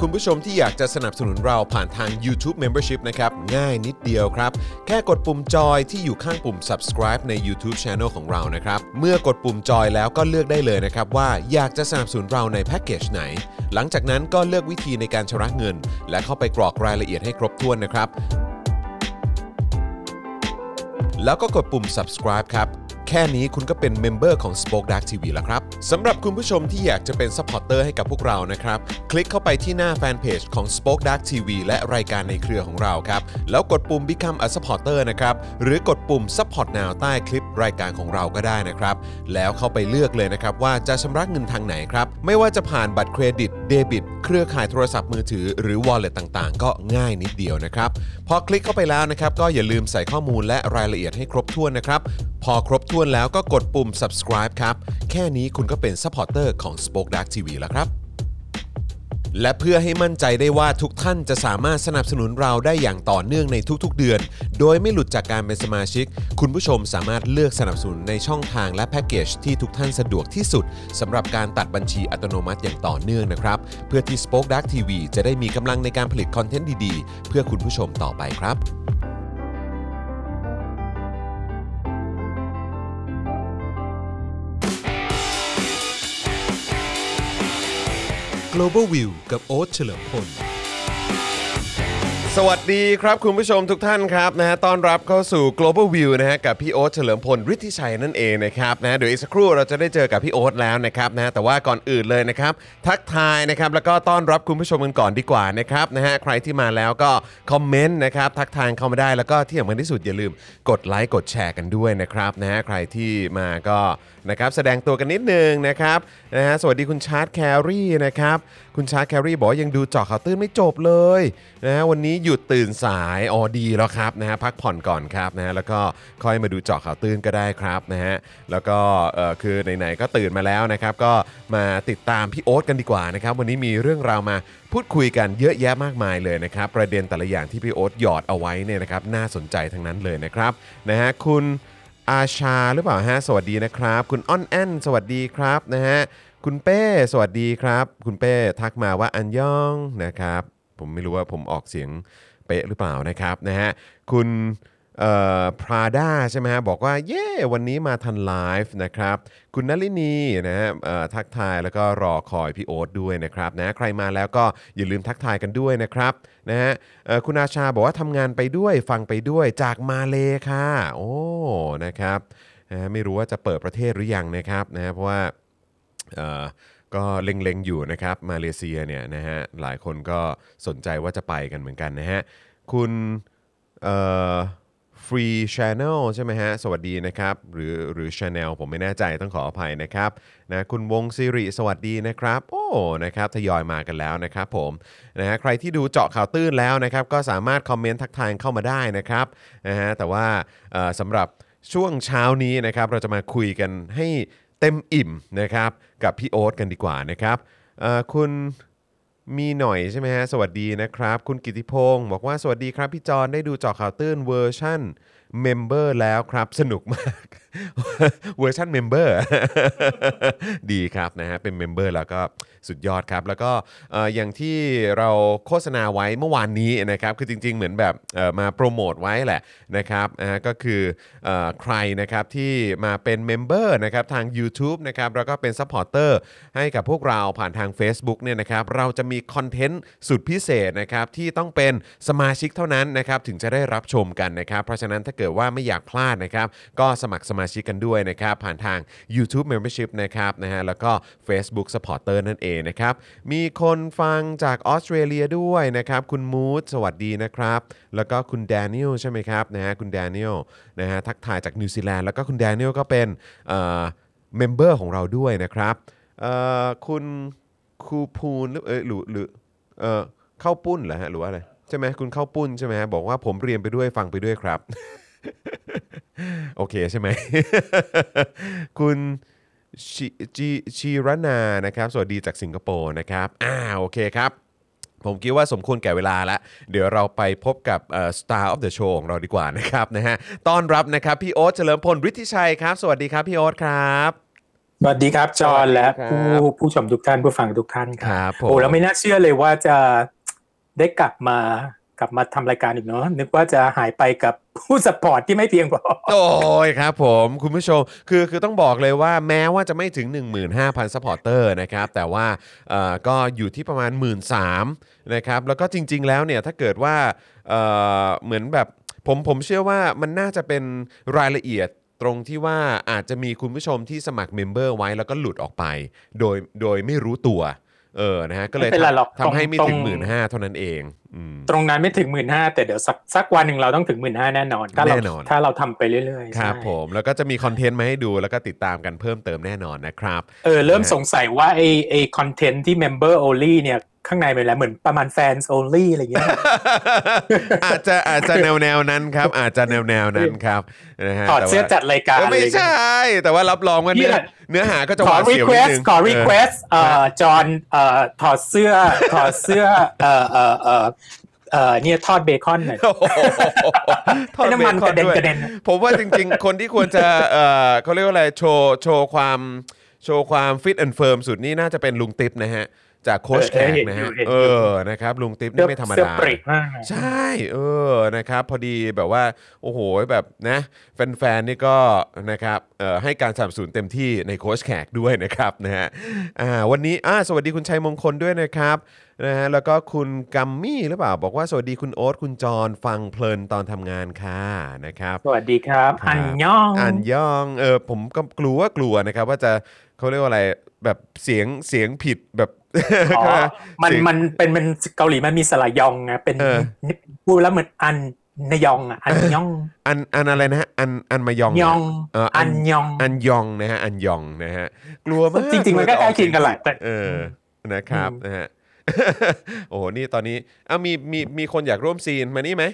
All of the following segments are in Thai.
คุณผู้ชมที่อยากจะสนับสนุนเราผ่านทาง YouTube Membership นะครับง่ายนิดเดียวครับแค่กดปุ่มจอยที่อยู่ข้างปุ่ม subscribe ใน YouTube Channel ของเรานะครับเมื่อกดปุ่มจอยแล้วก็เลือกได้เลยนะครับว่าอยากจะสนับสนุนเราในแพ็กเกจไหนหลังจากนั้นก็เลือกวิธีในการชำระเงินและเข้าไปกรอกรายละเอียดให้ครบถ้วนนะครับแล้วก็กดปุ่ม subscribe ครับแค่นี้คุณก็เป็นเมมเบอร์ของ Spoke Dark TV แล้วครับสำหรับคุณผู้ชมที่อยากจะเป็นซัพพอร์ตเตอร์ให้กับพวกเรานะครับคลิกเข้าไปที่หน้าแฟนเพจของ Spoke Dark TV และรายการในเครือของเราครับแล้วกดปุ่ม Become a supporter นะครับหรือกดปุ่ม Support Now ใต้คลิปรายการของเราก็ได้นะครับแล้วเข้าไปเลือกเลยนะครับว่าจะชำระเงินทางไหนครับไม่ว่าจะผ่านบัตรเครดิตเดบิตเครือข่ายโทรศัพท์มือถือหรือ Wallet ต่างๆก็ง่ายนิดเดียวนะครับพอคลิกเข้าไปแล้วนะครับก็อย่าลืมใส่ข้อมูลและรายละเอียดให้ครบถ้วนนะครับพอครบถ้วนแล้วก็กดปุ่ม subscribe ครับแค่นี้คุณก็เป็นซัพพอร์ตเตอร์ของ Spoke Dark TV แล้วครับและเพื่อให้มั่นใจได้ว่าทุกท่านจะสามารถสนับสนุนเราได้อย่างต่อเนื่องในทุกๆเดือนโดยไม่หลุดจากการเป็นสมาชิกคุณผู้ชมสามารถเลือกสนับสนุนในช่องทางและแพ็กเกจที่ทุกท่านสะดวกที่สุดสำหรับการตัดบัญชีอัตโนมัติอย่างต่อเนื่องนะครับเพื่อที่ Spoke Dark TV จะได้มีกำลังในการผลิตคอนเทนต์ดีๆเพื่อคุณผู้ชมต่อไปครับGlobal View กับโอ๊ตเฉลิมพลสวัสดีครับคุณผู้ชมทุกท่านครับนะฮะต้อนรับเข้าสู่ Global View นะฮะกับพี่โอ๊ตเฉลิมพลฤทธิชัยนั่นเองนะครับนะเดี๋ยวอีกสักครู่เราจะได้เจอกับพี่โอ๊ตแล้วนะครับนะแต่ว่าก่อนอื่นเลยนะครับทักทายนะครับแล้วก็ต้อนรับคุณผู้ชมกันก่อนดีกว่านะครับนะฮะใครที่มาแล้วก็คอมเมนต์นะครับทักทายเข้ามาได้แล้วก็ที่สำคัญที่สุดอย่าลืมกดไลค์กดแชร์กันด้วยนะครับนะฮะใครที่มาก็นะครับแสดงตัวกันนิดนึงนะครับนะฮะสวัสดีคุณชาร์ตแครี่นะครับคุณชาร์ตแครี่บอกยังดูเจาะข่าวตื้นไม่จบเลยนะฮะวันนี้หยุดตื่นสายอ๋อดีแล้วครับนะฮะพักผ่อนก่อนครับนะฮะแล้วก็ค่อยมาดูเจาะข่าวตื้นก็ได้ครับนะฮะแล้วก็คือไหนๆก็ตื่นมาแล้วนะครับก็มาติดตามพี่โอ๊ตกันดีกว่านะครับวันนี้มีเรื่องราวมาพูดคุยกันเยอะแยะมากมายเลยนะครับประเด็นแต่ละอย่างที่พี่โอ๊ตหยอดเอาไว้เนี่ยนะครับน่าสนใจทั้งนั้นเลยนะครับนะฮะคุณอาชาหรือเปล่าฮะสวัสดีนะครับคุณอ้อนแอนสวัสดีครับนะฮะคุณเป้สวัสดีครับคุณเป้ทักมาว่าอันยองนะครับผมไม่รู้ว่าผมออกเสียงเป๊ะหรือเปล่านะครับนะฮะคุณพราด้าใช่ไหมฮะบอกว่าเย้วันนี้มาทันไลฟ์นะครับคุณนลินีนะฮะทักทายแล้วก็รอคอยพี่โอ๊ตด้วยนะครับนะใครมาแล้วก็อย่าลืมทักทายกันด้วยนะครับนะฮะคุณอาชาบอกว่าทำงานไปด้วยฟังไปด้วยจากมาเลค่ะโอ้นะครับนะไม่รู้ว่าจะเปิดประเทศหรือยังนะครับนะเพราะว่าก็เล็งๆอยู่นะครับมาเลเซียเนี่ยนะฮะหลายคนก็สนใจว่าจะไปกันเหมือนกันนะฮะคุณฟรีชาแนลใช่ไหมฮะสวัสดีนะครับหรือ Channel ผมไม่แน่ใจต้องขออภัยนะครับนะคุณวงศิริสวัสดีนะครับโอ้นะครับทยอยมากันแล้วนะครับผมนะฮะใครที่ดูเจาะข่าวตื้นแล้วนะครับก็สามารถคอมเมนต์ทักทายเข้ามาได้นะครับนะฮะแต่ว่าสำหรับช่วงเช้านี้นะครับเราจะมาคุยกันให้เต็มอิ่มนะครับกับพี่โอ๊ตกันดีกว่านะครับคุณมีหน่อยใช่ไหมฮะสวัสดีนะครับคุณกิติพงศ์บอกว่าสวัสดีครับพี่จอนได้ดูเจาะข่าวตื้นเวอร์ชั่นเมมเบอร์แล้วครับสนุกมาก เวอร์ชันเมมเบอร์ ดีครับนะฮะเป็นเมมเบอร์แล้วก็สุดยอดครับแล้วก็อย่างที่เราโฆษณาไว้เมื่อวานนี้นะครับคือจริงๆเหมือนแบบมาโปรโมทไว้แหละนะครับก็คือใครนะครับที่มาเป็นเมมเบอร์นะครับทาง YouTube นะครับแล้วก็เป็นซัพพอร์เตอร์ให้กับพวกเราผ่านทาง Facebook เนี่ยนะครับเราจะมีคอนเทนต์สุดพิเศษนะครับที่ต้องเป็นสมาชิกเท่านั้นนะครับถึงจะได้รับชมกันนะครับเพราะฉะนั้นถ้าเกิดว่าไม่อยากพลาดนะครับก็สมัครสมาชิกกันด้วยนะครับผ่านทาง YouTube Membership นะครับนะฮะแล้วก็ Facebook Supporter นั่นเองนะครับมีคนฟังจากออสเตรเลียด้วยนะครับคุณมูดสวัสดีนะครับแล้วก็คุณแดเนียลใช่ไหมครับนะฮะคุณแดเนียลนะฮะทักทายจากนิวซีแลนด์แล้วก็คุณแดเนียลก็เป็นเมมเบอร์ของเราด้วยนะครับคุณคูพูนหรือเข้าปุ้นเหรอฮะหรือว่าอะไรใช่ไหมคุณเข้าปุ้นใช่ไหมฮะบอกว่าผมเรียนไปด้วยฟังไปด้วยครับ โอเคใช่ไหม คุณชีรนานะครับสวัสดีจากสิงคโปร์นะครับโอเคครับผมคิดว่าสมควรแก่เวลาแล้วเดี๋ยวเราไปพบกับStar of the Show ของเราดีกว่านะครับนะฮะต้อนรับนะครับพี่โอ๊ตเฉลิมพลฤทธิชัยครับสวัสดีครับพี่โอ๊ตครับสวัสดีครับจอห์นและผู้ชมทุกท่านผู้ฟังทุกท่านครับโอ้แล้วไม่น่าเชื่อเลยว่าจะได้กลับมาทำรายการอีกเนาะนึกว่าจะหายไปกับผู้สปอร์ตที่ไม่เพียงพอโอ้ยครับผมคุณผู้ชมคือต้องบอกเลยว่าแม้ว่าจะไม่ถึง 15,000 ซัพพอร์เตอร์นะครับแต่ว่าก็อยู่ที่ประมาณ 13,000 นะครับแล้วก็จริงๆแล้วเนี่ยถ้าเกิดว่าเหมือนแบบผมเชื่อว่ามันน่าจะเป็นรายละเอียดตรงที่ว่าอาจจะมีคุณผู้ชมที่สมัครเมมเบอร์ไว้แล้วก็หลุดออกไปโดยไม่รู้ตัวนะฮะก็เลยทำให้ไม่ถึง 15,000 เท่านั้นเองตรงนั้นไม่ถึง 15,000 แต่เดี๋ยวสักวันหนึ่งเราต้องถึง 15,000 แน่นอนถ้าเราทำไปเรื่อยๆครับผมแล้วก็จะมีคอนเทนต์มาให้ดูแล้วก็ติดตามกันเพิ่มเติมแน่นอนนะครับเริ่มสงสัยว่าไอคอนเทนต์ที่ Member Only เนี่ยข้างในเป็นอะไรเหมือนประมาณ Fans Only อะไรเงี้ยอาจจะแนวนั้นครับอาจจะแนวนั้นครับนะฮะถอดเสื้อจัดรายการไม่ใช่แต่ว่ารับรองว่าเนื้อหาก็จะหวาดเสียวนิดนึงขอ request จอห์นถอดเสื้อเนี่ยทอดเบคอนหน่อยทอดเบคอนด้วยผมว่าจริงๆคนที่ควรจะเขาเรียกว่าอะไรโชว์ความฟิตแอนด์เฟิร์มสุดนี่น่าจะเป็นลุงติ๊บนะฮะจากโค้ชแขกนะฮะนะครับลุงติ๊บนี่ไม่ธรรมดาใช่นะครับพอดีแบบว่าโอ้โหแบบนะแฟนๆนี่ก็นะครับให้การสนับสนุนเต็มที่ในโค้ชแขกด้วยนะครับนะฮะวันนี้สวัสดีคุณชัยมงคลด้วยนะครับนะฮะแล้วก็คุณกัมมี่หรือเปล่าบอกว่าสวัสดีคุณโอ๊ตคุณจรฟังเพลินตอนทำงานค่ะนะครับสวัสดีครับอันยองผมก็กลัวนะครับว่าจะเขาเรียกว่าอะไรแบบเสียงผิดแบบมันเป็นเกาหลีมันมีสระยองไงเป็นพูดแล้วเหมือนอันนยองอันยองอันอะไรนะฮะอันมายองยองอันยองนะฮะอันยองนะฮะกลัวมากจริงๆมันก็ใกล้เคียงกันแหละนะครับนะฮะโอ้โหนี่ตอนนี้มีคนอยากร่วมซีนมานี่ไหม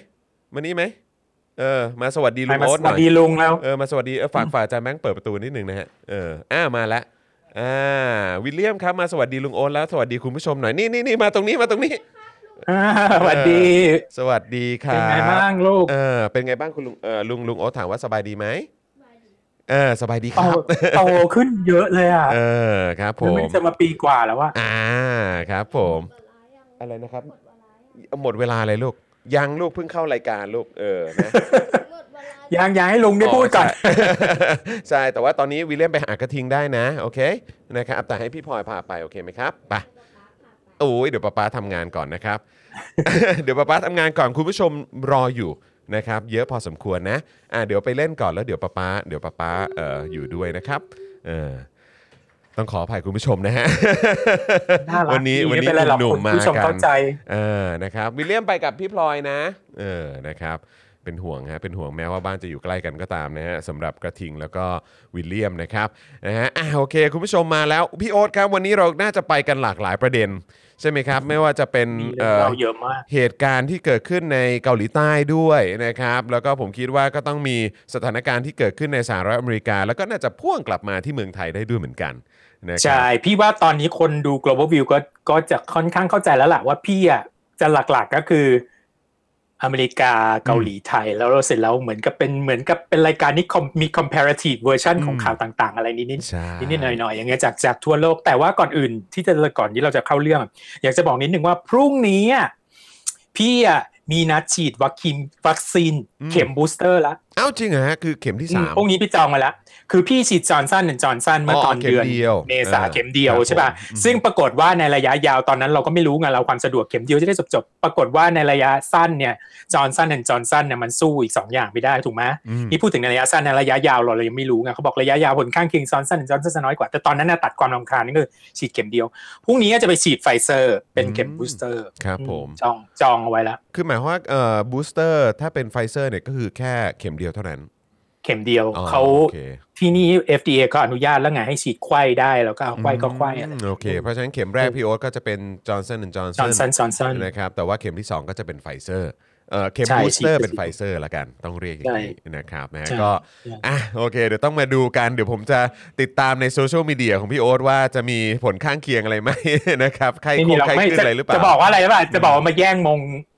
มาสวัสดีลุงโอ๊ตหน่อยสวัสดีลุงแล้วมาสวัสดีฝากอาจารย์แบงค์เปิดประตูนิดนึงนะฮะมาแล้ววิลเลียมครับมาสวัสดีลุงโอ๊ตแล้วสวัสดีคุณผู้ชมหน่อยนี่มาตรงนี้สวัสดีสวัสดีครับเป็นไงบ้างลูกเป็นไงบ้างคุณลุงโอ๊ตถามว่าสบายดีไหมสบายดีครับโตขึ้นเยอะเลยอ่ะครับผมมันจะมาปีกว่าแล้วว่าครับผมอะไรนะครับหมดเวลาเลยลูกยังลูกเพิ่งเข้ารายการลูกนะยังให้ลุงได้พูดก่อนใช่แต่ว่าตอนนี้วิลเลียมไปหากระทิงได้นะโอเคนะครับแต่ให้พี่พลอยพาไปโอเคไหมครับไปโอ้ยเดี๋ยวป้าทำงานก่อนนะครับ เดี๋ยวป้าทำงานก่อนคุณผู้ชมรออยู่นะครับเยอะพอสมควรนะเดี๋ยวไปเล่นก่อนแล้วเดี๋ยวป้าอยู่ด้วยนะครับต้องขออภัยคุณผู้ชมนะฮะวันนี้หนุ่มมากันนะครับวิลเลียมไปกับพี่พลอยนะนะครับเป็นห่วงแม้ว่าบ้านจะอยู่ใกล้กันก็ตามนะฮะสำหรับกระทิงแล้วก็วิลเลียมนะครับนะฮะโอเคคุณผู้ชมมาแล้วพี่โอ๊ตครับวันนี้เราน่าจะไปกันหลากหลายประเด็นใช่ไหมครับไม่ว่าจะเป็นเหตุการณ์ที่เกิดขึ้นในเกาหลีใต้ด้วยนะครับแล้วก็ผมคิดว่าก็ต้องมีสถานการณ์ที่เกิดขึ้นในสหรัฐอเมริกาแล้วก็น่าจะพ่วงกลับมาที่เมืองไทยได้ด้วยเหมือนกันใช่พี่ว่าตอนนี้คนดู global view ก็จะค่อนข้างเข้าใจแล้วล่ะว่าพี่จะหลักๆก็คืออเมริกาเกาหลีไทยแล้วเราเสร็จแล้วเหมือนกับเป็นรายการนี้มี comparative version ของข่าวต่างๆอะไรนิดหน่อยๆอย่างเงี้ยจากทั่วโลกแต่ว่าก่อนที่เราจะเข้าเรื่องอยากจะบอกนิดนึงว่าพรุ่งนี้พี่มีนัดฉีดวัคซีนเข็มบูสเตอร์แล้วจริงเหรอฮะคือเข็มที่3 พรุ่งนี้พี่จองมาแล้วคือพี่ฉีดจอห์นสันเมื่อตอนเดือนเมษาเข็มเดียวใช่ป่ะซึ่งปรากฏว่าในระยะยาวตอนนั้นเราก็ไม่รู้ไงเราความสะดวกเข็มเดียวจะได้จบปรากฏว่าในระยะสั้นเนี่ยจอห์นสันเนี่ยมันสู้อีก2อย่างไม่ได้ถูกไหมนี่พูดถึงในระยะสั้นในระยะยาวเรายังไม่รู้ไงเขาบอกระยะยาวผลข้างเคียงจอห์นสันจะน้อยกว่าแต่ตอนนั้นตัดความรำคาญนี่คือฉีดเข็มเดียวพรุ่งนี้จะไปฉีดไฟเซอร์เป็นเข็มบูสเตอร์ครับผมจองเอาไว้แล้วคือหมายว่าบูสเตอร์ถ้าเป็นไฟเซอร์เนี่ยก็คือแค่เข็มเดียวเท่านั้นเข็มเดียวเขาที่นี่ FDA ก็อนุญาตแล้วไงให้ฉีดไข้ได้แล้วก็ไข้ก็ไข้โอเคเพราะฉะนั้นเข็มแรกพี่โอ๊ตก็จะเป็น Johnson & Johnson นะครับแต่ว่าเข็มที่2ก็จะเป็นไฟเซอร์เข็มบูสเตอร์เป็นไฟเซอร์ละกันต้องเรียกอย่างนี้นะครับนะก็โอเคเดี๋ยวต้องมาดูกันเดี๋ยวผมจะติดตามในโซเชียลมีเดียของพี่โอ๊ตว่าจะมีผลข้างเคียงอะไรไหมนะครับใครขึ้นอะไรหรือเปล่าจะบอกว่าอะไรหรือเปล่าจะบอกว่ามาแย่งมง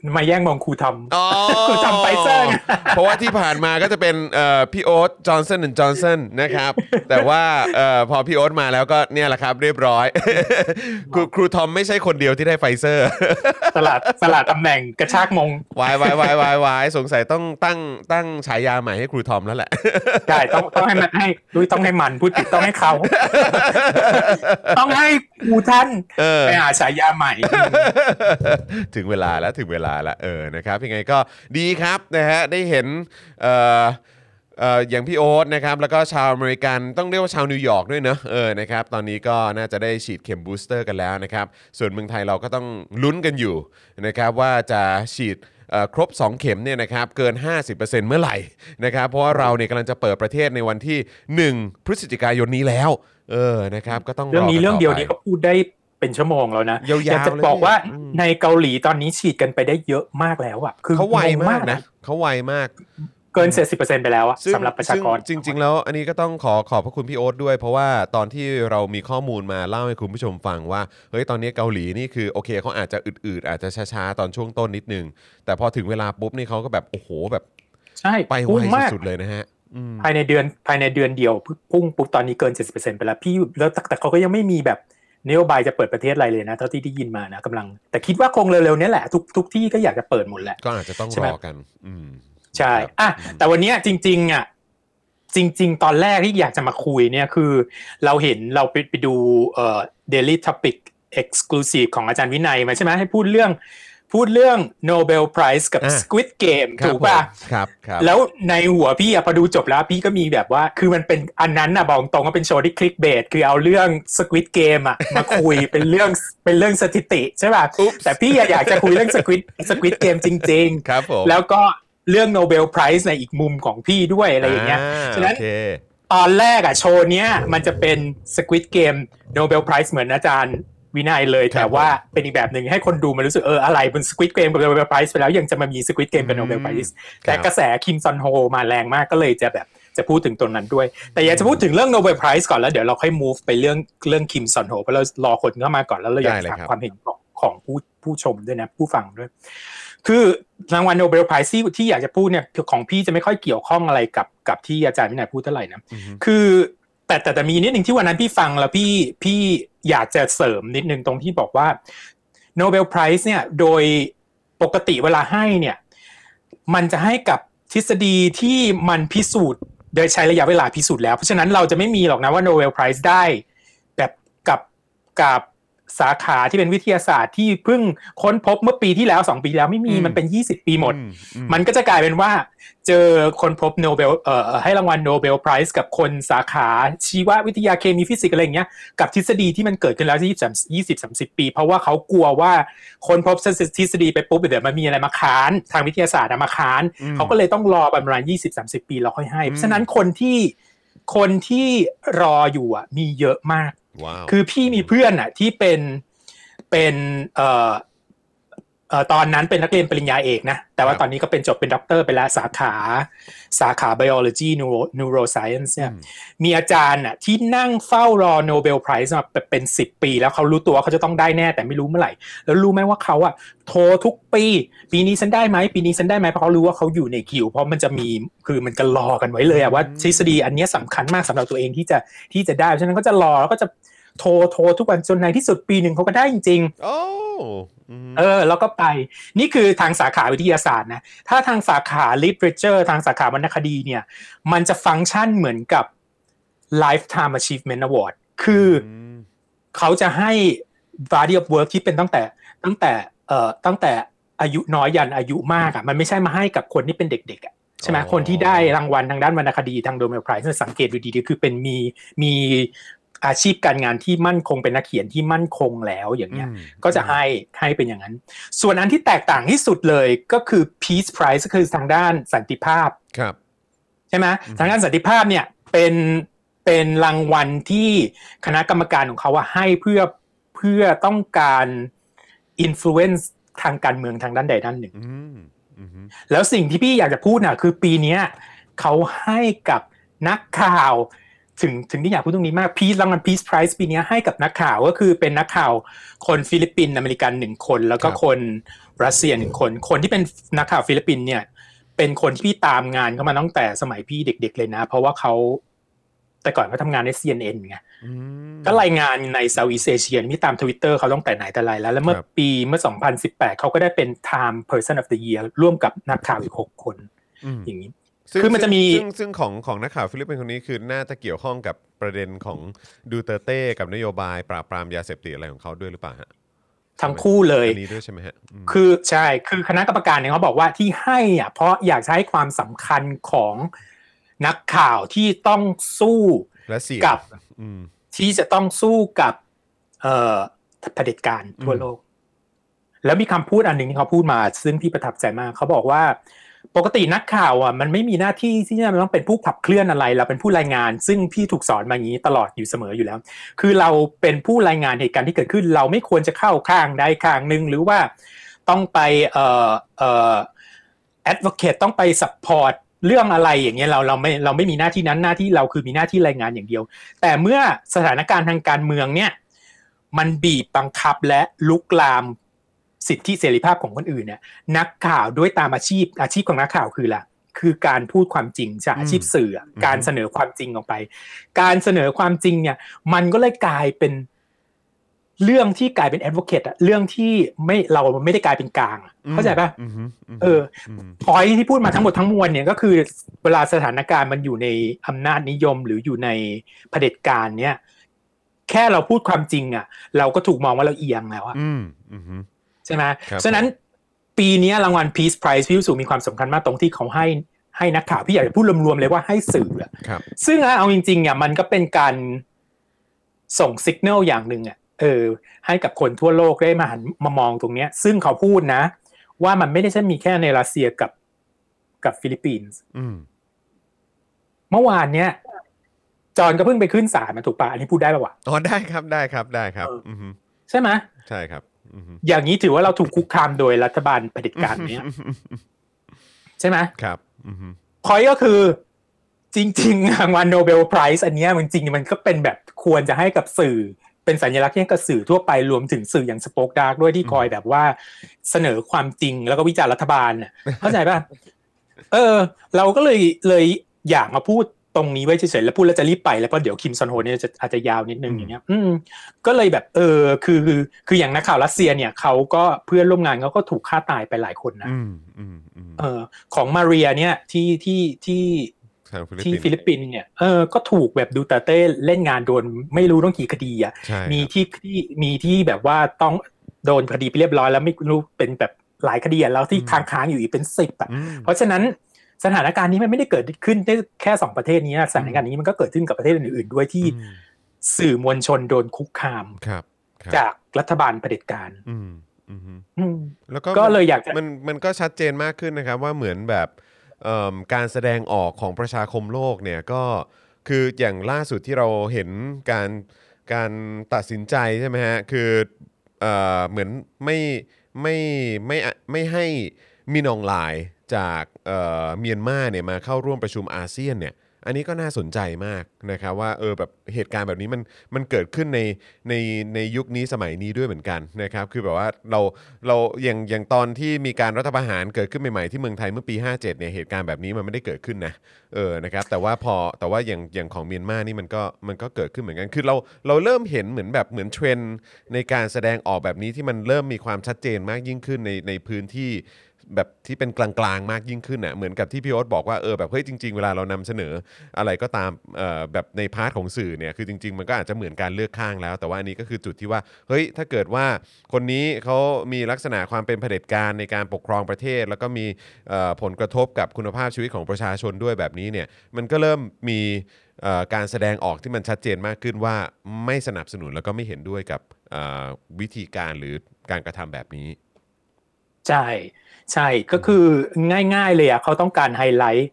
มาแย่งมองครูทอมอ๋อครูทอมไฟเซอร์เพราะว่าที่ผ่านมาก็จะเป็นพี่โอ๊ตจอห์นสัน& จอห์นสันนะครับแต่ว่าพอพี่โอ๊ตมาแล้วก็เนี่ยแหละครับเรียบร้อย ครูทอมไม่ใช่คนเดียวที่ได้ไฟเซอร์สลัดตำแหน่งกระชากมงวายสงสัยต้องตั้งฉายาใหม่ให้ครูทอมแล้วแหละใช่ต้องให้มันให้ด้วยต้องให้มันพูดผิดต้องให้เขา ต้องให้ครูท่านไปหาฉายาใหม่ถึงเวลาแล้วนะครับยังไงก็ดีครับนะฮะได้เห็นอย่างพี่โอ๊ตนะครับแล้วก็ชาวอเมริกันต้องเรียกว่าชาวนิวยอร์กด้วยเนอะนะครับตอนนี้ก็น่าจะได้ฉีดเข็มบูสเตอร์กันแล้วนะครับส่วนเมืองไทยเราก็ต้องลุ้นกันอยู่นะครับว่าจะฉีดครบ2เข็มเนี่ยนะครับเกิน 50% เมื่อไหร่นะครับเพราะว่าเราเนี่ยกำลังจะเปิดประเทศในวันที่1พฤศจิกายนนี้แล้วนะครับก็ต้องเรื่องนี้เรื่องเดียวนี้ก็พูดได้เป็นชั่วโมงแล้วนะอยากจะบอกว่าในเกาหลีตอนนี้ฉีดกันไปได้เยอะมากแล้วอ่ะคือเขาไวมากนะเขาไวมากเกิน 70% ไปแล้วอะสำหรับประชากรจริงๆแล้วอันนี้ก็ต้องขอบพระคุณพี่โอ๊ตด้วยเพราะว่าตอนที่เรามีข้อมูลมาเล่าให้คุณผู้ชมฟังว่าเฮ้ยตอนนี้เกาหลีนี่คือโอเคเขาอาจจะอืดๆอาจจะช้าๆตอนช่วงต้นนิดนึงแต่พอถึงเวลาปุ๊บนี่เขาก็แบบโอ้โหแบบใช่ไปไวสุดๆเลยนะฮะภายในเดือนเดียวพุ่งปุ๊บตอนนี้เกิน 70% ไปแล้วพี่แล้วแต่เขาก็ยังไม่มีแบบนโยบายจะเปิดประเทศอะไรเลยนะเท่าที่ได้ยินมานะกำลังแต่คิดว่าคงเร็วๆนี้แหละทุกที่ก็อยากจะเปิดหมดแหละก็อาจจะต้องรอกันใช่แต่วันนี้จริงๆตอนแรกที่อยากจะมาคุยเนี่ยคือเราเห็นเราไปดูDaily Topic Exclusive ของอาจารย์วินัยมาใช่ไหมให้พูดเรื่อง Nobel Prize กับ Squid Game ถูกป่ะครับแล้วในหัวพี่พอดูจบแล้วพี่ก็มีแบบว่าคือมันเป็นอันนั้นน่ะบอกตรงว่าเป็นโชว์ที่คลิกเบสคือเอาเรื่อง Squid Game มาคุย เป็นเรื่องสถิติใช่ป่ะแต่พี่อยากจะคุยเรื่อง Squid Game จริงๆครับผมแล้วก็เรื่อง Nobel Prize ในอีกมุมของพี่ด้วยอะไรอย่างเงี้ยฉะนั้นตอนแรกโชว์เนี้ยมันจะเป็น Squid Game Nobel Prize เหมือนอาจารย์วินัยเลยแต่ว่าเป็นอีกแบบหนึ่งให้คนดูมันรู้สึกอะไรบน Squid Game กับ Nobel Prize ไปแล้วยังจะมามี Squid Game กับ Nobel Prize แต่กระแสคิมซอนโฮมาแรงมากก็เลยจะพูดถึงตรงนั้นด้วยแต่อยากจะพูดถึงเรื่อง Nobel Prize ก่อนแล้วเดี๋ยวเราค่อย move ไปเรื่องคิมซอนโฮเพราะเรารอคนเข้ามาก่อนแล้วเราอยากถามความเห็นของผู้ชมด้วยนะผู้ฟังด้วยคือรางวัลโนเบลไพรส์ที่อยากจะพูดเนี่ยของพี่จะไม่ค่อยเกี่ยวข้องอะไรกับที่อาจารย์วินัยพูดเท่าไหร่นะคือแต่มีนิดนึงที่วันนั้นพี่ฟังแล้วพี่อยากจะเสริมนิดนึงตรงที่บอกว่าโนเบลไพรส์เนี่ยโดยปกติเวลาให้เนี่ยมันจะให้กับทฤษฎีที่มันพิสูจน์โดยใช้ระยะเวลาพิสูจน์แล้วเพราะฉะนั้นเราจะไม่มีหรอกนะว่าโนเบลไพรส์ได้แบบกับสาขาที่เป็นวิทยาศาสตร์ที่เพิ่งค้นพบเมื่อปีที่แล้ว2ปีแล้วไม่มีมันเป็น20ปีหมดมันก็จะกลายเป็นว่าเจอคนพบโนเบลให้รางวัลโนเบลไพรส์กับคนสาขาชีววิทยาเคมีฟิสิกส์อะไรอย่างเงี้ยกับทฤษฎีที่มันเกิดขึ้นแล้ว20-30 ปีเพราะว่าเขากลัวว่าคนพบทฤษฎีไปปุ๊บเดี๋ยวมันมีอะไรมาค้านทางวิทยาศาสตร์มาค้านเขาก็เลยต้องรอประมาณ20-30 ปีแล้วค่อยให้เพราะฉะนั้นคนที่รออยู่มีเยอะมากคือพี่มีเพื่อนที่เป็นตอนนั้นเป็นนักเรียนปริญญาเอกนะแต่ว่าตอนนี้ก็เป็นจบเป็นด็อกเตอร์ไปแล้วสาขา biology neuroscience เนี่ยมีอาจารย์ที่นั่งเฝ้ารอ Nobel Prize มาเป็น10 ปีแล้วเขารู้ตัวว่าเขาจะต้องได้แน่แต่ไม่รู้เมื่อไหร่แล้วรู้ไหมว่าเขาโทรทุกปีนี้ฉันได้ไหมปีนี้ฉันได้ไหมเพราะเขารู้ว่าเขาอยู่ในคิวเพราะมันจะมีคือมันก็รอกันไว้เลยว่าทฤษฎีอันนี้สำคัญมากสำหรับตัวเองที่จะได้เพราะฉะนั้นก็จะรอแล้วก็จะโทรทุกวันจนในที่สุดปีหนึ่งเขาก็ได้จริงๆแล้วก็ไปนี่คือทางสาขาวิทยาศาสตร์นะถ้าทางสาขา literature ทางสาขาวรรณคดีเนี่ยมันจะฟังก์ชันเหมือนกับ lifetime achievement award คือเขาจะให้ body of work ที่เป็นตั้งแต่อายุน้อยยันอายุมากมันไม่ใช่มาให้กับคนที่เป็นเด็กๆใช่ไหมคนที่ได้รางวัลทางด้านวรรณคดีทาง Nobel Prize สังเกตดูดีๆคือเป็นมีอาชีพการงานที่มั่นคงเป็นนักเขียนที่มั่นคงแล้วอย่างเงี้ยก็จะให้เป็นอย่างนั้นส่วนอันที่แตกต่างที่สุดเลยก็คือ Peace Prize ก็คือทางด้านสันติภาพใช่ไหมทางด้านสันติภาพเนี่ยเป็นรางวัลที่คณะกรรมการของเขาให้เพื่อต้องการ influence ทางการเมืองทางด้านใดด้านหนึ่งแล้วสิ่งที่พี่อยากจะพูดคือปีนี้เขาให้กับนักข่าวถึงที่อยากพูดตรงนี้มากรางวัล Peace Prize ปีนี้ให้กับนักข่าวก็คือเป็นนักข่าวคนฟิลิปปินส์อเมริกัน1คนแล้วก็คนรัสเซีย1คนที่เป็นนักข่าวฟิลิปปินส์เนี่ยเป็นคนที่พี่ตามงานเข้ามาตั้งแต่สมัยพี่เด็กๆเลยนะเพราะว่าเขาแต่ก่อนเขาทำงานใน CNN ไงก็รายงานใน Southeast Asia พี่ตาม Twitter เขาตั้งแต่ไหนแต่ไรแล้วเมื่อ 2018 เขาก็ได้เป็น Time Person of the Year ร่วมกับนักข่าวอีก6คนอย่างนี้คือมันจะมีซึ่งของนักข่าวฟิลิปปินส์คนนี้คือน่าจะเกี่ยวข้องกับประเด็นของดูเตอร์เต้กับนโยบายปราบปรามยาเสพติดอะไรของเขาด้วยหรือเปล่าฮะทั้งคู่เลยอันนี้ด้วยใช่ไหมฮะคือใช่คือคณะกรรมการเนี่ยเขาบอกว่าที่ให้อ่ะเพราะอยากให้ความสำคัญของนักข่าวที่ต้องสู้กับที่จะต้องสู้กับเผด็จการทั่วโลกแล้วมีคำพูดอันหนึ่งที่เขาพูดมาซึ่งพี่ประทับใจมากเขาบอกว่าปกตินักข่าวอ่ะมันไม่มีหน้าที่ที่จะต้องเป็นผู้ขับเคลื่อนอะไรเราเป็นผู้รายงานซึ่งพี่ถูกสอนมาอย่างนี้ตลอดอยู่เสมออยู่แล้วคือเราเป็นผู้รายงานเหตุการณ์ที่เกิดขึ้นเราไม่ควรจะเข้าข้างใดข้างนึงหรือว่าต้องไปadvocate ต้องไป support เรื่องอะไรอย่างเงี้ยเราไม่มีหน้าที่นั้นหน้าที่เราคือมีหน้าที่รายงานอย่างเดียวแต่เมื่อสถานการณ์ทางการเมืองเนี่ยมันบีบบังคับและลุกลามสิทธิเสรีภาพของคนอื่นเนี่ยนักข่าวด้วยตามอาชีพของนักข่าวคืออะไรคือการพูดความจริงจากอาชีพสื่อการเสนอความจริงออกไปการเสนอความจริงเนี่ยมันก็เลยกลายเป็นเรื่องที่กลายเป็น advocate อะเรื่องที่เราไม่ได้กลายเป็นกลางเข้าใจป่ะpoint ที่พูดมาทั้งหมดทั้งมวลเนี่ยก็คือเวลาสถานการณ์มันอยู่ในอำนาจนิยมหรืออยู่ในเผด็จการเนี่ยแค่เราพูดความจริงอ่ะเราก็ถูกมองว่าเราเอียงแล้วอ่ะใช่ไหมฉะนั้นปีนี้รางวัล Peace Prize พี่รู้สึกมีความสำคัญมากตรงที่เขาให้นักข่าวพี่อยากจะพูดรวมๆเลยว่าให้สื่อซึ่งเอาจริงๆอ่ะมันก็เป็นการส่งสัญญาณอย่างหนึ่งอ่ะให้กับคนทั่วโลกได้มามองตรงนี้ซึ่งเขาพูดนะว่ามันไม่ได้ใช่มีแค่ในรัสเซียกับฟิลิปปินส์เมื่อวานเนี้ยจอนก็เพิ่งไปขึ้นศาลมาถูกป่ะอันนี้พูดได้ป่ะวะอ๋อได้ครับใช่ไหมใช่ครับอย่างนี้ถือว่าเราถูกคุกคามโดยรัฐบาลเผด็จการเนี้ยใช่ไหมครับพอยก็คือจริงๆรางวัลโนเบลไพรส์อันนี้จริงๆมันก็เป็นแบบควรจะให้กับสื่อเป็นสัญลักษณ์ให้กับสื่อทั่วไปรวมถึงสื่ออย่างสโป๊กดาร์กด้วยที่คอยแบบว่าเสนอความจริงแล้วก็วิจารณ์รัฐบาลน่ะเข้าใจป่ะเราก็เลยอยากมาพูดตรงนี้ไว้เฉยๆแล้วพูดแล้วจะรีบไปแล้วเพราะเดี๋ยวคิมซอนโฮเนี่ยอาจจะยาวนิดนึงอย่างเงี้ยก็เลยแบบคืออย่างนักข่าวรัสเซียเนี่ยเขาก็เพื่อนร่วมงานเขาก็ถูกฆ่าตายไปหลายคนนะของมาเรียเนี่ยที่ฟิลิปปินส์เนี่ยก็ถูกแบบดูเตอร์เต้เล่นงานโดนไม่รู้ต้องกี่คดีอ่ะมีที่แบบว่าต้องโดนคดีไปเรียบร้อยแล้วไม่รู้เป็นแบบหลายคดีแล้วที่ค้างอยู่อีกเป็น10อ่ะเพราะฉะนั้นสถานการณ์นี้มันไม่ได้เกิดขึ้นแค่2ประเทศนี้สถานการณ์นี้มันก็เกิดขึ้นกับประเทศอื่นๆด้วยที่สื่อมวลชนโดนคุกคามจากรัฐบาลเผด็จการแล้วก็เลยอยากมันก็ชัดเจนมากขึ้นนะครับว่าเหมือนแบบการแสดงออกของประชาคมโลกเนี่ยก็คืออย่างล่าสุดที่เราเห็นการตัดสินใจใช่ไหมฮะคือเหมือนไม่ให้มินอองไลน์จากเมียนมาเนี่ยมาเข้าร่วมประชุมอาเซียนเนี่ยอันนี้ก็น่าสนใจมากนะครับว่าแบบเหตุการณ์แบบนี้มันเกิดขึ้นในยุคนี้สมัยนี้ด้วยเหมือนกันนะครับคือแบบว่าเราอย่างตอนที่มีการรัฐประหารเกิดขึ้นใหม่ๆที่เมืองไทยเมื่อปี57เนี่ยเหตุการณ์แบบนี้มันไม่ได้เกิดขึ้นนะนะครับแต่ว่าอย่างของเมียนมานี่มันก็เกิดขึ้นเหมือนกันคือเราเริ่มเห็นเหมือนเทรนด์ในการแสดงออกแบบนี้ที่มันเริ่มมีความชัดเจนมากยิ่งขึ้นในพื้นที่แบบที่เป็นกลางๆมากยิ่งขึ้นน่ะเหมือนกับที่พี่โอ๊ตบอกว่าแบบเฮ้ยจริงๆเวลาเรานำเสนออะไรก็ตามแบบในพาร์ทของสื่อเนี่ยคือจริงๆมันก็อาจจะเหมือนการเลือกข้างแล้วแต่ว่าอันนี้ก็คือจุดที่ว่าเฮ้ยถ้าเกิดว่าคนนี้เขามีลักษณะความเป็นเผด็จการในการปกครองประเทศแล้วก็มีผลกระทบกับคุณภาพชีวิตของประชาชนด้วยแบบนี้เนี่ยมันก็เริ่มมีการแสดงออกที่มันชัดเจนมากขึ้นว่าไม่สนับสนุนแล้วก็ไม่เห็นด้วยกับวิธีการหรือการกระทำแบบนี้ใช่ก็คือง่ายๆเลยอ่ะเขาต้องการไฮไลท์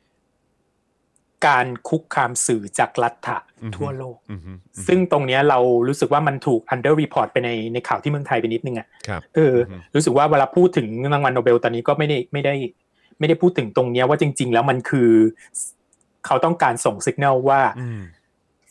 การคุกคามสื่อจากรัฐะทั่วโลกซึ่งตรงนี้เรารู้สึกว่ามันถูก under report ไปในข่าวที่เมืองไทยไปนิดนึงอ่ะรู้สึกว่าเวลาพูดถึงรางวัลโนเบลตอนนี้ก็ไม่ได้พูดถึงตรงนี้ว่าจริงๆแล้วมันคือเขาต้องการส่งสัญญาณว่า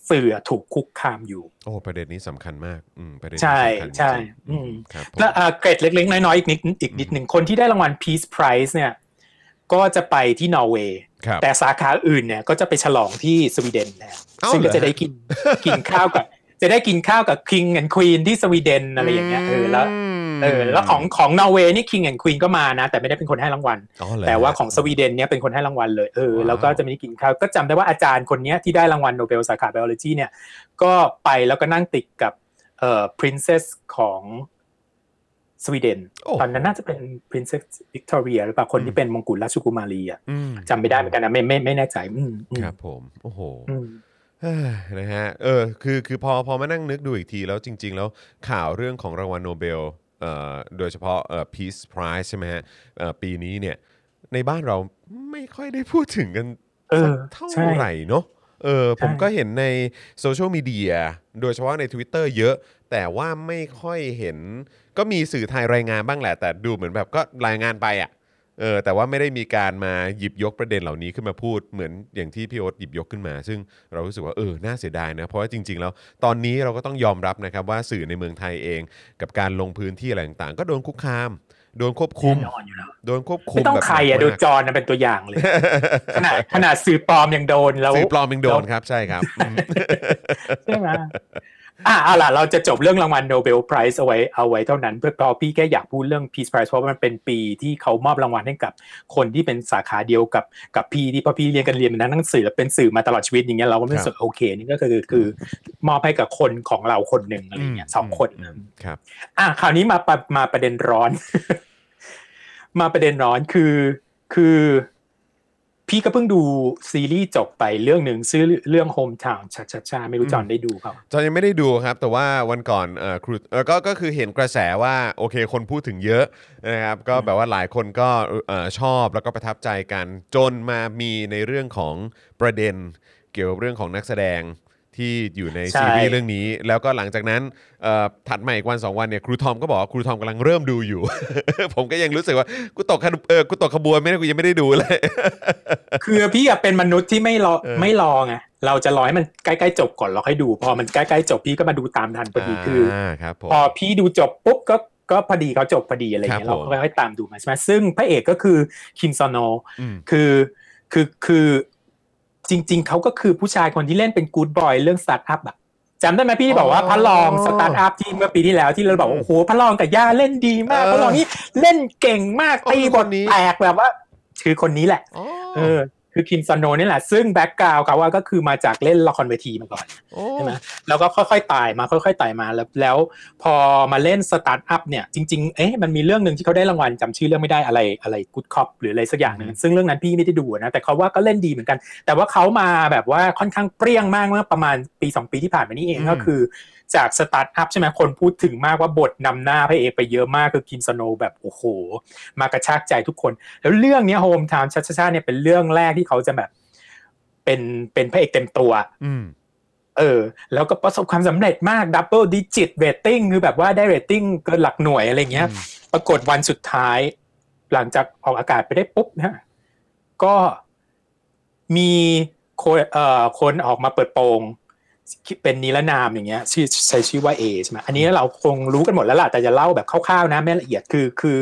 สื่อถูกคุกคามอยู่โอ้ประเด็นนี้สำคัญมากประเด็นนี้ใช่สำคัญใช่ครับแล้วเกรดเล็กๆน้อยๆอีกนิดหนึ่งคนที่ได้รางวัล Peace Prize เนี่ยก็จะไปที่นอร์เวย์แต่สาขาอื่นเนี่ยก็จะไปฉลองที่สวีเดนนะซึ่งก็จะได้กินข้าวกับจะได้กินข้าวกับ King and Queen ที่สวีเดนอะไรอย่างเงี้ยแล้วของนอร์เวย์นี่ King and Queen ก็มานะแต่ไม่ได้เป็นคนให้รางวัลแต่ว่าของสวีเดนเนี่ยเป็นคนให้รางวัลเลยแล้วก็จะไม่ได้กินข้าวก็จำได้ว่าอาจารย์คนนี้ที่ได้รางวัลโนเบลสาขา Biology เนี่ยก็ไปแล้วก็นั่งติดกับPrincess ของสวีเดนตอนนั้นน่าจะเป็น Princess Victoria หรือเปล่าคนที่เป็นมงกุฎราชกุมารีอ่ะจำไม่ได้เหมือนกันนะไม่แน่ใจครับผมโอ้โหนะฮะคือพอมานั่งนึกดูอีกทีแล้วจริงๆแล้วข่าวเรื่องของรางวัลโนเบลโดยเฉพาะPeace Prize ใช่ไหมฮะปีนี้เนี่ยในบ้านเราไม่ค่อยได้พูดถึงกันเท่าไหร่เนาะผมก็เห็นในโซเชียลมีเดียโดยเฉพาะใน Twitter เยอะแต่ว่าไม่ค่อยเห็นก็มีสื่อไทยรายงานบ้างแหละแต่ดูเหมือนแบบก็รายงานไปอ่ะแต่ว่าไม่ได้มีการมาหยิบยกประเด็นเหล่านี้ขึ้นมาพูดเหมือนอย่างที่พี่โอ๊ตหยิบยกขึ้นมาซึ่งเรารู้สึกว่าน่าเสียดายนะเพราะว่าจริงๆแล้วตอนนี้เราก็ต้องยอมรับนะครับว่าสื่อในเมืองไทยเองกับการลงพื้นที่อะไรต่างๆก็โดนคุกคามโดนควบคุมโดนควบคุมไม่ต้องใครดูจอเป็นตัวอย่างเลยขนาดสื่อปลอมยังโดนแล้วสื่อปลอมยังโดนครับใช่ครับใช่ไหมเอาล่ะเราจะจบเรื่องรางวัลโนเบลไพรส์เอาไว้เท่านั้นเพื่อพี่แค่อยากพูดเรื่อง Peace Prize เพราะมันเป็นปีที่เขามอบรางวัลให้กับคนที่เป็นสาขาเดียวกับพี่ที่พอพี่เรียนเป็นนักหนังสือและเป็นสื่อมาตลอดชีวิตอย่างเงี้ยเราก็รู้สึกโอเคนี่ก็คือมอบให้กับคนของเราคนหนึ่งอะไรเงี้ย2คนครับคราวนี้มาประเด็นร้อน มาประเด็นร้อนคือพี่ก็เพิ่งดูซีรีส์จบไปเรื่องหนึ่งชื่อเรื่อง Hometown ชาไม่รู้จอนได้ดูเปล่าจอนยังไม่ได้ดูครับแต่ว่าวันก่อนครูก็คือเห็นกระแสว่าโอเคคนพูดถึงเยอะนะครับก็แบบว่าหลายคนก็ชอบแล้วก็ประทับใจกันจนมามีในเรื่องของประเด็นเกี่ยวกับเรื่องของนักแสดงที่อยู่ในซีรีส์เรื่องนี้แล้วก็หลังจากนั้นถัดมาอีกวัน2วันเนี่ยครูทอมก็บอกว่าครูทอมกำลังเริ่มดูอยู่ ผมก็ยังรู้สึกว่ากูตกขบวนไม่ได้กูยังไม่ได้ดูเลยคือพี่เป็นมนุษย์ที่ไม่รอไงเราจะรอให้มันใกล้ๆจบก่อนเราค่อยดูพอมันใกล้ๆจบพี่ก็มาดูตามทันพอดีคือพอพี่ดูจบปุ๊บก็พอดีเขาจบพอดีอะไรเงี้ยเราก็ค่อยตามดูมาใช่ไหมซึ่งพระเอกก็คือคิมซอนโนคือจริงๆเขาก็คือผู้ชายคนที่เล่นเป็นกู๊ดบอยเรื่องสตาร์ทอัพอะจำได้ไหมพี่บอกว่าพระรองสตาร์ทอัพที่เมื่อปีที่แล้วที่เราบอกโอ้โหพระรองกับย่าเล่นดีมากพระรองนี่เล่นเก่งมากตีบทแตกแบบว่าคือคนนี้แหละคือคิมซอนโนนี่แหละซึ่งแบ็คกราวด์เขาว่าก็คือมาจากเล่นละครเวทีมาก่อนใช่ไหมแล้วก็ค่อยๆไต่มาแล้วพอมาเล่นสตาร์ทอัพเนี่ยจริงๆมันมีเรื่องนึงที่เขาได้รางวัลจำชื่อเรื่องไม่ได้อะไรกู๊ดคอปหรืออะไรสักอย่างนึงซึ่งเรื่องนั้นพี่ไม่ได้ดูนะแต่เขาว่าก็เล่นดีเหมือนกันแต่ว่าเขามาแบบว่าค่อนข้างเปรี้ยงมากเมื่อประมาณปี2ปีที่ผ่านมานี้เองก็คือจากสตาร์ทอัพใช่ไหมคนพูดถึงมากว่าบทนำหน้าพระเอกไปเยอะมากคือคิมซอนโนแบบโอ้โหมากระชากใจทุกคนแล้วเรื่องนี้โฮมทาวน์ชาเนี่ยเป็นเรื่องแรกที่เขาจะแบบเป็นพระเอกเต็มตัวแล้วก็ประสบความสำเร็จมากดับเบิลดิจิตเรตติ้งคือแบบว่าได้เรตติ้งเกินหลักหน่วยอะไรเงี้ยปรากฏวันสุดท้ายหลังจากออกอากาศไปได้ปุ๊บนะก็มีคนออกมาเปิดโปงเป็นนิรนามอย่างเงี้ยใช้ชื่อว่าเอใช่ไหมอันนี้เราคงรู้กันหมดแล้วล่ะแต่จะเล่าแบบคร่าวๆนะไม่ละเอียดคือ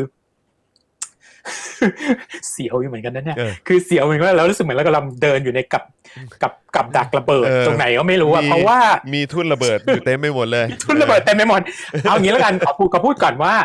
เสียวอยู่เหมือนกันนะเนี่ยคือเสียวเหมือนกันเรารู้สึกเหมือนเรากำลังเดินอยู่ในกับดักระเบิดตรงไหนก็ไม่รู้อ่ะเพราะว่ามีทุ่นระเบิดอยู่เต็มไปหมดเลยทุ่นระเบิดเต็มไปหมดเอางี้แล้วกันขอพูดก่อนว่า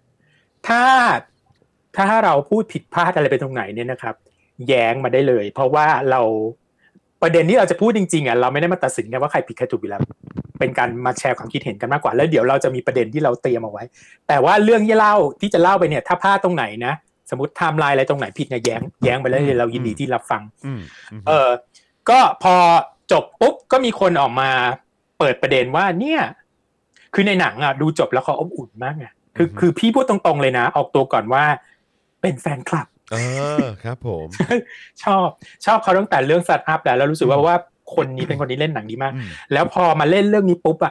ถ้าเราพูดผิดพลาดอะไรไปตรงไหนเนี่ยนะครับแย้งมาได้เลยเพราะว่าเราประเด็นที่เราจะพูดจริงๆอ่ะเราไม่ได้มาตัดสินกันว่าใครผิดใครถูกอยู่แล้วเป็นการมาแชร์ความคิดเห็นกันมากกว่าแล้วเดี๋ยวเราจะมีประเด็นที่เราเตรียมเอาไว้แต่ว่าเรื่องที่จะเล่าไปเนี่ยถ้าพลาดตรงไหนนะสมมติไทม์ไลน์อะไรตรงไหนผิดเนี่ยแย้งไปแล้วเรายินดีที่รับฟังก็พอจบปุ๊บก็มีคนออกมาเปิดประเด็นว่าเนี่ยคือในหนังอ่ะดูจบแล้วเขาอบอุ่นมากไงคือพี่พูดตรงๆเลยนะออกตัวก่อนว่าเป็นแฟนคลับครับผมชอบเขาตั้งแต่เรื่องสตาร์ทอัพแล้วรู้สึกว่าคนนี้เป็นคนที่เล่นหนังดีมากแล้วพอมาเล่นเรื่องนี้ปุ๊บอ่ะ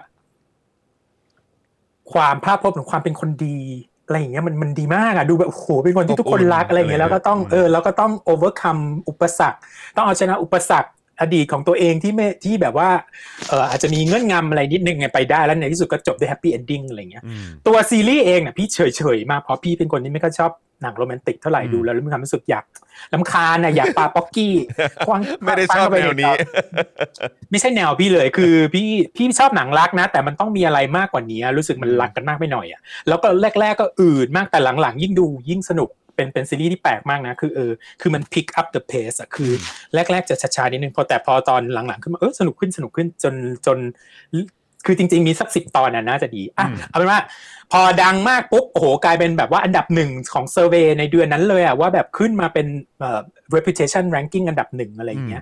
ความภาพพจน์ของความเป็นคนดีอะไรอย่างเงี้ยมันดีมากอ่ะดูแบบโอ้โหเป็นคนที่ทุกคนรักอะไรอย่างเงี้ยแล้วก็ต้องโอเวอร์คัมอุปสรรคต้องเอาชนะอุปสรรคอดีตของตัวเองที่แบบว่าอาจจะมีเงื่อนงำอะไรนิดนึงไงไปได้แล้วในที่สุดก็จบด้วยแฮปปี้เอนดิ้งอะไรเงี้ยตัวซีรีส์เองน่ะพี่เฉยๆมากเพราะพี่เป็นคนที่ไม่ค่อยชอบหนังโรแมนติกเท่าไหร่ดูแล้วมีความรู้สึกอยากรำคาญน่ะอยากปาป๊อกกี้ไม่ได้ชอบแนวนี้ไม่ใช่แนวพี่เลยคือพี่ชอบหนังรักนะแต่มันต้องมีอะไรมากกว่านี้รู้สึกมันรักกันมากไปหน่อยอ่ะแล้วก็แรกๆก็อืดมากแต่หลังๆยิ่งดูยิ่งสนุกเป็นซีรีส์ที่แปลกมากนะคือมัน pick up the pace อ่ะคือแรกๆจะช้าๆนิดนึงพอตอนหลังๆขึ้นมาสนุกขึ้นจนคือจริงๆมีสัก10 ตอนน่าจะดีเอาเป็นว่าพอดังมากปุ๊บโอ้โหกลายเป็นแบบว่าอันดับ1ของเซอร์เวย์ในเดือนนั้นเลยอ่ะว่าแบบขึ้นมาเป็นreputation ranking อันดับ1อะไรอย่างเงี้ย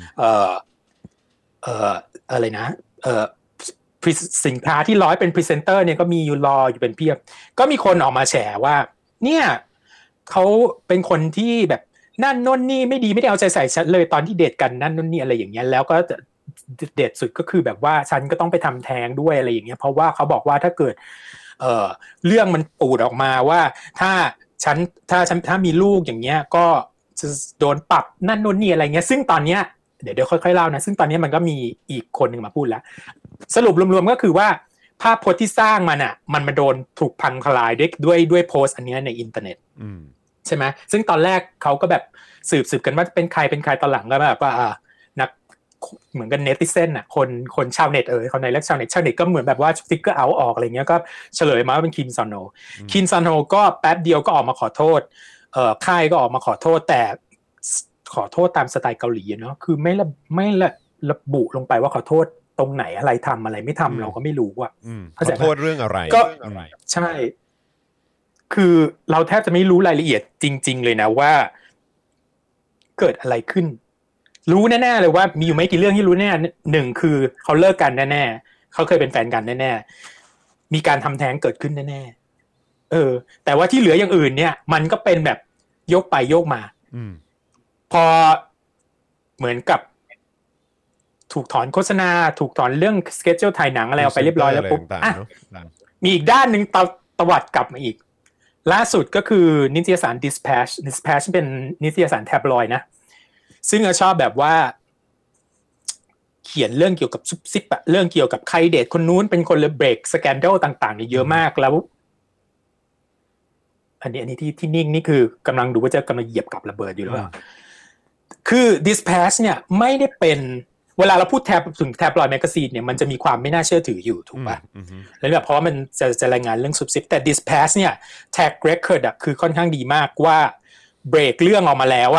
อะไรนะสินค้าที่100เป็นพรีเซนเตอร์เนี่ยก็มีอยู่รออยู่เป็นเพียบก็มีคนออกมาแฉว่าเนี่ยเขาเป็นคนที่แบบนั่นโน่นนี่ไม่ดีไม่ได้เอาใจใส่ฉันเลยตอนที่เดทกันนั่นโน่นนี่อะไรอย่างเงี้ยแล้วก็เดทสุดก็คือแบบว่าฉันก็ต้องไปทำแท้งด้วยอะไรอย่างเงี้ยเพราะว่าเขาบอกว่าถ้าเกิดเรื่องมันปูดออกมาว่าถ้ามีลูกอย่างเงี้ยก็จะโดนปรับนั่นโน่นนี่อะไรเงี้ยซึ่งตอนเนี้ยเดี๋ยวค่อยๆเล่านะซึ่งตอนนี้มันก็มีอีกคนหนึ่งมาพูดแล้วสรุปรวมๆก็คือว่าภาพพจน์ที่สร้างมันมาโดนถูกพังทลายด้วยโพสต์อันนี้ในอินเทอร์เน็ตใช่ไหมซึ่งตอนแรกเขาก็แบบสืบกันว่าเป็นใครตอนหลังก็แบบว่านักเหมือนกันเนติเซนคนชาวเน็ตเขาในเรียกชาวเน็ตก็เหมือนแบบว่าฟิกเกอร์เอาออกอะไรเงี้ยก็เฉลยมาว่าเป็นคิมซอนโฮก็แป๊บเดียวก็ออกมาขอโทษค่ายก็ออกมาขอโทษแต่ขอโทษตามสไตล์เกาหลีเนาะคือไม่ระบุลงไปว่าขอโทษตรงไหนอะไรทำอะไรไม่ทำเราก็ไม่รู้อ่ะขอโทษเรื่องอะไรก็ใช่คือเราแทบจะไม่รู้รายละเอียดจริงๆเลยนะว่าเกิดอะไรขึ้นรู้แน่ๆเลยว่ามีอยู่ไม่กี่เรื่องที่รู้แน่หนึ่งคือเขาเลิกกันแน่ๆเขาเคยเป็นแฟนกันแน่ๆมีการทำแท้งเกิดขึ้นแน่ๆแต่ว่าที่เหลืออย่างอื่นเนี่ยมันก็เป็นแบบยกไปโยกมาพอเหมือนกับถูกถอนโฆษณาถูกถอนเรื่องสเกจจูลถ่ายหนังอะไรเอาไปเรียบร้อยแล้วปุ๊บมีอีกด้านนึงตวัดกลับมาอีกล่าสุดก็คือนิตยสาร Dispatch เป็นนิตยสารแท็บลอยด์นะซึ่งชอบแบบว่าเขียนเรื่องเกี่ยวกับซุบซิบเรื่องเกี่ยวกับใครเดทคนนู้นเป็นคนเลยเบรกสแกนดัลต่างๆนี่เยอะมากแล้วอันนี้ที่นิ่งนี่คือกำลังดูว่าจะกำลังเหยียบกับระเบิดอยู่หรือเปล่าคือ Dispatch เนี่ยไม่ได้เป็นเวลาเราพูดถึงแท็บลอยด์แมกกาซีนเนี่ยมันจะมีความไม่น่าเชื่อถืออยู่ถูกป่ะแล้วแบบเพราะว่ามันจะรายงานเรื่องซุบซิบแต่ Dispatch เนี่ย track record คือค่อนข้างดีมากว่าเบรกเรื่องออกมาแล้ว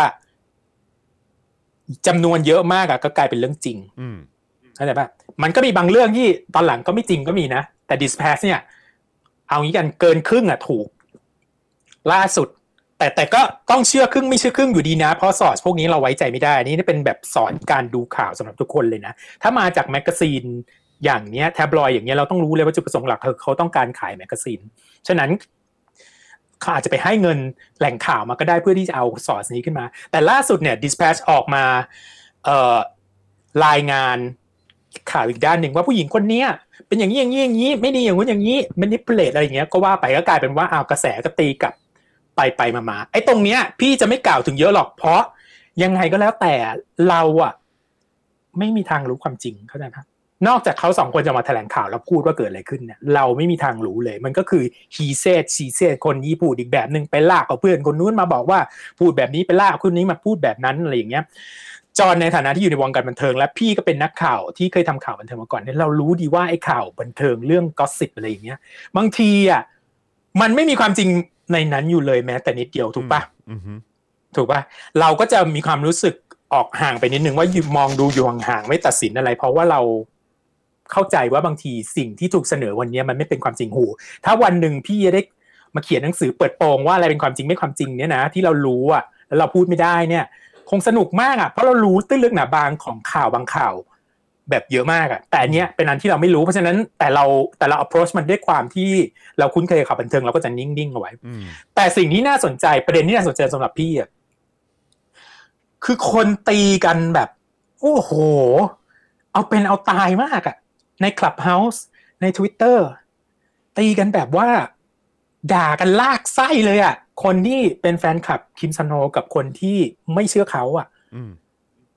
จำนวนเยอะมากก็กลายเป็นเรื่องจริงเข้าใจป่ะมันก็มีบางเรื่องที่ตอนหลังก็ไม่จริงก็มีนะแต่ Dispatch เนี่ยเอางี้กันเกินครึ่งถูกล่าสุดแต่ก็ต้องเชื่อครึ่งไม่เชื่อครึ่งอยู่ดีนะเพราะสอดพวกนี้เราไว้ใจไม่ได้นี่เป็นแบบสอนการดูข่าวสำหรับทุกคนเลยนะถ้ามาจากแมกกาซีนอย่างเนี้ยแท็บลอยด์อย่างเงี้ยเราต้องรู้เลยว่าจุดประสงค์หลักเขาต้องการขายแมกกาซีนฉะนั้นเขาอาจจะไปให้เงินแหล่งข่าวมาก็ได้เพื่อที่จะเอาสอดนี้ขึ้นมาแต่ล่าสุดเนี่ย Dispatch ออกมารายงานข่าวอีกด้านหนึ่งว่าผู้หญิงคนนี้เป็นอย่างนี้ไม่ดีอย่างนู้นอย่างนี้manipulateอะไรอย่างเงี้ยก็ว่าไปก็กลายเป็นว่ากระแสก็ตีกลับไปมาไอ้ตรงเนี้ยพี่จะไม่กล่าวถึงเยอะหรอกเพราะยังไงก็แล้วแต่เราไม่มีทางรู้ความจริงเข้าใจไหมนอกจากเขา2คนจะมาแถลงข่าวแล้วพูดว่าเกิดอะไรขึ้นเนี่ยเราไม่มีทางรู้เลยมันก็คือ he said she said คนนี้พูดอีกแบบนึงไปลากเอาเพื่อนคนนู้นมาบอกว่าพูดแบบนี้ไปลากคนนี้มาพูดแบบนั้นอะไรอย่างเงี้ยจอห์นในฐานะที่อยู่ในวงการบันเทิงและพี่ก็เป็นนักข่าวที่เคยทำข่าวบันเทิงมาก่อนเนี่ยเรารู้ดีว่าไอ้ข่าวบันเทิงเรื่องกอสซิปอะไรอย่างเงี้ยบางทีมันไม่มีความจริงในนั้นอยู่เลยแม้แต่นิดเดียวถูกป่ะถูกป่ะเราก็จะมีความรู้สึกออกห่างไปนิดนึงว่ามองดูอยู่ห่างๆไม่ตัดสินอะไรเพราะว่าเราเข้าใจว่าบางทีสิ่งที่ถูกเสนอวันนี้มันไม่เป็นความจริงหูถ้าวันหนึ่งพี่จะได้มาเขียนหนังสือเปิดโปงว่าอะไรเป็นความจริงไม่ความจริงเนี่ยนะที่เรารู้แล้วเราพูดไม่ได้เนี่ยคงสนุกมากเพราะเรารู้ตื้นลึกหนาบางของข่าวบางข่าวแบบเยอะมากแต่อันเนี้ยเป็นอันที่เราไม่รู้เพราะฉะนั้นแต่เรา approach มันด้วยความที่เราคุ้นเคยกับข่าวบันเทิงเราก็จะนิ่งๆเอาไว้แต่สิ่งที่น่าสนใจประเด็นที่น่าสนใจสำหรับพี่คือคนตีกันแบบโอ้โหเอาเป็นเอาตายมากใน Clubhouse ใน Twitter ตีกันแบบว่าด่ากันลากไส้เลยคนที่เป็นแฟนคลับคิมซอนโฮกับคนที่ไม่เชื่อเขา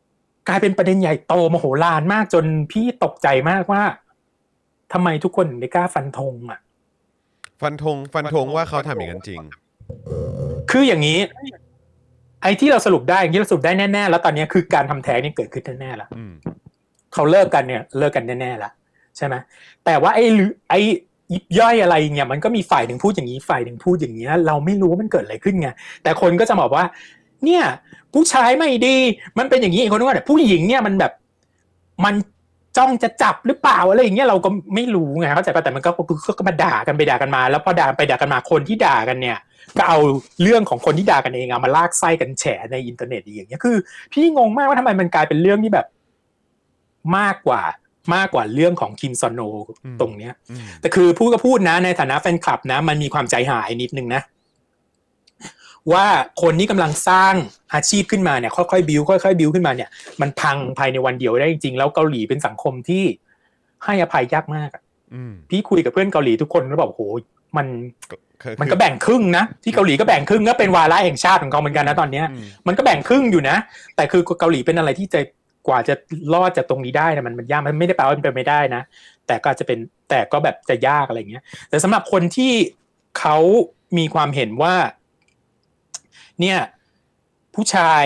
กลายเป็นประเด็นใหญ่โตมโหฬารมากจนพี่ตกใจมากว่าทำไมทุกคนถึงไม่กล้าฟันธงอ่ะฟันธงว่าเขาทำอย่างนั้นจริงคืออย่างนี้ไอ้ที่เราสรุปได้อย่างที่เราสรุปได้แน่ๆแล้วตอนนี้คือการทำแท้งนี่เกิดขึ้นแน่ๆแล้วเขาเลิกกันเนี่ยเลิกกันแน่ๆแล้วใช่ไหมแต่ว่าไอ้ยิบย่อยอะไรเนี่ยมันก็มีฝ่ายหนึ่งพูดอย่างนี้ฝ่ายหนึ่งพูดอย่างนี้เราไม่รู้ว่ามันเกิดอะไรขึ้นไงแต่คนก็จะบอกว่าเนี่ยผู้ชายไม่ดีมันเป็นอย่างนี้คนนึกว่าแต่ผู้หญิงเนี่ยมันแบบมันจ้องจะจับหรือเปล่าอะไรอย่างเงี้ยเราก็ไม่รู้ไงเข้าใจป่ะแต่มันก็มาด่ากันไปด่ากันมาแล้วพอด่าไปด่ากันมาคนที่ด่ากันเนี่ยก็เอาเรื่องของคนที่ด่ากันเองเอามาลากไส้กันแฉในอินเทอร์เน็ตอย่างเงี้ยคือพี่งงมากว่าทำไมมันกลายเป็นเรื่องที่แบบมากกว่าเรื่องของคิมซอนโนตรงเนี้ยแต่คือพูดก็พูดนะในฐานะแฟนคลับนะมันมีความใจหายนิดนึงนะว่าคนที่กำลังสร้างอาชีพขึ้นมาเนี่ยค่อยๆบิวขึ้นมาเนี่ยมันพังภายในวันเดียวได้จริงๆแล้วเกาหลีเป็นสังคมที่ให้อภัยยากมากพี่คุยกับเพื่อนเกาหลีทุกคนแล้วบอกโหมันก็แบ่งครึ่งนะที่เกาหลีก็แบ่งครึ่งก็เป็นวาระแห่งชาติของเขาเหมือนกันนะตอนนี้มันก็แบ่งครึ่งอยู่นะแต่คือเกาหลีเป็นอะไรที่จะกว่าจะรอดจากตรงนี้ได้นะมันยากมันไม่ได้แปลว่ามันเป็นไม่ได้นะแต่ก็จะเป็นแต่ก็แบบจะยากอะไรเงี้ยแต่สำหรับคนที่เขามีความเห็นว่าเนี่ยผู้ชาย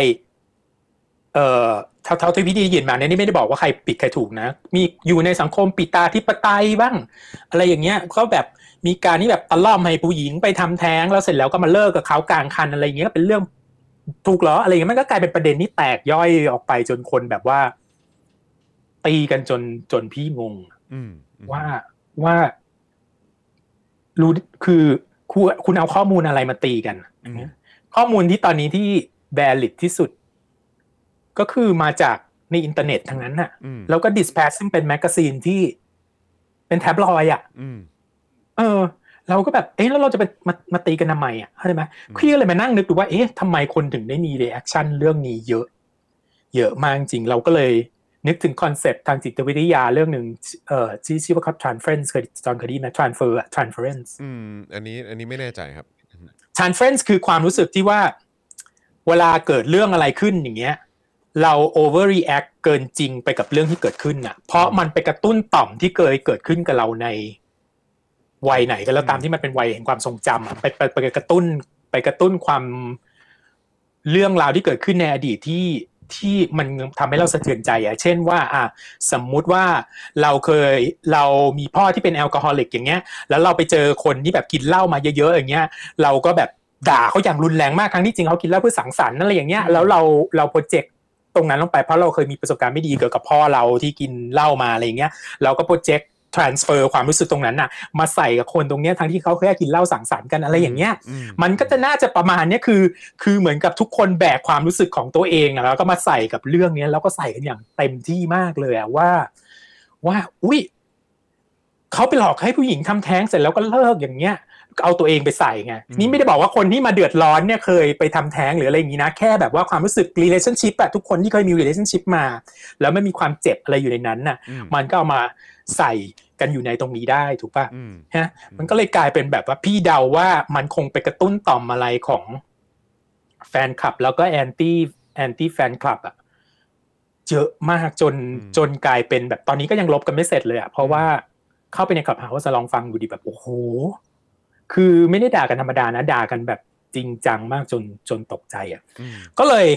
เท่าที่พี่ได้ยินมาเนี่ยนี่ไม่ได้บอกว่าใครผิดใครถูกนะมีอยู่ในสังคมปิตาธิปไตยบ้างอะไรอย่างเงี้ยก็แบบมีการที่แบบตะล่อมให้ผู้หญิงไปทำแท้งแล้วเสร็จแล้วก็มาเลิกกับเขากลางคันอะไรอย่างเงี้ยก็เป็นเรื่องถูกเหรออะไรอย่างเงี้ยมันก็กลายเป็นประเด็นที่แตกย่อยออกไปจนคนแบบว่าตีกันจนพี่งงว่ารู้คือคุณเอาข้อมูลอะไรมาตีกันข้อมูลที่ตอนนี้ที่validที่สุดก็คือมาจากในอินเทอร์เน็ตทั้งนั้นน่ะแล้วก็ดิสแพสซึ่งเป็นแมกกาซีนที่เป็นแท็บลอยด์อ่ะเราก็แบบแล้วเราจะไปมาตีกันทำไมอ่ะเข้าใจไหมพี่ก็เลยมานั่งนึกดูว่าทำไมคนถึงได้มีรีแอคชั่นเรื่องนี้เยอะมากจริงเราก็เลยนึกถึงคอนเซ็ปต์ทางจิตวิทยาเรื่องหนึ่งที่ชื่อว่า transference จอห์นเคยได้ยินไหม transference อันนี้ไม่แน่ใจครับ transference คือความรู้สึกที่ว่าเวลาเกิดเรื่องอะไรขึ้นอย่างเงี้ยเรา overreact เกินจริงไปกับเรื่องที่เกิดขึ้นน่ะเพราะมันไปกระตุ้นต่อมที่เคยเกิดขึ้นกับเราในวัยไหนก็แล้วตามที่มันเป็นวัยแห่งความทรงจำไปกระตุ้นความเรื่องราวที่เกิดขึ้นในอดีตที่มันทำให้เราสะเทือนใจเช่นว่าสมมุติว่าเรามีพ่อที่เป็นแอลกอฮอลิกอย่างเงี้ยแล้วเราไปเจอคนที่แบบกินเหล้ามาเยอะๆอย่างเงี้ยเราก็แบบด่าเขาอย่างรุนแรงมากทั้งที่จริงเขากินเหล้าเพื่อสังสรรค์อะไรอย่างเงี้ยแล้วเราโปรเจกต์ตรงนั้นลงไปเพราะเราเคยมีประสบการณ์ไม่ดีเกี่ยวกับพ่อเราที่กินเหล้ามาอะไรอย่างเงี้ยเราก็โปรเจกต์transfer ความรู้สึกตรงนั้นน่ะมาใส่กับคนตรงเนี้ยทั้งที่เขาแค่กินเหล้าสังสรรค์กันอะไรอย่างเงี้ยมันก็จะน่าจะประมาณนี้คือเหมือนกับทุกคนแบกความรู้สึกของตัวเองแล้วก็มาใส่กับเรื่องนี้แล้วก็ใส่กันอย่างเต็มที่มากเลยว่าอุ๊ยเขาไปหลอกให้ผู้หญิงทำแท้งเสร็จแล้วก็เลิกอย่างเงี้ยเอาตัวเองไปใส่ไงนี่ไม่ได้บอกว่าคนที่มาเดือดร้อนเนี่ยเคยไปทำแท้งหรืออะไรอย่างนี้นะแค่แบบว่าความรู้สึก relationship อะทุกคนที่เคยมี relationship มาแล้วไม่มีความเจ็บอะไรอยู่ในนั้นน่ะมันก็เอามาใส่กันอยู่ในตรงนี้ได้ถูกป่ะฮะมันก็เลยกลายเป็นแบบว่าพี่เดาว่ามันคงไปกระตุ้นต่อมอะไรของแฟนคลับแล้วก็แอนตี้แฟนคลับอะเยอะมากจนกลายเป็นแบบตอนนี้ก็ยังลบกันไม่เสร็จเลยอะเพราะว่าเข้าไปในคลับเฮาส์จะลองฟังดูดิแบบโอ้โหคือไม่ได้ด่ากันธรรมดานะด่ากันแบบจริงจังมากจนตกใจอ่ะก็เลย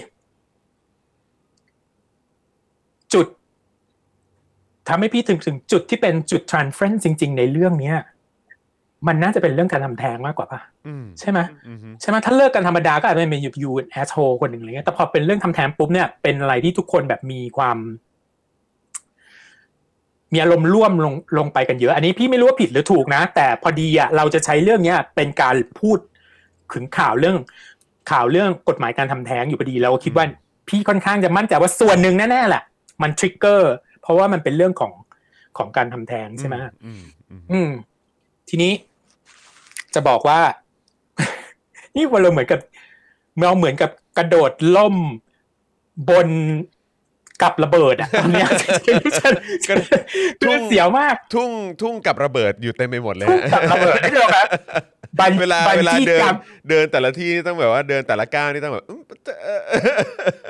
จุดทำให้พี่ถึงจุดที่เป็นจุด transference จริงๆในเรื่องนี้มันน่าจะเป็นเรื่องการทำแท้งมากกว่าป่ะใช่ไหมถ้าเลิกกันธรรมดาก็อาจจะเป็นอยู่แอสโฮคนหนึ่งอะไรเงี้ยแต่พอเป็นเรื่องทำแท้งปุ๊บเนี่ยเป็นอะไรที่ทุกคนแบบมีความมีอารมณ์ร่วมลงไปกันเยอะอันนี้พี่ไม่รู้ว่าผิดหรือถูกนะแต่พอดีเราจะใช้เรื่องนี้เป็นการพูดถึงข่าวเรื่องกฎหมายการทำแท้งอยู่พอดีเราคิดว่าพี่ค่อนข้างจะมั่นใจว่าส่วนหนึ่งแน่ๆแหละมันทริกเกอร์เพราะว่ามันเป็นเรื่องของการทำแท้งใช่ไหมทีนี้จะบอกว่า นี่เราเหมือนกับกระโดดล่มบนกับระเบิดอ่ะตอนนี้ทุ่งเสียวมากทุ่งกับระเบิดอยู่เต็มไปหมดเลยกับระเบิดนี่เหรอครับเวลาเดินแต่ละที่ต้องแบบว่าเดินแต่ละก้าวนี่ต้องแบบ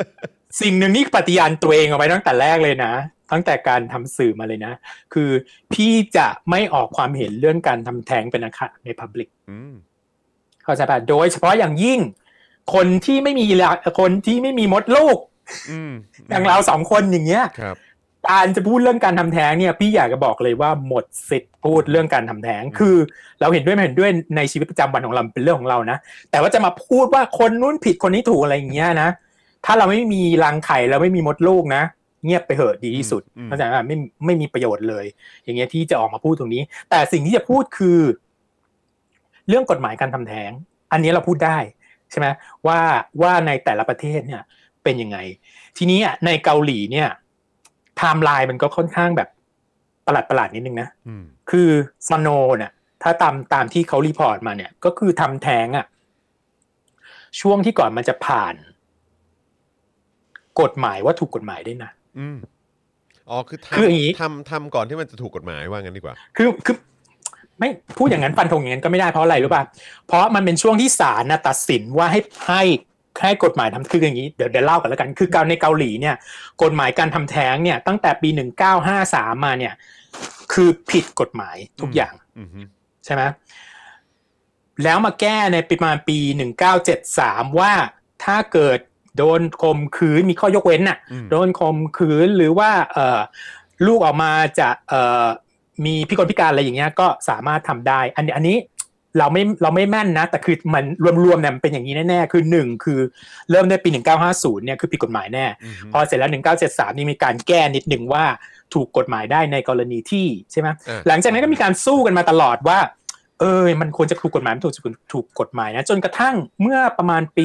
สิ่งหนึ่งนี่ปฏิญาณตัวเองเอาไว้ตั้งแต่แรกเลยนะตั้งแต่การทำสื่อมาเลยนะคือพี่จะไม่ออกความเห็นเรื่องการทำแท้งเป็นอันขาดใน Public เข้าใจป่ะโดยเฉพาะอย่างยิ่งคนที่ไม่มีมดลูกอย่างเราสองคนอย่างเงี้ยการจะพูดเรื่องการทำแท้งเนี่ยพี่อยากจะบอกเลยว่าหมดสิทธิ์พูดเรื่องการทำแท้งคือเราเห็นด้วยไม่เห็นด้วยในชีวิตประจำวันของเราเป็นเรื่องของเรานะแต่ว่าจะมาพูดว่าคนนู้นผิดคนนี้ถูกอะไรอย่างเงี้ยนะถ้าเราไม่มีรังไข่แล้วไม่มีมดลูกนะเงียบไปเหอะดีที่สุดเข้าใจไหมไม่มีประโยชน์เลยอย่างเงี้ยที่จะออกมาพูดตรงนี้แต่สิ่งที่จะพูดคือเรื่องกฎหมายการทำแท้งอันนี้เราพูดได้ใช่ไหมว่าในแต่ละประเทศเนี่ยเป็นยังไงทีนี้ในเกาหลีเนี่ยไทม์ไลน์มันก็ค่อนข้างแบบประหลาดนิดนึงนะคือซโนเนี่ยถ้าตามที่เขารีพอร์ตมาเนี่ยก็คือทำแท้งอ่ะช่วงที่ก่อนมันจะผ่านกฎหมายว่าถูกกฎหมายได้นะอ๋อคือทำก่อนที่มันจะถูกกฎหมายว่างั้นดีกว่าคือไม่พูดอย่างนั้นฟันธงอย่างนั้นก็ไม่ได้เพราะอะไรรู้ป่ะเพราะมันเป็นช่วงที่ศาลตัดสินว่าให้กฎหมายทำคืออย่างนี้เดี๋ยวเล่ากันแล้วกันคือการในเกาหลีเนี่ยกฎหมายการทำแท้งเนี่ยตั้งแต่ปี1953มาเนี่ยคือผิดกฎหมายทุกอย่างใช่ไหมแล้วมาแก้ในประมาณปี1973ว่าถ้าเกิดโดนข่มขืนมีข้อยกเว้นน่ะโดนข่มขืนหรือว่าลูกออกมาจะมีพิกลพิการอะไรอย่างเงี้ยก็สามารถทำได้อันนี้เราไม่แม่นนะแต่คือมันรวมๆเนี่ยมันเป็นอย่างนี้แน่ๆคือ1คือเริ่มได้ปี1950เนี่ยคือผิดกฎหมายแน่พอเสร็จแล้ว1973นี่มีการแก้นิดนึงว่าถูกกฎหมายได้ในกรณีที่ใช่ไหมหลังจากนั้นก็มีการสู้กันมาตลอดว่ามันควรจะถูกกฎหมายถูกกฎหมายนะจนกระทั่งเมื่อประมาณปี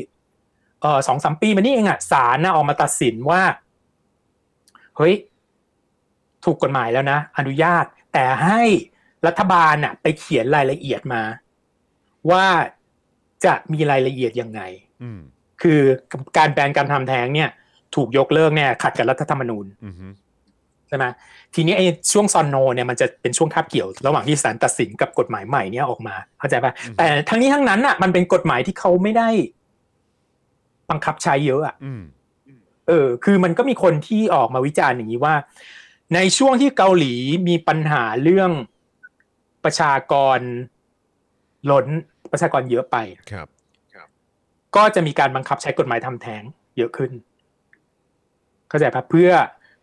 2-3 ปีมานี่เองศาลออกมาตัดสินว่าเฮ้ยถูกกฎหมายแล้วนะอนุญาตแต่ให้รัฐบาลไปเขียนรายละเอียดมาว่าจะมีรายละเอียดยังไงคือการแบนการทำแท้งเนี่ยถูกยกเลิกเนี่ยขัดกับรัฐธรรมนูญใช่ไหมทีนี้ไอ้ช่วงซอนโนเนี่ยมันจะเป็นช่วงคาบเกี่ยวระหว่างที่ศาลตัดสินกับกฎหมายใหม่เนี่ยออกมาเข้าใจป่ะแต่ทั้งนี้ทั้งนั้นมันเป็นกฎหมายที่เขาไม่ได้บังคับใช้เยอะคือมันก็มีคนที่ออกมาวิจารณ์อย่างนี้ว่าในช่วงที่เกาหลีมีปัญหาเรื่องประชากรล้นประชากรเยอะไปครับก็จะมีการบังคับใช้กฎหมายทำแท้งเยอะขึ้นเข้าใจป่ะเพื่อ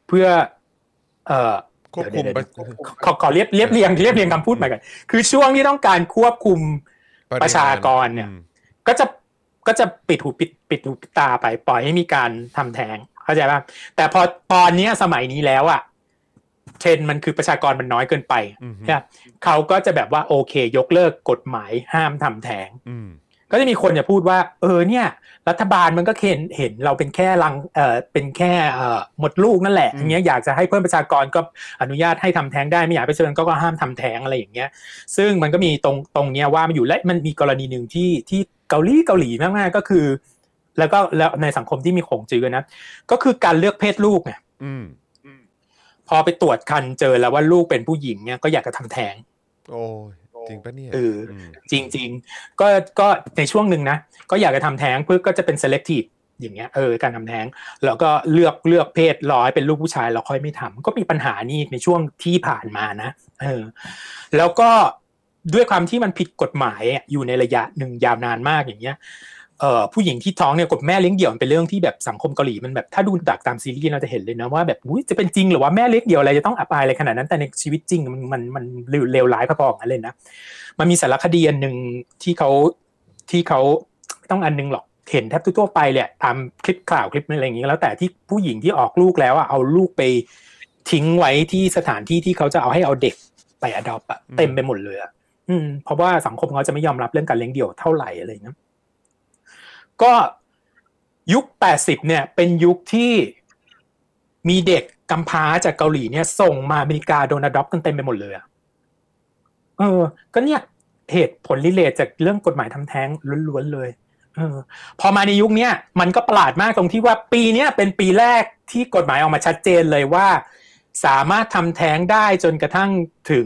ควบคุมขอเรียบเรียงคำพูดใหม่กันคือช่วงที่ต้องการควบคุมประชากรเนี่ยก็จะปิดหูปิดตาไปปล่อยให้มีการทำแท้งเข้าใจป่ะแต่พอตอนนี้สมัยนี้แล้วเทรนด์มันคือประชากรมันน้อยเกินไปเขาก็จะแบบว่าโอเคยกเลิกกฎหมายห้ามทำแท้งก็จะมีคนจะพูดว่าเนี่ยรัฐบาลมันก็เห็นเราเป็นแค่เป็นแค่หมดลูกนั่นแหละอย่างเงี้ยอยากจะให้เพิ่มประชากรก็อนุญาตให้ทำแท้งได้ไม่อยากไปเชิญก็ห้ามทำแท้งอะไรอย่างเงี้ยซึ่งมันก็มีตรงเนี้ยว่ามันอยู่และมันมีกรณีหนึ่งที่เกาหลีมากๆก็คือแล้วในสังคมที่มีของจื้อนะก็คือการเลือกเพศลูกไงพอไปตรวจคันเจอแล้วว่าลูกเป็นผู้หญิงเนี่ยก็อยากจะทำแท้งโอ้จริงปะเนี่ยจริงก็ในช่วงหนึ่งนะก็อยากจะทำแท้งเพื่อก็จะเป็น selective อย่างเงี้ยการทำแท้งแล้วก็เลือกเพศรอให้เป็นลูกผู้ชายเราค่อยไม่ทำก็มีปัญหานี่ในช่วงที่ผ่านมานะแล้วก็ด้วยความที่มันผิดกฎหมายอยู่ในระยะหนึ่งยาวนานมากอย่างเงี้ยผู้หญิงที่ท้องเนี่ยกฎแม่เลี้ยงเดี่ยวมันเป็นเรื่องที่แบบสังคมเกาหลีมันแบบถ้าดูตามซีรีส์เราจะเห็นเลยนะว่าแบบจะเป็นจริงหรือว่าแม่เลี้ยงเดี่ยวอะไรจะต้องอับอายอะไรขนาดนั้นแต่ในชีวิตจริงมันเลวร้ายพอๆกันเลยนะมันมีสารคดีอันนึงที่เขาต้องอันนึงหรอกเห็นแทบทั่วไปเลยตามคลิปข่าวคลิปอะไรอย่างงี้แล้วแต่ที่ผู้หญิงที่ออกลูกแล้วเอาลูกไปทิ้งไว้ที่สถานที่ที่เขาจะเอาเด็กไปอดอปเต็มไปหมดเลยเพราะว่าสังคมเขาจะไม่ยอมรับเรื่องการเลี้ยงเดี่ยวเท่าไหร่อะไรนะก็ยุค80เนี่ยเป็นยุคที่มีเด็กกำพร้าจากเกาหลีเนี่ยส่งมาอเมริกาโดนอดอปกันเต็มไปหมดเลยก็เนี่ยเหตุผลรีเลทจากเรื่องกฎหมายทำแท้งล้วนๆเลยพอมาในยุคนี้มันก็ประหลาดมากตรงที่ว่าปีนี้เป็นปีแรกที่กฎหมายออกมาชัดเจนเลยว่าสามารถทำแท้งได้จนกระทั่งถึง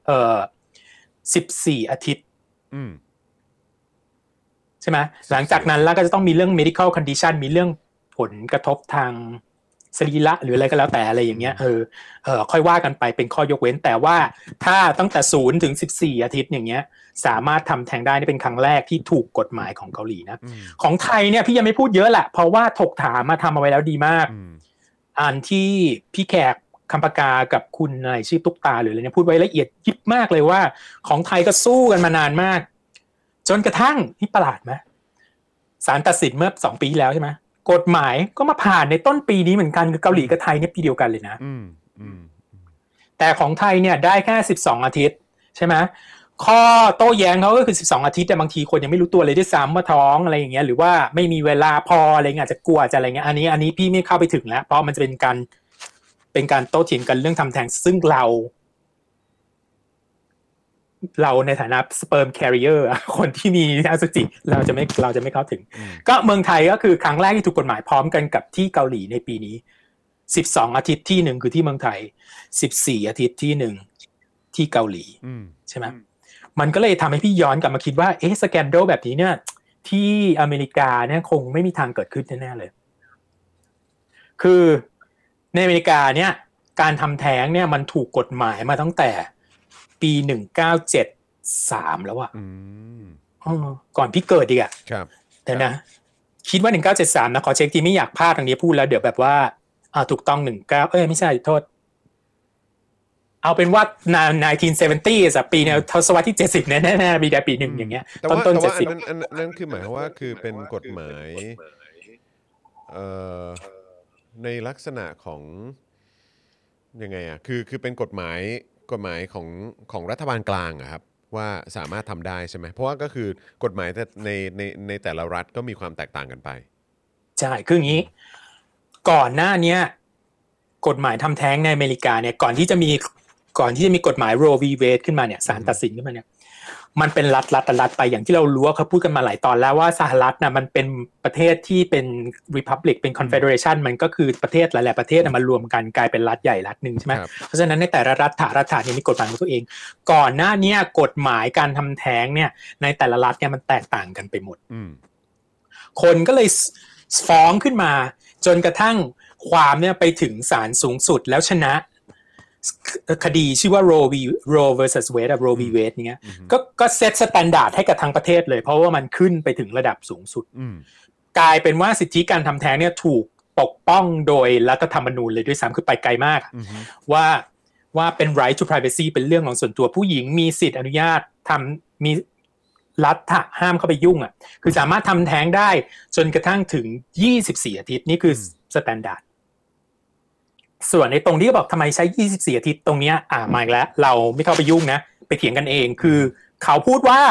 14 อาทิตย์ใช่ไหมหลังจากนั้นแล้วก็จะต้องมีเรื่อง medical condition มีเรื่องผลกระทบทางสรีระหรืออะไรก็แล้วแต่อะไรอย่างเงี้ยค่อยว่ากันไปเป็นข้อยกเว้นแต่ว่าถ้าตั้งแต่0 ถึง 14 อาทิตย์อย่างเงี้ยสามารถทำแท้งได้นี่เป็นครั้งแรกที่ถูกกฎหมายของเกาหลีนะของไทยเนี่ยพี่ยังไม่พูดเยอะแหละเพราะว่าถกถามมาทำเอาไว้แล้วดีมากอันที่พี่แขกคำปากากับคุณอะไรชื่อตุ๊กตาหรืออะไรเนี่ยพูดไว้ละเอียดยิบมากเลยว่าของไทยก็สู้กันมานานมากจนกระทั่งนี่ประหลาดไหมศาลตัดสินเมื่อ2 ปีแล้วใช่ไหมกฎหมายก็มาผ่านในต้นปีนี้เหมือนกันคือเกาหลีกับไทยเนี่ยปีเดียวกันเลยนะแต่ของไทยเนี่ยได้แค่12 อาทิตย์ใช่ไหมข้อโต้แย้งเขาก็คือ12 อาทิตย์แต่บางทีคนยังไม่รู้ตัวเลยด้วยซ้ำว่าท้องอะไรอย่างเงี้ยหรือว่าไม่มีเวลาพออะไรเงี้ยอาจจะกลัวจะอะไรเงี้ยอันนี้พี่ไม่เข้าไปถึงแล้วเพราะมันจะเป็นการโต้เถียงกันเรื่องทำแท้งซึ่งเราในฐานะสเปิร์มแคริเออร์คนที่มีอสุจิเราจะไม่เข้าถึงก็เมืองไทยก็คือครั้งแรกที่ถูกกฎหมายพร้อมกันกับที่เกาหลีในปีนี้12 อาทิตย์ที่1คือที่เมืองไทย14 อาทิตย์ที่1ที่เกาหลีใช่ไหมมันก็เลยทำให้พี่ย้อนกลับมาคิดว่าสแกนโดลแบบนี้เนี่ยที่อเมริกาเนี่ยคงไม่มีทางเกิดขึ้นแน่ๆเลยคือในอเมริกาเนี่ยการทำแท้งเนี่ยมันถูกกฎหมายมาตั้งแต่ปี1973แล้วอะก่อนพี่เกิดอีกอะแต่นะคิดว่า1973นะขอเช็คทีไม่อยากพลาดทางนี้พูดแล้วเดี๋ยวแบบว่าถูกต้อง19ไม่ใช่โทษเอาเป็นว่า1970ปีเนี่ยทศวรรษที่70แน่ๆมีแต่ปี1อย่างเงี้ยต้น70 นั่นคือหมายว่าคือเป็นกฎหมายในลักษณะของยังไงอ่ะคือเป็นกฎหมายของรัฐบาลกลางอะครับว่าสามารถทำได้ใช่ไหมเพราะว่าก็คือกฎหมายในแต่ละรัฐก็มีความแตกต่างกันไปใช่คืออย่างนี้ก่อนหน้านี้กฎหมายทำแท้งในอเมริกาเนี่ยก่อนที่จะมีกฎหมายโรวีเวดขึ้นมาเนี่ยศาลตัดสินขึ้นมาเนี่ยมันเป็นรัฐไปอย่างที่เรารู้ว่าเขาพูดกันมาหลายตอนแล้วว่าสหรัฐน่ะมันเป็นประเทศที่เป็น Republic เป็น Confederation มันก็คือประเทศหลายๆประเทศมารวมกันกลายเป็นรัฐใหญ่รัฐนึงใช่ไหมเพราะฉะนั้นในแต่ละรัฐเนี่ยมีกฎหมายของตัวเองก่อนหน้านี้กฎหมายการทำแท้งเนี่ยในแต่ละรัฐเนี่ยมันแตกต่างกันไปหมดคนก็เลยฟ้องขึ้นมาจนกระทั่งความเนี่ยไปถึงศาลสูงสุดแล้วชนะคดีชื่อว่า Roe versus Wade Roe v Wade เงี้ยก็เซตสแตนดาร์ดให้กับทั้งประเทศเลยเพราะว่ามันขึ้นไปถึงระดับสูงสุดกลายเป็นว่าสิทธิการทำแท้งเนี่ยถูกปกป้องโดยรัฐธรรมนูญเลยด้วยซ้ำคือไปไกลมากว่าเป็น right to privacy เป็นเรื่องของส่วนตัวผู้หญิงมีสิทธิอนุญาตมีรัฐห้ามเข้าไปยุ่งอ่ะคือสามารถทำแท้งได้จนกระทั่งถึง24 อาทิตย์นี่คือสแตนดาร์ดส่วนในตรงที่บอกทำไมใช้24 อาทิตย์ตรงเนี้ยมาอีกแล้วเราไม่เข้าไปยุ่งนะไปเถียงกันเองคือเขาพูดว่า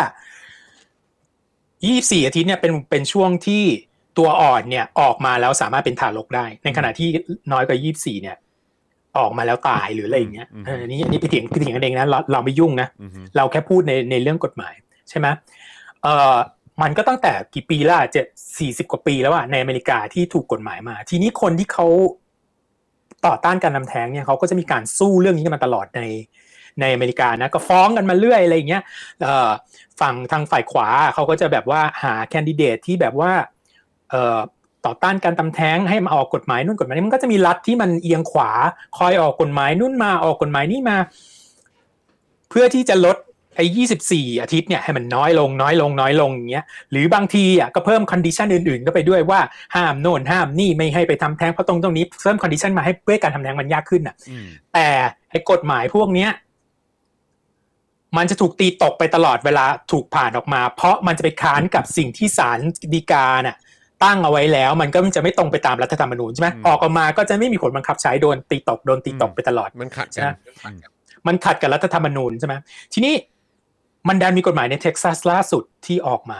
24 อาทิตย์เนี่ยเป็นช่วงที่ตัวอ่อนเนี่ยออกมาแล้วสามารถเป็นทารกได้ในขณะที่น้อยกว่า24เนี่ยออกมาแล้วตายหรืออะไรอย่างเงี้ยอันนี้ไปเถียงกันเองนะเราไม่ยุ่งนะเราแค่พูดในเรื่องกฎหมายใช่ไหมมันก็ตั้งแต่กี่ปีแล้ว40 กว่าปีแล้วอะในอเมริกาที่ถูกกฎหมายมาทีนี้คนที่เขาต่อต้านการทำแท้งเนี่ยเขาก็จะมีการสู้เรื่องนี้กันมาตลอดในอเมริกานะก็ฟ้องกันมาเรื่อยอะไรอย่างเงี้ยฝั่งทางฝ่ายขวาเขาก็จะแบบว่าหาแคนดิเดตที่แบบว่าต่อต้านการทำแท้งให้มาออกกฎหมายนู่นกฎหมายนี้มันก็จะมีรัฐที่มันเอียงขวาคอยออกกฎหมายนู่นมาออกกฎหมายนี่มาเพื่อที่จะลดไอ้24 อาทิตย์เนี่ยให้มันน้อยลงอย่างเงี้ยหรือบางทีก็เพิ่มคอนดิชันอื่นๆเข้าไปด้วยว่าห้ามโน่นห้ามนี่ไม่ให้ไปทำแท้งเพราะตรงนี้เพิ่มคอนดิชันมาให้เพื่อการทำแท้งมันยากขึ้นแต่ไอ้กฎหมายพวกเนี้ยมันจะถูกตีตกไปตลอดเวลาถูกผ่านออกมาเพราะมันจะไปค้านกับสิ่งที่ศาลฎีกาน่ะตั้งเอาไว้แล้วมันก็จะไม่ตรงไปตามรัฐธรรมนูญใช่ไหมออกมาก็จะไม่มีผลบังคับใช้โดนตีตกไปตลอดมันขัดกันมันขัดกับรัฐธรรมนูญใช่ไหมทีนี้มันดันมีกฎหมายในเท็กซัสล่าสุดที่ออกมา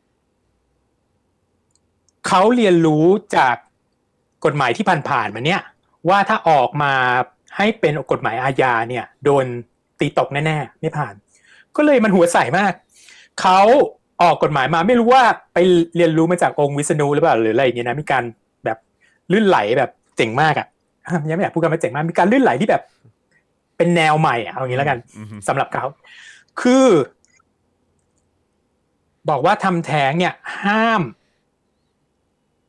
เขาเรียนรู้จากกฎหมายที่ผ่านๆมาเนี่ยว่าถ้าออกมาให้เป็นกฎหมายอาญาเนี่ยโดนตีตกแน่ๆไม่ผ่านก็เลยมันหัวใสมากเขาออกกฎหมายมาไม่รู้ว่าไปเรียนรู้มาจากองค์วิษณุหรือเปล่าหรืออะไรอย่างเงี้ยนะมีการแบบลื่นไหลแบบเจ๋งมากยังไม่อยากพูดกันว่าเจ๋งมากมีการลื่นไหลที่แบบเป็นแนวใหม่เอาอย่างนี้แล้วกันสำหรับเขาคือบอกว่าทำแท้งเนี่ยห้าม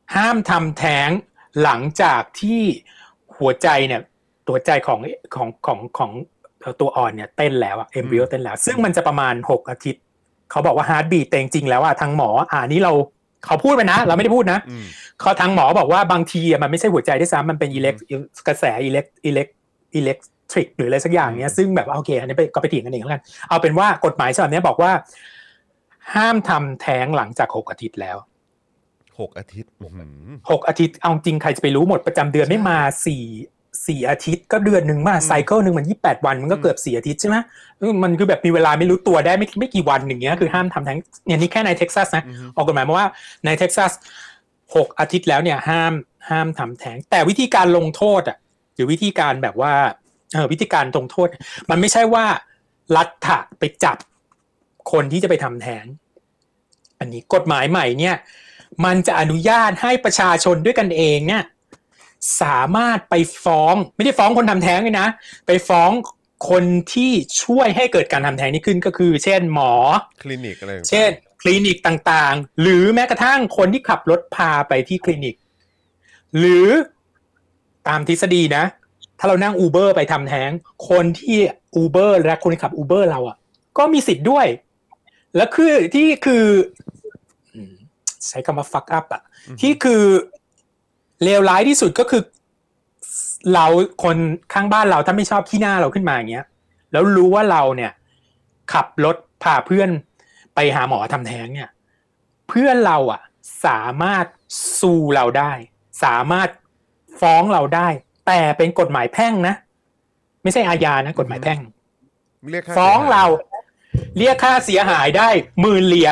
ห้ามทำแท้งหลังจากที่หัวใจเนี่ยตัวใจของตัวอ่อนเนี่ยเต้นแล้วอะเอมบริโอเต้นแล้วซึ่งมันจะประมาณ6 อาทิตย์เขาบอกว่าฮาร์ทบีทแต่จริงๆแล้วอะทางหมอนี่เขาพูดไปนะเราไม่ได้พูดนะเขาทางหมอบอกว่าบางทีมันไม่ใช่หัวใจด้วยซ้ำมันเป็นกระแสอิเล็กทริกหรืออะไรสักอย่างเนี้ยซึ่งแบบโอเคอันนี้ก็ไปเถียงกันเองแล้วกันเอาเป็นว่ากฎหมายฉบับนี้บอกว่าห้ามทำแท้งหลังจาก6 อาทิตย์แล้ว 6 อาทิตย์ 6 อาทิตย์เอาจริงใครจะไปรู้หมดประจำเดือนไม่มา4 อาทิตย์ก็เดือนนึงมาไซเคิลนึงมัน28 วันมันก็เกือบ4 อาทิตย์ใช่ไหมมันคือแบบมีเวลาไม่รู้ตัวได้ไม่กี่วันอย่างเงี้ยคือห้ามทำแท้งเนี่ยนี่แค่ในเท็กซัสนะออกกฎหมายมาว่าในเท็กซัส6 อาทิตย์แล้วเนี่ยห้ามทำแท้งแต่วิธีการลงโทษอ่ะหรือวิธีการแบบว่าวิธีการลงโทษมันไม่ใช่ว่ารัฐะไปจับคนที่จะไปทำแท้งอันนี้กฎหมายใหม่เนี่ยมันจะอนุญาตให้ประชาชนด้วยกันเองเนี่ยสามารถไปฟ้องไม่ได้ฟ้องคนทำแท้งเลยนะไปฟ้องคนที่ช่วยให้เกิดการทำแท้งนี้ขึ้นก็คือเช่นหมอคลินิกอะไรเช่นคลินิกต่างๆหรือแม้กระทั่งคนที่ขับรถพาไปที่คลินิกหรือตามทฤษฎีนะถ้าเรานั่ง Uber ไปทำแท้งคนที่ Uber และคนที่ขับ Uber เราอ่ะก็มีสิทธิ์ด้วยแล้วคือใช้คำว่า fuck up อ่ะที่คือเลวร้ายที่สุดก็คือเราคนข้างบ้านเราถ้าไม่ชอบขี้หน้าเราขึ้นมาอย่างเงี้ยแล้วรู้ว่าเราเนี่ยขับรถพาเพื่อนไปหาหมอทำแท้งเนี่ยเพื่อนเราอ่ะสามารถสู้เราได้สามารถฟ้องเราได้แต่เป็นกฎหมายแพ่งนะไม่ใช่อาญานะกฎหมายแพ่งฟ้องเราเรียกค่าเสียหายได้$10,000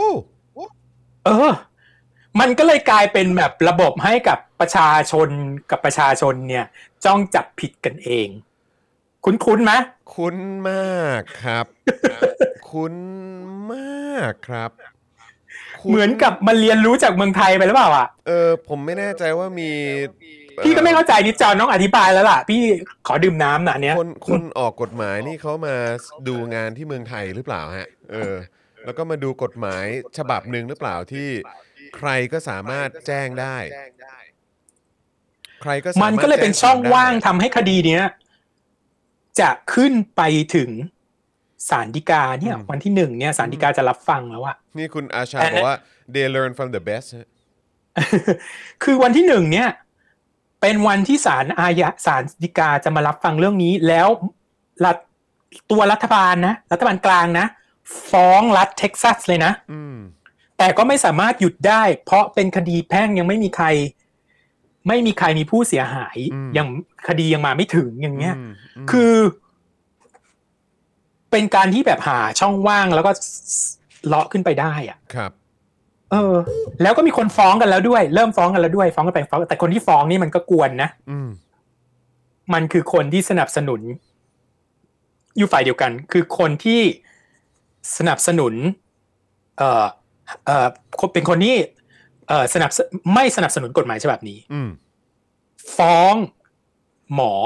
มันก็เลยกลายเป็นแบบระบบให้กับประชาชนเนี่ยจ้องจับผิดกันเองคุ้นไหมคุ้นมากครับคุ้นมากครับเหมือนกับมาเรียนรู้จากเมืองไทยไปหรือเปล่าอ่ะผมไม่แน่ใจว่ามีพี่ก็ไม่เข้าใจนิดจอนต้องอธิบายแล้วล่ะพี่ขอดื่มน้ำนะเนี้ยคนออกกฎหมายนี่เขามาดูงานที่เมืองไทยหรือเปล่าฮะแล้วก็มาดูกฎหมายฉบับหนึ่งหรือเปล่าที่ใครก็สามารถแจ้งได้ใครก็มันก็เลยเป็นช่องว่างทำให้คดีเนี้ยจะขึ้นไปถึงศาลฎีกาเนี่ยวันที่1เนี่ยศาลฎีกาจะรับฟังแล้วอะนี่คุณอาชาบอกว่า they learn from the best คือวันที่1เนี่ยเป็นวันที่ศาลฎีกาจะมารับฟังเรื่องนี้แล้วตัวรัฐบาลกลางนะฟ้องรัฐเท็กซัสเลยนะแต่ก็ไม่สามารถหยุดได้เพราะเป็นคดีแพ่งยังไม่มีใครมีผู้เสียหายยังคดียังมาไม่ถึงอย่างเงี้ยคือเป็นการที่แบบหาช่องว่างแล้วก็เลาะขึ้นไปได้อ่ะครับแล้วก็มีคนฟ้องกันแล้วด้วยเริ่มฟ้องกันแล้วด้วยฟ้องกันไปฟ้องแต่คนที่ฟ้องนี่มันก็กวนนะมันคือคนที่สนับสนุนอยู่ฝ่ายเดียวกันคือคนที่สนับสนุนเป็นคนที่ไม่สนับสนุนกฎหมายฉบับนี้ฟ้องหมอ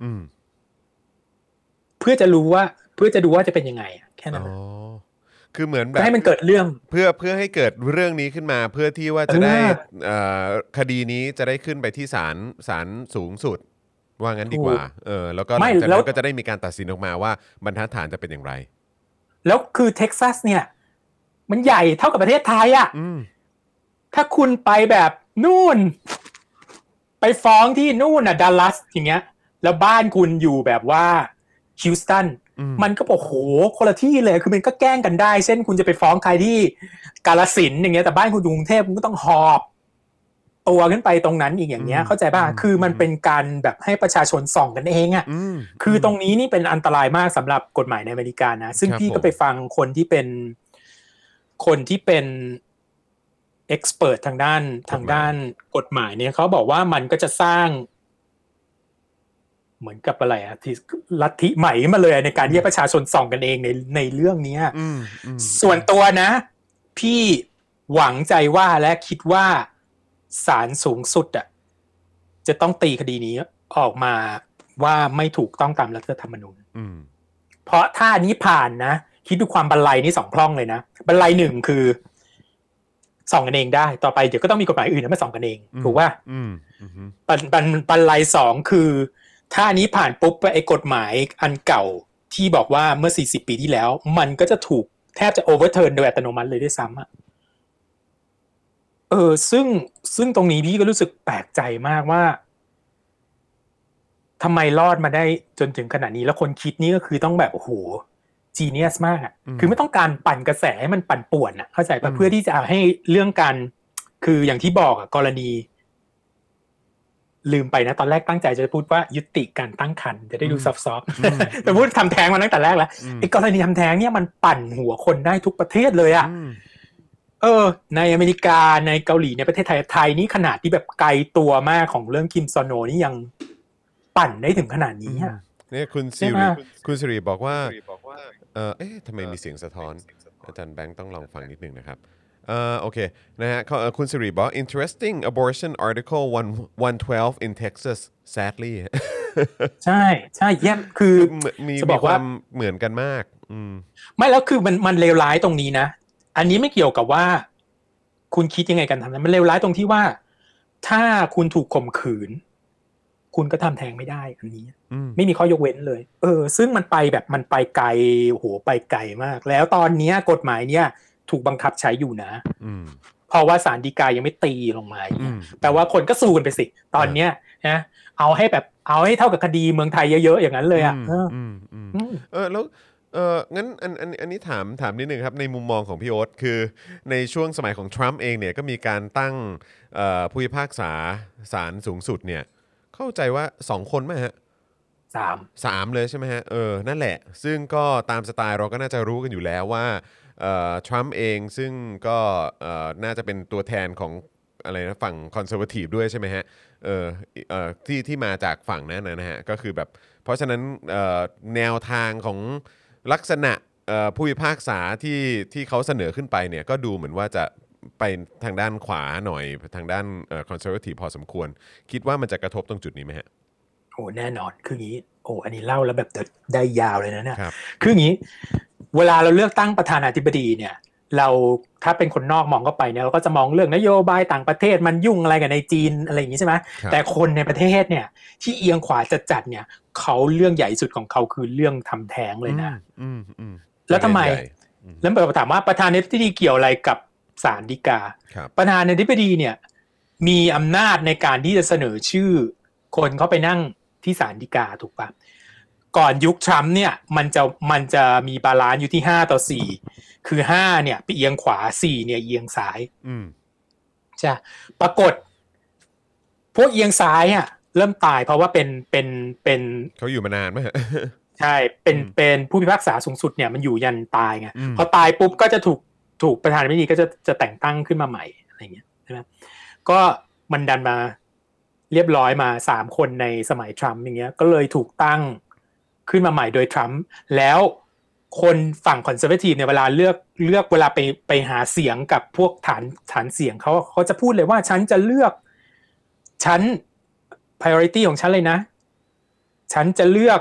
เพื่อจะดูว่าจะเป็นยังไงแค่นั้นคือเหมือนแบบให้มันเกิดเรื่องเพื่อให้เกิดเรื่องนี้ขึ้นมาเพื่อที่ว่าจะได้คดีนี้จะได้ขึ้นไปที่ศาลสูงสุดว่างั้นดีกว่าแล้วก็จากนั้นก็จะได้มีการตัดสินออกมาว่าบรรทัดฐานจะเป็นอย่างไรแล้วคือเท็กซัสเนี่ยมันใหญ่เท่ากับประเทศไทยอ่ะถ้าคุณไปแบบนู่นไปฟ้องที่นู่นน่ะดัลลัสอย่างเงี้ยแล้วบ้านคุณอยู่แบบว่าฮิวสตันมันก็โอ้โหคนละที่เลยคือมันก็แกล้งกันได้เช่นคุณจะไปฟ้องใครที่กาฬสินธุ์อย่างเงี้ยแต่บ้านคุณอยู่กรุงเทพคุณก็ต้องหอบตัวขึ้นไปตรงนั้นอีกอย่างเงี้ยเข้าใจป่ะคือมันเป็นการแบบให้ประชาชนส่องกันเองอ่ะคือตรงนี้นี่เป็นอันตรายมากสำหรับกฎหมายในอเมริกานะซึ่งพี่ก็ไปฟังคนที่เป็นexpert ทางด้านกฎหมายเนี่ยเขาบอกว่ามันก็จะสร้างเหมือนกับอะไรอะที่ลัทธิใหม่มาเลยในการที่ประชาชนส่องกันเองในเรื่องนี้ส่วนตัวนะพี่หวังใจว่าและคิดว่าศาลสูงสุดอะจะต้องตีคดีนี้ออกมาว่าไม่ถูกต้องตามรัฐธรรมนูญเพราะถ้านี้ผ่านนะคิดดูความบันไลนี่2 พร่องเลยนะบันไล1คือส่องกันเองได้ต่อไปเดี๋ยวก็ต้องมีกฎหมายอื่นมาส่องกันเองถูกป่ะปันไล2คือถ้าอันนี้ผ่านปุ๊บไอ้กฎหมายอันเก่าที่บอกว่าเมื่อ40ปีที่แล้วมันก็จะถูกแทบจะโอเวอร์เทิร์นโดยอัตโนมัติเลยด้วยซ้ำอ่ะซึ่งตรงนี้พี่ก็รู้สึกแปลกใจมากว่าทำไมรอดมาได้จนถึงขนาดนี้แล้วคนคิดนี่ก็คือต้องแบบโอ้โหจีเนียสมากอ่ะคือไม่ต้องการปั่นกระแสให้มันปั่นป่วนอ่ะเข้าใจป่ะเพื่อที่จะเอาให้เรื่องการคืออย่างที่บอกอ่ะกรณีลืมไปนะตอนแรกตั้งใจจะพูดว่ายุติการตั้งครรภ์จะได้ดูซอฟต์ๆแต่พูดทำแท้งมาตั้งแต่แรกแล้วไอ้กรณีทำแท้งเนี่ยมันปั่นหัวคนได้ทุกประเทศเลยอ่ะในอเมริกาในเกาหลีในประเทศไทยนี่ขนาดที่แบบไกลตัวมากของเรื่องคิมซอนโนนี่ยังปั่นได้ถึงขนาดนี้อ่ะเนี่ยคุณสิริบอกว่าทำไมมีเสียงสะท้อนอาจารย์แบงค์ต้องลองฟังนิดนึงนะครับโอเคนะฮะคุณสิริบอก interesting abortion article 112 in Texas sadly ใช่แย่คือมีความเหมือนกันมากไม่แล้วคือมันเลวร้ายตรงนี้นะอันนี้ไม่เกี่ยวกับว่าคุณคิดยังไงกันทำนั้นมันเลวร้ายตรงที่ว่าถ้าคุณถูกข่มขืนคุณก็ทำแท้งไม่ได้อันนี้ไม่มีข้อยกเว้นเลยซึ่งมันไปไกลโอ้โหไปไกลมากแล้วตอนนี้กฎหมายเนี้ยถูกบังคับใช้อยู่นะเพราะว่าศาลฎีกายังไม่ตีลงมาแปลว่าคนก็สู้กันไปสิตอนเนี้ยนะเอาให้เท่ากับคดีเมืองไทยเยอะๆอย่างนั้นเลยอ่ะแล้วงั้นอันนี้ถามนิดนึงครับในมุมมองของพี่โอ๊ตคือในช่วงสมัยของทรัมป์เองเนี่ยก็มีการตั้งผู้พิพากษาศาลสูงสุดเนี่ยเข้าใจว่า2คนมั้ยฮะ3เลยใช่ไหมฮะนั่นแหละซึ่งก็ตามสไตล์เราก็น่าจะรู้กันอยู่แล้วว่าทรัมป์เองซึ่งก็น่าจะเป็นตัวแทนของอะไรนะฝั่งคอนเซอร์เวทีฟด้วยใช่ไหมฮะที่มาจากฝั่งนั้นนะฮะก็คือแบบเพราะฉะนั้นแนวทางของลักษณะผู้พิพากษาที่เขาเสนอขึ้นไปเนี่ยก็ดูเหมือนว่าจะไปทางด้านขวาหน่อยทางด้านคอนเซอร์เวทีฟพอสมควรคิดว่ามันจะกระทบตรงจุดนี้ไหมฮะโอ้แน่นอนคืออย่างนี้อันนี้เล่าแล้วแบบได้ยาวเลยนะเนี่ยคืออย่างนี้เวลาเราเลือกตั้งประธานาธิบดีเนี่ยเราถ้าเป็นคนนอกมองเข้าไปเนี่ยเราก็จะมองเรื่องนโยบายต่างประเทศมันยุ่งอะไรกันในจีนอะไรอย่างนี้ใช่ไหมแต่คนในประเทศเนี่ยที่เอียงขวาจัดเนี่ยเขาเรื่องใหญ่สุดของเขาคือเรื่องทำแท้งเลยนะแล้วทำไมแล้วถามว่าประธานาธิบดีเกี่ยวอะไรกับศาลฎีกาประธานาธิบดีเนี่ยมีอำนาจในการที่จะเสนอชื่อคนเขาไปนั่งที่ศาลฎีกาถูกปะก่อนยุคทรัมป์เนี่ยมันจะมีบาลานซ์อยู่ที่5-4คือ5เนี่ยไปเอียงขวา4เนี่ยเอียงซ้ายใช่ปรากฏพวกเอียงซ้ายอ่ะเริ่มตายเพราะว่าเป็นเขาอยู่มานานมั้ยใช่เป็นผู้พิพากษาสูงสุดเนี่ยมันอยู่ยันตายไงพอตายปุ๊บก็จะถูกประธานาธิบดีก็จะแต่งตั้งขึ้นมาใหม่อะไรเงี้ยใช่ไหมก็มันดันมาเรียบร้อยมา3คนในสมัยทรัมป์อย่างเงี้ยก็เลยถูกตั้งขึ้นมาใหม่โดยทรัมป์แล้วคนฝั่งคอนเซอร์เวทีฟเนี่ยเวลาเลือกเวลาไปหาเสียงกับพวกฐานเสียงเขาจะพูดเลยว่าฉันจะเลือกฉัน priority ของฉันเลยนะฉันจะเลือก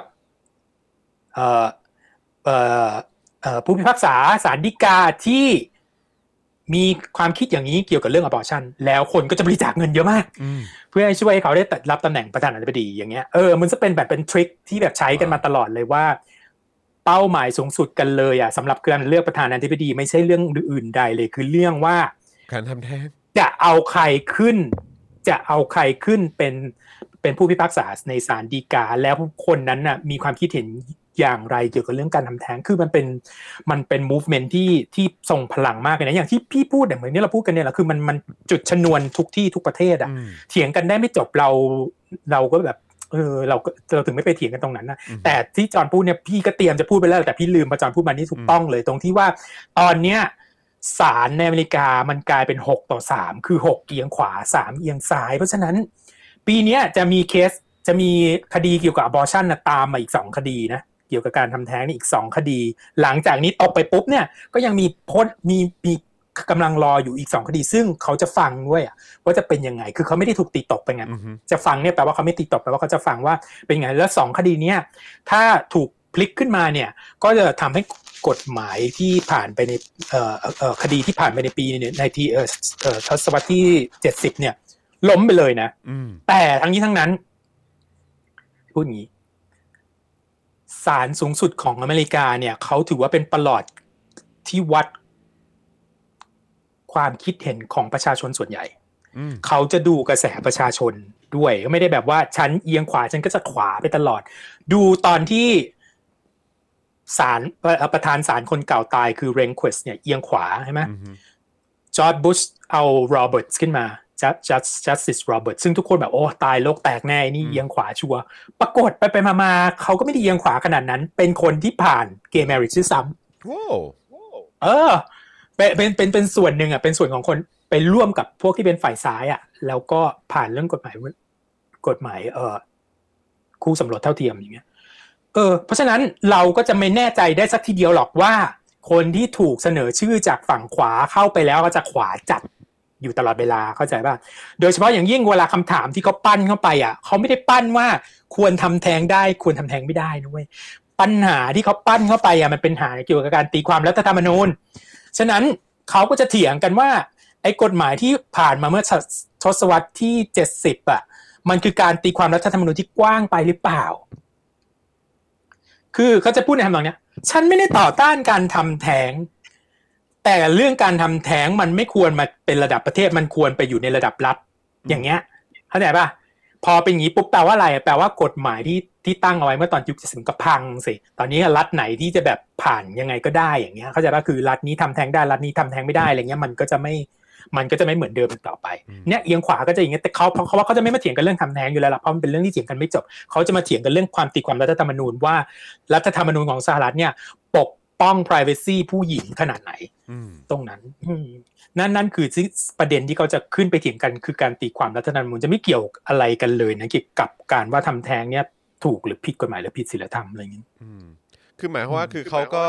ผู้พิพากษาศาลฎีกาที่มีความคิดอย่างนี้เกี่ยวกับเรื่อง abortion แล้วคนก็จะบริจาคเงินเยอะมากเพื่อให้ช่วยเขาได้รับตำแหน่งประธานาธิบดีอย่างเงี้ยมันจะเป็นแบบเป็นทริคที่แบบใช้กันมาตลอดเลยว่าเป้าหมายสูงสุดกันเลยอ่ะสำหรับการเลือกประธานาธิบดีไม่ใช่เรื่องอื่นใดเลยคือเรื่องว่าการทำแท้งจะเอาใครขึ้นเป็นผู้พิพากษาในศาลฎีกาแล้วคนนั้นน่ะมีความคิดเห็นอย่างไรเกี่ยวกับเรื่องการทำแท้งคือมันเป็น movement ที่ทรงพลังมากเลยนะอย่างที่พี่พูดเหมือนนี้เราพูดกันเนี่ยแหละคือมันจุดชนวนทุกที่ทุกประเทศอ่ะเถียงกันได้ไม่จบเราก็แบบเราถึงไม่ไปเถียงกันตรงนั้นนะแต่ที่จอห์นพูดเนี่ยพี่ก็เตรียมจะพูดไปแล้วแต่พี่ลืมพอจอห์นพูดมานี่ถูกต้องเลยตรงที่ว่าตอนเนี้ยศาลในอเมริกามันกลายเป็น6-3คือ6เอียงขวา3เอียงซ้ายเพราะฉะนั้นปีนี้จะมีคดีเกี่ยวกับ abortion นะตามมาอีก2คดีนะเกี่ยวกับการทำแท้งนี่อีก2คดีหลังจากนี้ตกไปปุ๊บเนี่ยก็ยังมีกำลังรออยู่อีก2คดีซึ่งเขาจะฟังด้วยว่าจะเป็นยังไงคือเขาไม่ได้ถูกตีตกไปไงจะฟังเนี่ยแปลว่าเขาไม่ตีตกแปลว่าเขาจะฟังว่าเป็นไงแล้ว2คดีเนี้ยถ้าถูกพลิกขึ้นมาเนี่ยก็จะทำให้กฎหมายที่ผ่านไปในคดีที่ผ่านไปในปีในที่ทศวรรษที่70เนี่ยล้มไปเลยนะแต่ทั้งนี้ทั้งนั้นพูดงี้ศาลสูงสุดของอเมริกาเนี่ยเขาถือว่าเป็นประหลอดที่วัดความคิดเห็นของประชาชนส่วนใหญ่เขาจะดูกระแสประชาชนด้วยก็ไม่ได้แบบว่าฉันเอียงขวาฉันก็จะขวาไปตลอดดูตอนที่ศาลประธานศาลคนเก่าตายคือเรนเควสเนี่ยเอียงขวาใช่ไหมจอร์จบุชเอาโรเบิร์ตส์ขึ้นมาJustice Roberts ซึ่งทุกคนแบบโอ้ตายโลกแตกแน่นี่เอียงขวาชัวร์ปรากฏไปมาเขาก็ไม่ได้เอียงขวาขนาดนั้นเป็นคนที่ผ่านเกย์แมริจซ้ำเป็นส่วนหนึ่งอ่ะเป็นส่วนของคนไปร่วมกับพวกที่เป็นฝ่ายซ้ายอ่ะแล้วก็ผ่านเรื่องกฎหมายคู่สมรสเท่าเทียมอย่างเงี้ยเพราะฉะนั้นเราก็จะไม่แน่ใจได้สักทีเดียวหรอกว่าคนที่ถูกเสนอชื่อจากฝั่งขวาเข้าไปแล้วก็จะขวาจัดอยู่ตลอดเวลาเข้าใจป่ะโดยเฉพาะอย่างยิ่งเวลาคำถามที่เขาปั้นเข้าไปอ่ะเขาไม่ได้ปั้นว่าควรทำแท้งได้ควรทำแท้งไม่ได้นะเว้ยปัญหาที่เขาปั้นเข้าไปอ่ะมันเป็นปัญหาเกี่ยวกับการตีความรัฐธรรมนูญฉะนั้นเขาก็จะเถียงกันว่าไอ้กฎหมายที่ผ่านมาเมื่อทศวรรษที่70อ่ะมันคือการตีความรัฐธรรมนูญที่กว้างไปหรือเปล่าคือเขาจะพูดในทำนองนี้ฉันไม่ได้ต่อต้านการทำแท้งแต่เรื่องการทำแท้งมันไม่ควรมาเป็นระดับประเทศมันควรไปอยู่ในระดับรัฐอย่างเงี้ยเข้าใจป่ะพอเป็นอย่างนี้ปุ๊บแปลว่าอะไรแปลว่ากฎหมายที่ตั้งเอาไว้เมื่อตอนยุค70ก็พังสิตอนนี้รัฐไหนที่จะแบบผ่านยังไงก็ได้อย่างเงี้ยเข้าใจป่ะคือรัฐนี้ทำแท้งได้รัฐนี้ทำแท้งไม่ได้อะไรเงี้ยมันก็จะไม่เหมือนเดิมต่อไปเนี่ยเอียงขวาก็จะอย่างเงี้ยแต่เขาว่าเขาจะไม่มาเถียงกันเรื่องทำแท้งอยู่แล้วล่ะเพราะมันเป็นเรื่องที่เถียงกันไม่จบเขาจะมาเถียงกันเรื่องความตีความรัฐธรรมนูญว่ารัฐธรรมนูญของสหรัฐเนี่ยปกป้อง privacy ผู้หญิงขนาดไหนตรงนั้นนั่นคือประเด็นที่เขาจะขึ้นไปเถียงกันคือการตีความรัฐธรรมนูญจะไม่เกี่ยวอะไรกันเลยนะเกี่ยวกับการว่าทำแท้งเนี่ยถูกหรือผิดกฎหมายหรือผิดศีลธรรมอะไรอย่างนี้คือหมายความว่าคือเขาก็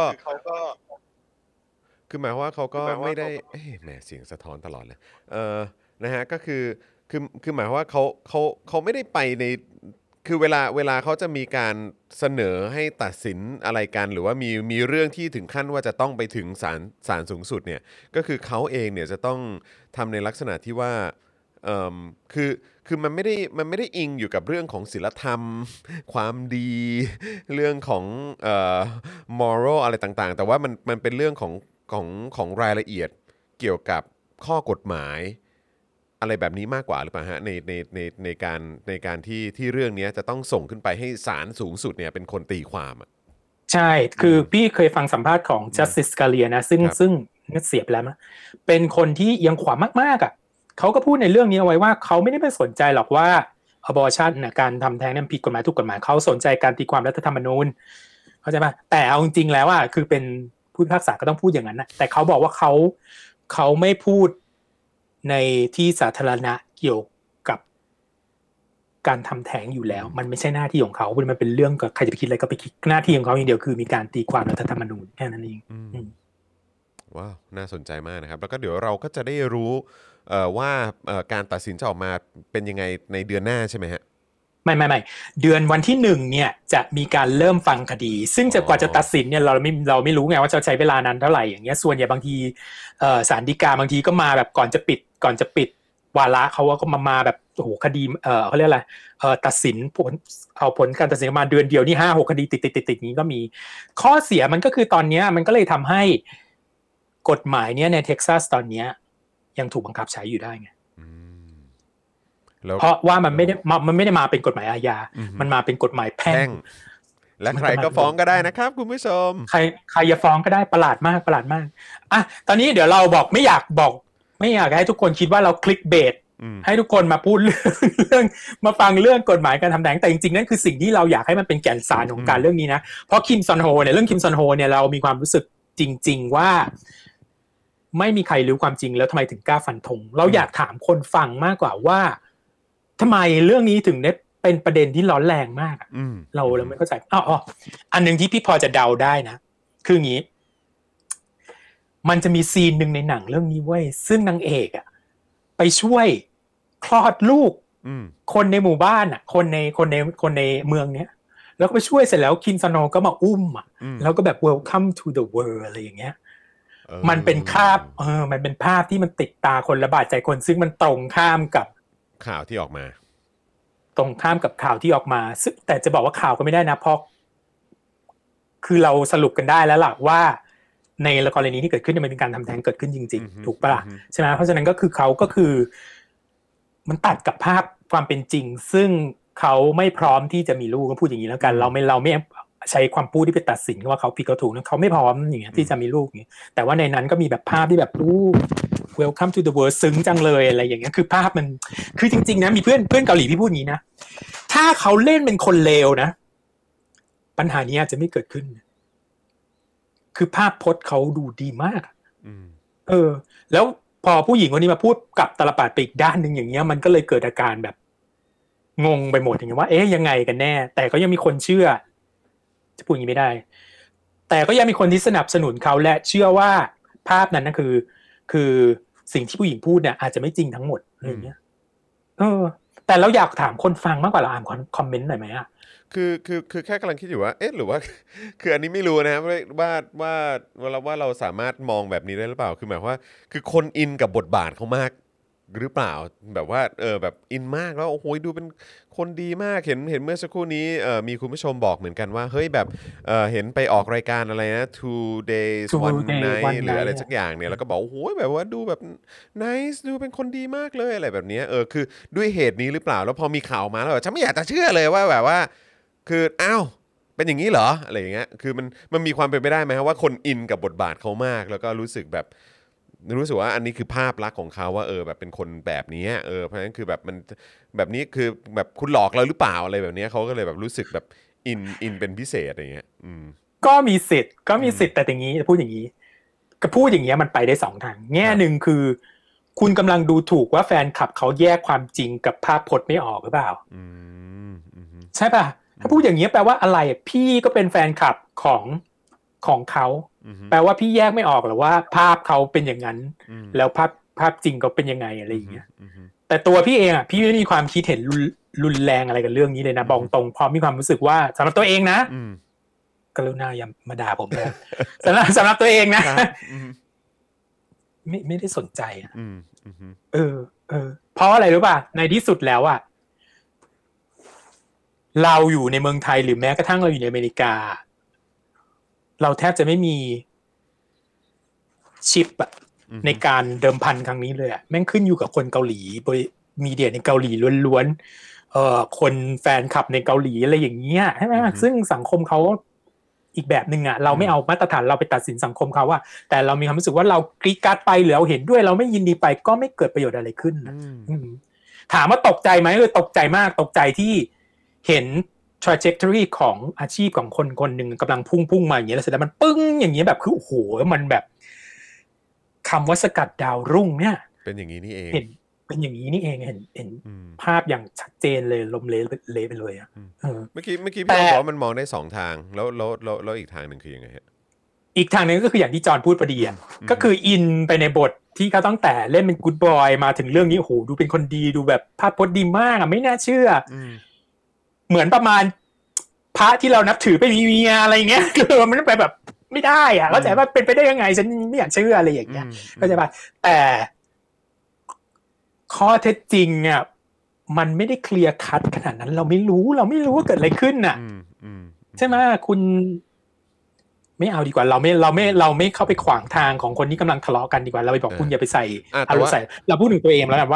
ไม่ได้แหมเสียงสะท้อนตลอดเลยนะฮะก็คือหมายความว่าเขาไม่ได้ไปในคือเวลาเขาจะมีการเสนอให้ตัดสินอะไรกันหรือว่ามีเรื่องที่ถึงขั้นว่าจะต้องไปถึงศาลสูงสุดเนี่ยก็คือเขาเองเนี่ยจะต้องทำในลักษณะที่ว่าคือมันไม่ได้อิงอยู่กับเรื่องของศีลธรรมความดีเรื่องของmoral อะไรต่างๆแต่ว่ามันเป็นเรื่องของรายละเอียดเกี่ยวกับข้อกฎหมายอะไรแบบนี้มากกว่าหรือเปล่าฮะในการที่เรื่องนี้จะต้องส่งขึ้นไปให้ศาลสูงสุดเนี่ยเป็นคนตีความอ่ะใช่คือพี่เคยฟังสัมภาษณ์ของ Justice Scalia นะซึ่งเสียบแล้วนะเป็นคนที่เอียงขวามากๆอ่ะเขาก็พูดในเรื่องนี้เอาไว้ว่าเขาไม่ได้ไปสนใจหรอกว่า abortion นะการทำแท้งนั้นผิดกฎหมายถูกกฎหมายเขาสนใจการตีความรัฐธรรมนูญเข้าใจป่ะแต่เอาจริงๆแล้วอ่ะคือเป็นผู้พิพากษาก็ต้องพูดอย่างนั้นนะแต่เขาบอกว่าเขาไม่พูดในที่สาธารณะเกี่ยวกับการทำแท้งอยู่แล้วมันไม่ใช่หน้าที่ของเขามันเป็นเรื่องกับใครจะไปคิดอะไรก็ไปคิดหน้าที่ของเขาอย่างเดียวคือมีการตีความรัฐธรรมนูญแค่นั้นเองว้าวน่าสนใจมากนะครับแล้วก็เดี๋ยวเราก็จะได้รู้ว่าการตัดสินจะออกมาเป็นยังไงในเดือนหน้าใช่ไหมฮะไม่เดือนวันที่1เนี่ยจะมีการเริ่มฟังคดีซึ่งกว่าจะตัดสินเนี่ยเราไม่รู้ไงว่าจะใช้เวลานานเท่าไหร่อย่างเงี้ยส่วนใหญ่บางทีศาลฎีกาบางทีก็มาแบบก่อนจะปิดวาระเขาก็มาแบบโอ้โหคดีเขาเรียกอะไรตัดสินผลการตัดสินมาเดือนเดียวนี่5-6 คดีติดนี้ก็มีข้อเสียมันก็คือตอนนี้มันก็เลยทำให้กฎหมายเนี้ยในเท็กซัสตอนนี้ยังถูกบังคับใช้อยู่ได้ไงเพราะว่ามันไม่ได้มาเป็นกฎหมายอาญามันมาเป็นกฎหมายแพ่งและใครก็ฟ้องก็ได้นะครับคุณผู้ชมใครจะฟ้องก็ได้ประหลาดมากอ่ะตอนนี้เดี๋ยวเราไม่อยากให้ทุกคนคิดว่าเราคลิกเบสให้ทุกคนมาพูดเรื่องมาฟังเรื่องกฎหมายการทำแท้งแต่จริงๆนั่นคือสิ่งที่เราอยากให้มันเป็นแก่นสารของการเรื่องนี้นะเพราะคิมซอนโฮเนี่ยเรื่องคิมซอนโฮเนี่ยเรามีความรู้สึกจริงๆว่าไม่มีใครรู้ความจริงแล้วทำไมถึงกล้าฟันธงเราอยากถามคนฟังมากกว่าว่าทำไมเรื่องนี้ถึงได้เป็นประเด็นที่ร้อนแรงมากเราไม่เข้าใจอันนึงที่พี่พอจะเดาได้นะคืออย่างนี้มันจะมีซีนหนึ่งในหนังเรื่องนี้เว้ยซึ่งนางเอกอ่ะไปช่วยคลอดลูกคนในหมู่บ้านอ่ะคนในเมืองเนี้ยแล้วก็ไปช่วยเสร็จแล้วคิมซอนอก็มาอุ้มอ่ะแล้วก็แบบ welcome to the world อะไรอย่างเงี้ยมันเป็นภาพมันเป็นภาพที่มันติดตาคนระบาดใจคนซึ่งมันตรงข้ามกับข่าวที่ออกมาตรงข้ามกับข่าวที่ออกมาซึ่งแต่จะบอกว่าข่าวก็ไม่ได้นะเพราะคือเราสรุปกันได้แล้วล่ะว่าในกรณีที่เกิดขึ้นมันเป็นการทำแท้งเกิดขึ้นจริงๆถูกปะล่ะใช่ไหมเพราะฉะนั้นก็คือเขาก็คือมันตัดกับภาพความเป็นจริงซึ่งเขาไม่พร้อมที่จะมีลูกก็พูดอย่างนี้แล้วกันเราไม่ใช้ความพูดที่ไปตัดสินว่าเขาผิดก็ถูกนะเขาไม่พร้อมอย่างเงี้ยที่จะมีลูกอย่างเงี้ยแต่ว่าในนั้นก็มีแบบภาพที่แบบลูก Welcome to the world ซึ้งจังเลยอะไรอย่างเงี้ยคือภาพมันคือจริงๆนะมีเพื่อนเกาหลีที่พูดอย่างนี้นะถ้าเขาเล่นเป็นคนเลวนะปัญหานี้อาจจะไม่เกิดขึ้นคือภาพพจน์เขาดูดีมากแล้วพอผู้หญิงคนนี้มาพูดกับตาลปัดไปอีกด้านนึงอย่างเงี้ยมันก็เลยเกิดอาการแบบงงไปหมดอย่างเงี้ยว่าเอ๊ะยังไงกันแน่แต่ก็ยังมีคนเชื่อจะพูดอย่างนี้ไม่ได้แต่ก็ยังมีคนที่สนับสนุนเขาและเชื่อว่าภาพนั้นนะคือสิ่งที่ผู้หญิงพูดเนี่ยอาจจะไม่จริงทั้งหมดอะไรอย่างเงี้ยแต่เราอยากถามคนฟังมากกว่าเราอ่านคอมเมนต์หน่อยไหมอ่ะคือแค่กำลังคิดอยู่ว่าเอ๊ะหรือว่าคืออันนี้ไม่รู้นะว่าเราสามารถมองแบบนี้ได้หรือเปล่าคือหมายว่าคือคนอินกับบทบาทเขามากหรือเปล่าแบบว่าแบบอินมากแล้วโอ้โหดูเป็นคนดีมากเห็นเมื่อสักครู่นี้มีคุณผู้ชมบอกเหมือนกันว่าเฮ้ยแบบเห็นไปออกรายการอะไรนะ two days one night หรืออะไรสักอย่างเนี่ยแล้วก็บอกโอ้โหแบบว่าดูแบบ nice ดูเป็นคนดีมากเลยอะไรแบบนี้คือด้วยเหตุนี้หรือเปล่าแล้วพอมีข่าวมาแล้วฉันไม่อยากจะเชื่อเลยว่าแบบว่าคืออ้าวเป็นอย่างนี้เหรออะไรอย่างเงี้ยคือมันมีความเป็นไปได้ไหมว่าคนอินกับบทบาทเขามากแล้วก็รู้สึกว่าอันนี้คือภาพลักษณ์ของเขาว่าแบบเป็นคนแบบนี้เพราะฉะนั้นคือแบบมันแบบนี้คือแบบคุณหลอกเราหรือเปล่าอะไรแบบนี้เขาก็เลยแบบรู้สึกแบบอินเป็นพิเศษอะไรเงี้ยก็มีสิทธิ์แต่อย่างนี้จะพูดอย่างนี้ก็พูดอย่างเงี้ยมันไปได้สองทางแง่หนึ่งคือคุณกำลังดูถูกว่าแฟนคลับเขาแยกความจริงกับภาพพจน์ไม่ออกหรือเปล่าใช่ป่ะถ้าพูดอย่างนี้แปลว่าอะไรพี่ก็เป็นแฟนคลับของเขาแปลว่าพี่แยกไม่ออกหรอว่าภาพเขาเป็นอย่างนั้นแล้วภาพจริงเขาเป็นยังไงอะไรอย่างเงี้ยแต่ตัวพี่เองอ่ะพี่ไม่มีความคิดเห็นรุนแรงอะไรกับเรื่องนี้เลยนะบอกตรงพอมีความรู้สึกว่าสำหรับตัวเองนะกรุณาอย่ามาด่าผมนะสำหรับตัวเองนะไม่ได้สนใจอ่ะเพราะอะไรรู้ป่ะในที่สุดแล้วอ่ะเราอยู่ในเมืองไทยหรือแม้กระทั่งเราอยู่ในอเมริกาเราแทบจะไม่มีชิปอะในการเดิมพันครั้งนี้เลยอะแม่งขึ้นอยู่กับคนเกาหลีโดยมีเดียในเกาหลีล้วนๆคนแฟนคลับในเกาหลีอะไรอย่างเงี้ยใช่ไหมซึ่งสังคมเขาอีกแบบนึงอะเราไม่เอามาตรฐานเราไปตัดสินสังคมเขาว่าแต่เรามีความรู้สึกว่าเรากรี๊ดกราดไปหรือเราเห็นด้วยเราไม่ยินดีไปก็ไม่เกิดประโยชน์อะไรขึ้นถามว่าตกใจไหมตกใจมากตกใจที่เห็น trajectory ของอาชีพของคนหนึ่งกำลังพุ่งมาอย่างเงี้ยแล้วเสร็จแล้วมันปึ้งอย่างเงี้ยแบบคือโอ้โหมันแบบคำว่าสกัดดาวรุ่งเนี่ยเป็นอย่างนี้นี่เองเป็นอย่างนี้นี่เองเห็นภาพอย่างชัดเจนเลยลมเละไปเลยอ่ะเมื่อกี้พี่บอกว่ามันมองได้2ทางแล้วอีกทางหนึ่งคือยังไงฮะอีกทางนึงก็คืออย่างที่จอห์นพูดพอดีก็คืออินไปในบทที่เขาตั้งแต่เล่นเป็นกู๊ดบอยมาถึงเรื่องนี้โอ้โหดูเป็นคนดีดูแบบภาพพจน์ดีมากอ่ะไม่น่าเชื่อเหมือนประมาณพระที่เรานับถือไปมีเมียอะไรเงี้ยคือมันไปแบบไม่ได้อ่ะเข้าใจว่าเป็นไปได้ยังไงฉันไม่อยากเชื่ออะไรอย่างเงี้ยเข้าใจป่ะแต่ข้อเท็จจริงอ่ะมันไม่ได้เคลียร์คัทขนาดนั้นเราไม่รู้ว่าเกิดอะไรขึ้นน่ะใช่ไหมคุณไม่เอาดีกว่าเราไม่เข้าไปขวางทางของคนที่กำลังทะเลาะกันดีกว่าเราไปบอกคุณอย่าไปใส่เราพูดถึงตัวเองแล้วกัน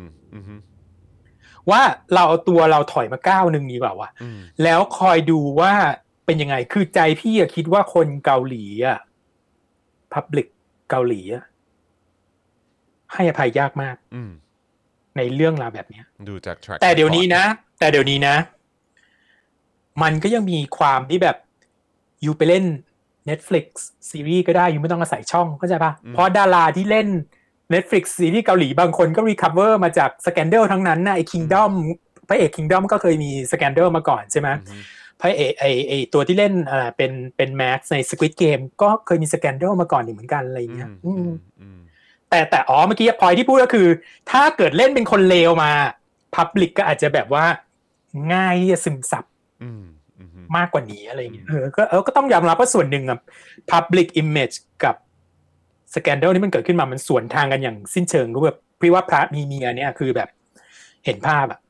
ว่าเราเอาตัวเราถอยมาก้าวนึงดีกว่าว่ะแล้วคอยดูว่าเป็นยังไงคือใจพี่คิดว่าคนเกาหลีอ่ะ public เกาหลีอ่ะให้อภัยยากมากในเรื่องราวแบบนี้ดูจาก track แต่เดี๋ยวนี้นะมันก็ยังมีความที่แบบอยู่ไปเล่น Netflix ซีรีส์ก็ได้อยู่ไม่ต้องอาศัยช่องเข้าใจป่ะเพราะดาราที่เล่น Netflix ซีรีส์เกาหลีบางคนก็ recover มาจาก Scandal ทั้งนั้นนะไอ้ Kingdom พระเอก Kingdom ก็เคยมี Scandal มาก่อนใช่ไหมพระเอกไอตัวที่เล่นเป็น Max ใน Squid Game ก็เคยมี Scandal มาก่อนเหมือนกันอะไรอย่างเงี้ยแต่เมื่อกี้พอยที่พูดก็คือถ้าเกิดเล่นเป็นคนเลวมา Public ก็อาจจะแบบว่าง่ายที่จะซึมซับมากกว่านี้อะไรเงี้ยก็ต้องยอมรับว่าส่วนหนึ่งอ่ะ public image กับ scandal ที่มันเกิดขึ้นมามันสวนทางกันอย่างสิ้นเชิงก็แบบพี่ว่าพระมีเมียเนี่ยคือแบบเห็นภาพอ่ะ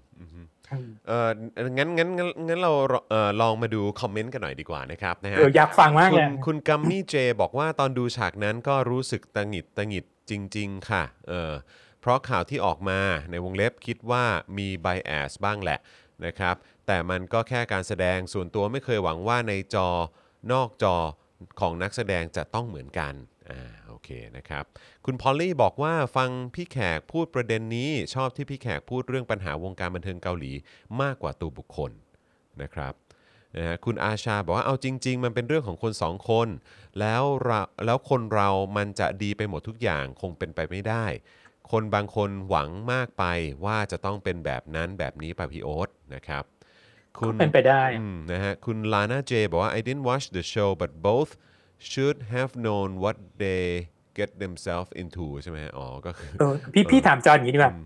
งั้นเราลองมาดูคอมเมนต์กันหน่อยดีกว่านะครับนะฮะอยากฟังมากเลยคุณกัมมี่เจบอกว่าตอนดูฉากนั้นก็รู้สึกตังหิดจริงๆค่ะเพราะข่าวที่ออกมาในวงเล็บคิดว่ามี bias บ้างแหละนะครับแต่มันก็แค่การแสดงส่วนตัวไม่เคยหวังว่าในจอนอกจอของนักแสดงจะต้องเหมือนกันโอเคนะครับคุณพอลลี่บอกว่าฟังพี่แขกพูดประเด็นนี้ชอบที่พี่แขกพูดเรื่องปัญหาวงการบันเทิงเกาหลีมากกว่าตัวบุคคลนะครับคุณอาชาบอกว่าเอาจริงๆมันเป็นเรื่องของคนสองคนแล้วคนเรามันจะดีไปหมดทุกอย่างคงเป็นไปไม่ได้คนบางคนหวังมากไปว่าจะต้องเป็นแบบนั้นแบบนี้ป่ะพี่โอ๊ตนะครับคุณเป็นไปได้นะฮะคุณลาน่าเจบอกว่า I didn't watch the show but both should have known what they get themselves into ใช่ไหมอ๋อก็คือพี่ถามจออย่างนี้ดีกว่า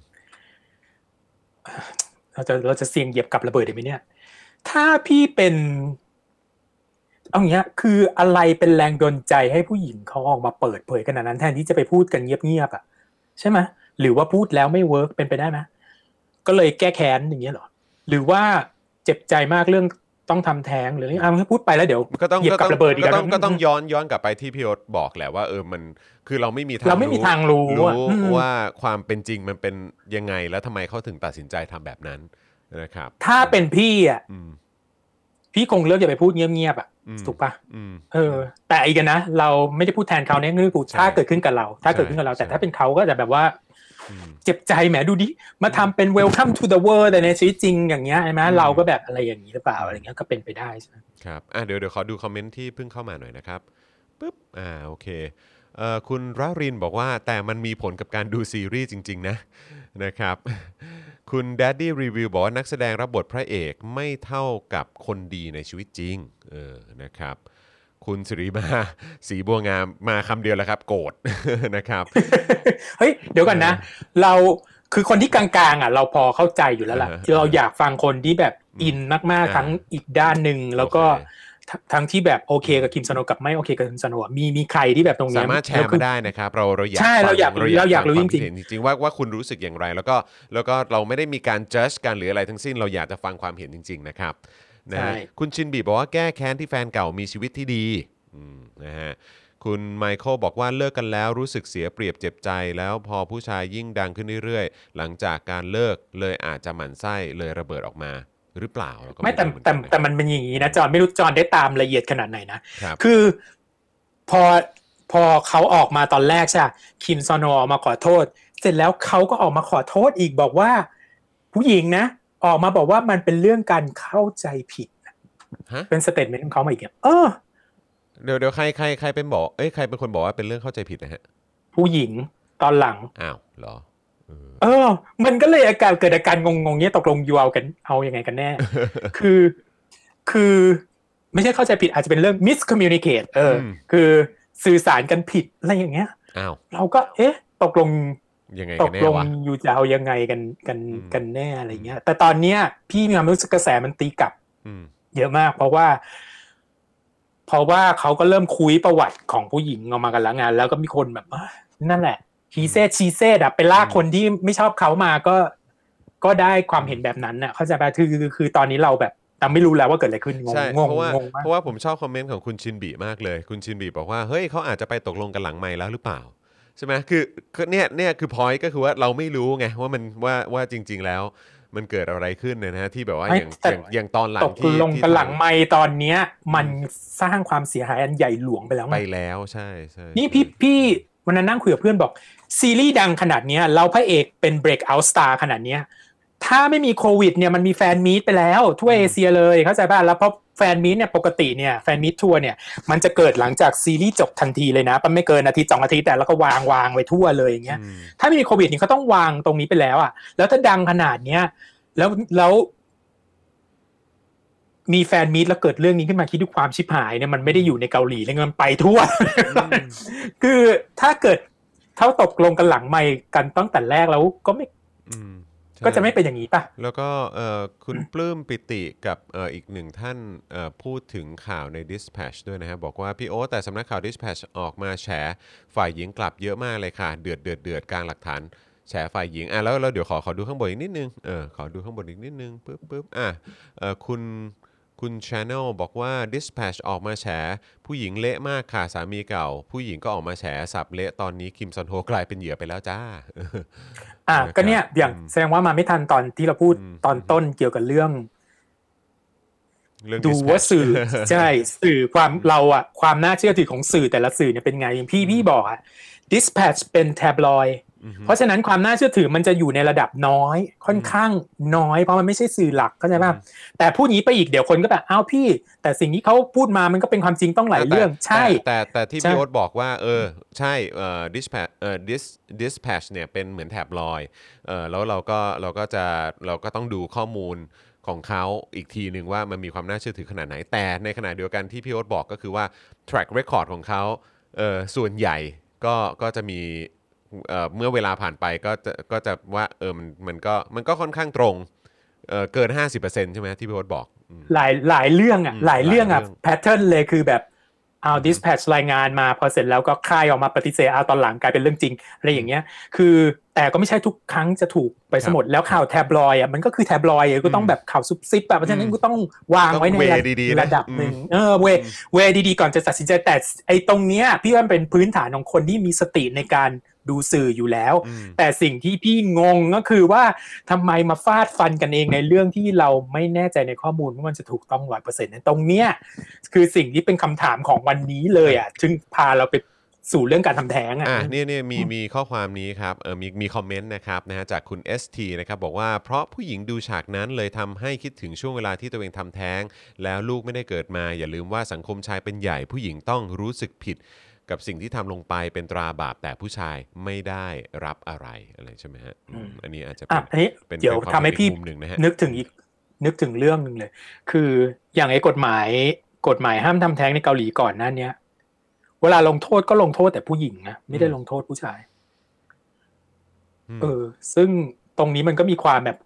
เราจะเสี่ยงเหยียบกับระเบิดได้ไหมเนี่ยถ้าพี่เป็นเอาอย่างเงี้ยคืออะไรเป็นแรงดลใจให้ผู้หญิงเขาออกมาเปิดเผยขนาดนั้นแทนที่จะไปพูดกันเงียบๆอ่ะใช่ไหมหรือว่าพูดแล้วไม่เวิร์กเป็นไปได้ไหมก็เลยแก้แค้นอย่างเงี้ยหรอหรือว่าเจ็บใจมากเรื่องต้องทำแท้งหรืออะไรพูดไปแล้วเดี๋ยวเหยียบกับระเบิดอีกแล้วก็ต้องย้อนกลับไปที่พี่โอ๊ตบอกแหละว่ามันคือเราไม่มีทางรู้ว่าความเป็นจริงมันเป็นยังไงแล้วทำไมเขาถึงตัดสินใจทำแบบนั้นนะครับถ้าเป็นพี่อ่ะพี่คงเลือกอย่าไปพูดเงียบๆอ่ะถูกปะแต่อีกนะเราไม่ได้พูดแทนเขาเนี่ยคือถ้าเกิดขึ้นกับเราแต่ถ้าเป็นเขาก็จะแบบว่าเจ็บใจแหมดูดิมาทำเป็น welcome to the world แต่ในชีวิตจริงอย่างเงี้ยใช่ไหมเราก็แบบอะไรอย่างนี้หรือเปล่าอะไรเงี้ยก็เป็นไปได้ใช่ไหมครับเดี๋ยวขอดูคอมเมนต์ที่เพิ่งเข้ามาหน่อยนะครับปึ๊บโอเคคุณรรินบอกว่าแต่มันมีผลกับการดูซีรีส์จริงๆนะครับคุณ Daddy Review บอกว่านักแสดงรับบทพระเอกไม่เท่ากับคนดีในชีวิตจริงนะครับคุณสิริมาสีบัวงามมาคำเดียวแล้วครับโกรธนะครับเฮ้ยเดี๋ยวก่อนนะเราคือคนที่กลางๆอ่ะเราพอเข้าใจอยู่แล้วล่ะเราอยากฟังคนที่แบบอินมากๆทั้งอีกด้านหนึ่งแล้วก็ทั้งที่แบบโอเคกับคิมซโนกับไม่โอเคกับคิมซโนมีใครที่แบบตรงนี้สามารถแชร์มาได้นะครับเราอยากใช่เราอยากรู้จริงๆว่าคุณรู้สึกอย่างไรแล้วก็เราไม่ได้มีการ judge กันหรืออะไรทั้งสิ้นเราอยากจะฟังความเห็นจริงๆนะครับนะคุณชินบีบอกว่าแก้แค้นที่แฟนเก่ามีชีวิตที่ดีนะฮะคุณไมเคิลบอกว่าเลิกกันแล้วรู้สึกเสียเปรียบเจ็บใจแล้วพอผู้ชายยิ่งดังขึ้นเรื่อยๆหลังจากการเลิกเลยอาจจะหมั่นไส้เลยระเบิดออกมาหรือเปล่าไม่แต่มันเป็นอย่างนี้นะจอนไม่รู้จอนได้ตามละเอียดขนาดไหนนะคือพอเขาออกมาตอนแรกใช่คิมซอนออกมาขอโทษเสร็จแล้วเขาก็ออกมาขอโทษอีกบอกว่าผู้หญิงนะออกมาบอกว่ามันเป็นเรื่องการเข้าใจผิดเป็นสเตทเมนต์ของเขามาอีกเดี๋ยวใครเป็นบอกใครเป็นคนบอกว่าเป็นเรื่องเข้าใจผิดนะฮะผู้หญิงตอนหลังอ้าวเหรอมันก็เลยเกิดอาการงงๆเนี้ยตกลงยูเอายังไงกันแน่ คือไม่ใช่เข้าใจผิดอาจจะเป็นเรื่อง miscommunicate คือสื่อสารกันผิดอะไรอย่างเงี้ยเราก็ตกลงยังไงตกันแน่วะอยู่จะเอายังไงกันแน่อะไรเงี้ยแต่ตอนเนี้ยพี่มีความรู้สึกกระแสมันตีกลับเยอะมากเพราะว่าเขาก็เริ่มคุยประวัติของผู้หญิงออกมากันแล้วงานแล้วก็มีคนแบบนั่นแหละฮีเซชีเซดไปลากคนที่ไม่ชอบเขามาก็ได้ความเห็นแบบนั้นน่ะเข้าใจป่ะคือตอนนี้เราแบบแต่ไม่รู้แล้วว่าเกิดอะไรขึ้นงงเพราะว่าผมชอบคอมเมนต์ของคุณชินบีมากเลยคุณชินบีบอกว่าเฮ้ยเขาอาจจะไปตกลงกันหลังไมค์แล้วหรือเปล่าใช่ไหมคือเนี่ยคือ point ก็คือว่าเราไม่รู้ไงว่ามันว่าจริงๆแล้วมันเกิดอะไรขึ้นนะฮะที่แบบว่าอย่างตอนหลังที่ลงกันหลังไมค์ตอนเนี้ยมันสร้างความเสียหายอันใหญ่หลวงไปแล้วใช่นี่พี่วันนั้นนั่งคุยกับเพื่อนบอกซีรีส์ดังขนาดนี้เราพระเอกเป็น breakout star ขนาดนี้ถ้าไม่มีโควิดเนี่ยมันมีแฟนมีตไปแล้วทั่วเอเชียเลยเข้าใจป่ะแล้วเพราะแฟนมีตเนี่ยปกติเนี่ยแฟนมีตทัวร์เนี่ยมันจะเกิดหลังจากซีรีส์จบทันทีเลยนะมันไม่เกินอาทิตย์2อาทิตย์แต่แล้วก็วางไว้ทั่วเลยอย่างเงี้ยถ้าไม่มีโควิดนี่เขาต้องวางตรงนี้ไปแล้วอ่ะแล้วถ้าดังขนาดเนี้ยแล้วมีแฟนมีตแล้วเกิดเรื่องนี้ขึ้นมาคิดดูความชิบหายเนี่ยมันไม่ได้อยู่ในเกาหลีแล้วมันไปทั่ว คือถ้าเกิดเท่าตกลงกันหลังไมค์กันตั้งแต่แรกแล้วก็ไม่ก็จะไม่เป็นอย่างนี้ป่ะแล้วก็คุณปลื้มปิติกับอีกหนึ่งท่านพูดถึงข่าวใน Dispatch ด้วยนะครับบอกว่าพี่โอ๊ตแต่สำนักข่าว Dispatch ออกมาแฉฝ่ายหญิงกลับเยอะมากเลยค่ะเดือดเดือดเดือดกลางหลักฐานแฉฝ่ายหญิงแล้วเดี๋ยวขอดูข้างบนอีกนิดนึงขอดูข้างบนอีกนิดนึงปึ๊บคุณ Channel บอกว่า Dispatch ออกมาแฉผู้หญิงเละมากค่ะสามีเก่าผู้หญิงก็ออกมาแฉสับเละตอนนี้คิมซอนโฮกลายเป็นเหยื่อไปแล้วจ้าก็เนี่ยอย่างแสดงว่ามาไม่ทันตอนที่เราพูดตอนต้นเกี่ยวกับเรื่องดูว่าสื่อใช่สื่อความเราอะความน่าเชื่อถือของสื่อแต่ละสื่อเนี่ยเป็นไงอย่างพี่บอกอะ Dispatch เป็นแท็บลอยด์เพราะฉะนั้นความน่าเชื่อถือมันจะอยู่ในระดับน้อยค่อนข้างน้อยเพราะมันไม่ใช่สื่อหลักเข้าใจป่ะแต่พูดงี้ไปอีกเดี๋ยวคนก็แบบอ้าวพี่แต่สิ่งที่เขาพูดมามันก็เป็นความจริงต้องหลายเรื่องใช่แต่ที่พี่โอ๊ตบอกว่าใช่dispatch เนี่ยเป็นเหมือนแท็บลอยด์แล้วเราก็ต้องดูข้อมูลของเขาอีกทีหนึ่งว่ามันมีความน่าเชื่อถือขนาดไหนแต่ในขณะเดียวกันที่พี่โอ๊ตบอกก็คือว่า track record ของเขาส่วนใหญ่ก็จะมีเมื่อเวลาผ่านไปก็จะว่ามันก็ค่อนข้างตรงเกิน 50% ใช่ไหมที่พี่โอ๊ตบอกหลายเรื่องแพทเทิร์นเลยคือแบบเอา dispatch รายงานมาพอเสร็จแล้วก็ค่ายออกมาปฏิเสธเอาตอนหลังกลายเป็นเรื่องจริงอะไรอย่างเงี้ยคือแต่ก็ไม่ใช่ทุกครั้งจะถูกไปหมดแล้วข่าวแท็บลอยมันก็คือแท็บลอยก็ต้องแบบข่าวซุบซิบเพราะฉะนั้นก็ต้องวางไว้ในระดับนึงเวดีๆก่อนจะตัดสินใจแต่ไอ้ตรงเนี้ยพี่ว่าเป็นพื้นฐานของคนที่มีสติในการดูสื่ออยู่แล้วแต่สิ่งที่พี่งงก็คือว่าทำไมมาฟาดฟันกันเองในเรื่องที่เราไม่แน่ใจในข้อมูลว่ามันจะถูกต้อง 100% ตรงเนี้ยคือสิ่งที่เป็นคำถามของวันนี้เลยถึงพาเราไปสู่เรื่องการทำแท้งนี่มีข้อความนี้ครับมีคอมเมนต์นะครับนะฮะจากคุณ ST นะครับบอกว่าเพราะผู้หญิงดูฉากนั้นเลยทำให้คิดถึงช่วงเวลาที่ตัวเองทำแท้งแล้วลูกไม่ได้เกิดมาอย่าลืมว่าสังคมชายเป็นใหญ่ผู้หญิงต้องรู้สึกผิดกับสิ่งที่ทำลงไปเป็นตราบาปแต่ผู้ชายไม่ได้รับอะไรใช่ไหมฮะอันนี้อาจจะเป็นเดี๋ยวทำให้พี่นึกถึงเรื่องนึงเลยคืออย่างไอ้กฎหมายห้ามทำแท้งในเกาหลีก่อนหน้านี้เวลาลงโทษก็ลงโทษแต่ผู้หญิงนะไม่ได้ลงโทษผู้ชายซึ่งตรงนี้มันก็มีความแบบ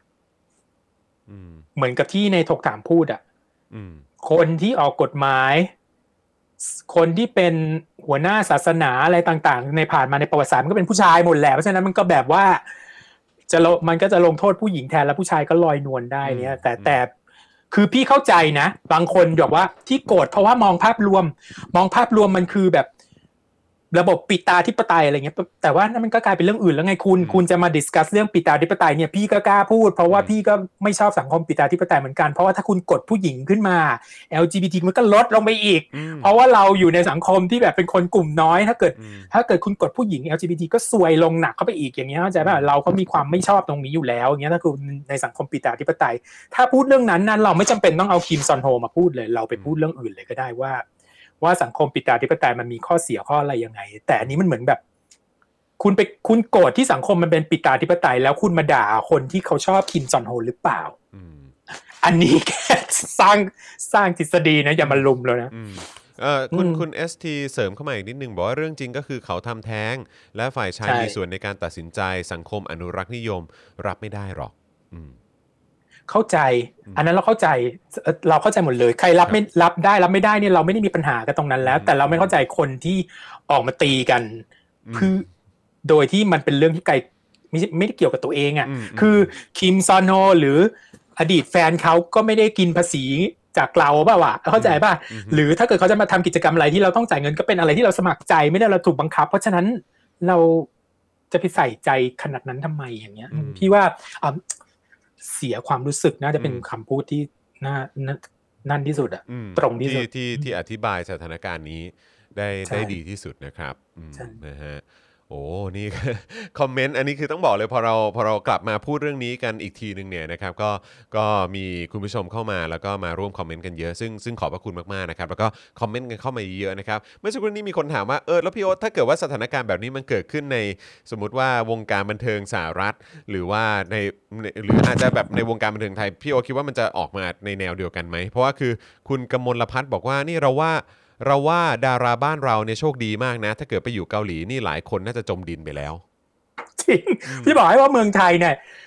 เหมือนกับที่ในถกถามพูดคนที่ออกกฎหมายคนที่เป็นหัวหน้าศาสนาอะไรต่างๆในผ่านมาในประวัติศาสตร์มันก็เป็นผู้ชายหมดแหละเพราะฉะนั้นมันก็แบบว่ามันก็จะลงโทษผู้หญิงแทนแล้วผู้ชายก็ลอยนวลได้เนี่ยแต่คือพี่เข้าใจนะบางคนบอกว่าที่โกรธเพราะว่ามองภาพรวมมันคือแบบระบบปิตาธิปไตยอะไรเงี้ยแต่ว่านั่นมันก็กลายเป็นเรื่องอื่นแล้วไงคุณจะมาดิสคัสเรื่องปิตาธิปไตยเนี่ยพี่ก็กล้าพูดเพราะว่าพี่ก็ไม่ชอบสังคมปิตาธิปไตยเหมือนกันเพราะว่าถ้าคุณกดผู้หญิงขึ้นมา LGBT มันก็ลดลงไปอีกเพราะว่าเราอยู่ในสังคมที่แบบเป็นคนกลุ่มน้อยถ้าเกิดคุณกดผู้หญิง LGBT ก็ซวยลงหนักเข้าไปอีกอย่างเงี้ยเข้าใจป่ะเราก็มีความไม่ชอบตรงนี้อยู่แล้วอย่างเงี้ยถ้าคุณในสังคมปิตาธิปไตยถ้าพูดเรื่องนั้นเราไม่จำเป็นต้องเอาคิมซอนโฮมาพูดเลยเราไปพูดเรื่องอื่นเลยก็ได้ว่าสังคมปิตาธิปไตยมันมีข้อเสียข้ออะไรยังไงแต่อันนี้มันเหมือนแบบคุณโกรธที่สังคมมันเป็นปิตาธิปไตยแล้วคุณมาด่าคนที่เขาชอบคิมซอนโฮหรือเปล่าอันนี้แค่สร้างทฤษฎีนะอย่ามาลุมเลยนะคุณ ST เสริมเข้ามาอีกนิดนึงบอกว่าเรื่องจริงก็คือเขาทำแท้งและฝ่ายชายมีส่วนในการตัดสินใจสังคมอนุรักษ์นิยมรับไม่ได้หรอกเข้าใจอันนั้นเราเข้าใจหมดเลยใครรับได้รับไม่ได้เนี่ยเราไม่ได้มีปัญหากันตรงนั้นแล้วแต่เราไม่เข้าใจคนที่ออกมาตีกันคือโดยที่มันเป็นเรื่องที่ไกลไม่ได้เกี่ยวกับตัวเองคือคิมซอนโฮหรืออดีตแฟนเขาก็ไม่ได้กินภาษีจากเราป่ะวะเข้าใจป่ะหรือถ้าเกิดเขาจะมาทำกิจกรรมอะไรที่เราต้องจ่ายเงินก็เป็นอะไรที่เราสมัครใจไม่ได้เราถูกบังคับเพราะฉะนั้นเราจะไปใส่ใจขนาดนั้นทำไมอย่างเงี้ยพี่ว่าเสียความรู้สึกน่าจะเป็นคำพูดที่นั่นที่สุดตรงที่สุดที่อธิบายสถานการณ์นี้ได้ดีที่สุดนะครับนะฮะโอ้นี่ คอมเมนต์อันนี้คือต้องบอกเลยพอเรากลับมาพูดเรื่องนี้กันอีกทีนึงเนี่ยนะครับก็มีคุณผู้ชมเข้ามาแล้วก็มาร่วมคอมเมนต์กันเยอะซึ่งขอบพระคุณมากๆนะครับแล้วก็คอมเมนต์กันเข้ามาเยอะนะครับเมื่อสักครู่นี้มีคนถามว่าแล้วพี่โอ๊ตถ้าเกิดว่าสถานการณ์แบบนี้มันเกิดขึ้นในสมมุติว่าวงการบันเทิงสหรัฐหรือว่าหรืออาจจะแบบในวงการบันเทิงไทยพี่โอ๊ตคิดว่ามันจะออกมาในแนวเดียวกันไหมเพราะว่าคือคุณกมลพัฒน์บอกว่านี่เราว่าดาราบ้านเราเนี่ยโชคดีมากนะถ้าเกิดไปอยู่เกาหลีนี่หลายคนน่าจะจมดินไปแล้วจริงพี่บอกให้ว่าเมืองไทยเนี่ย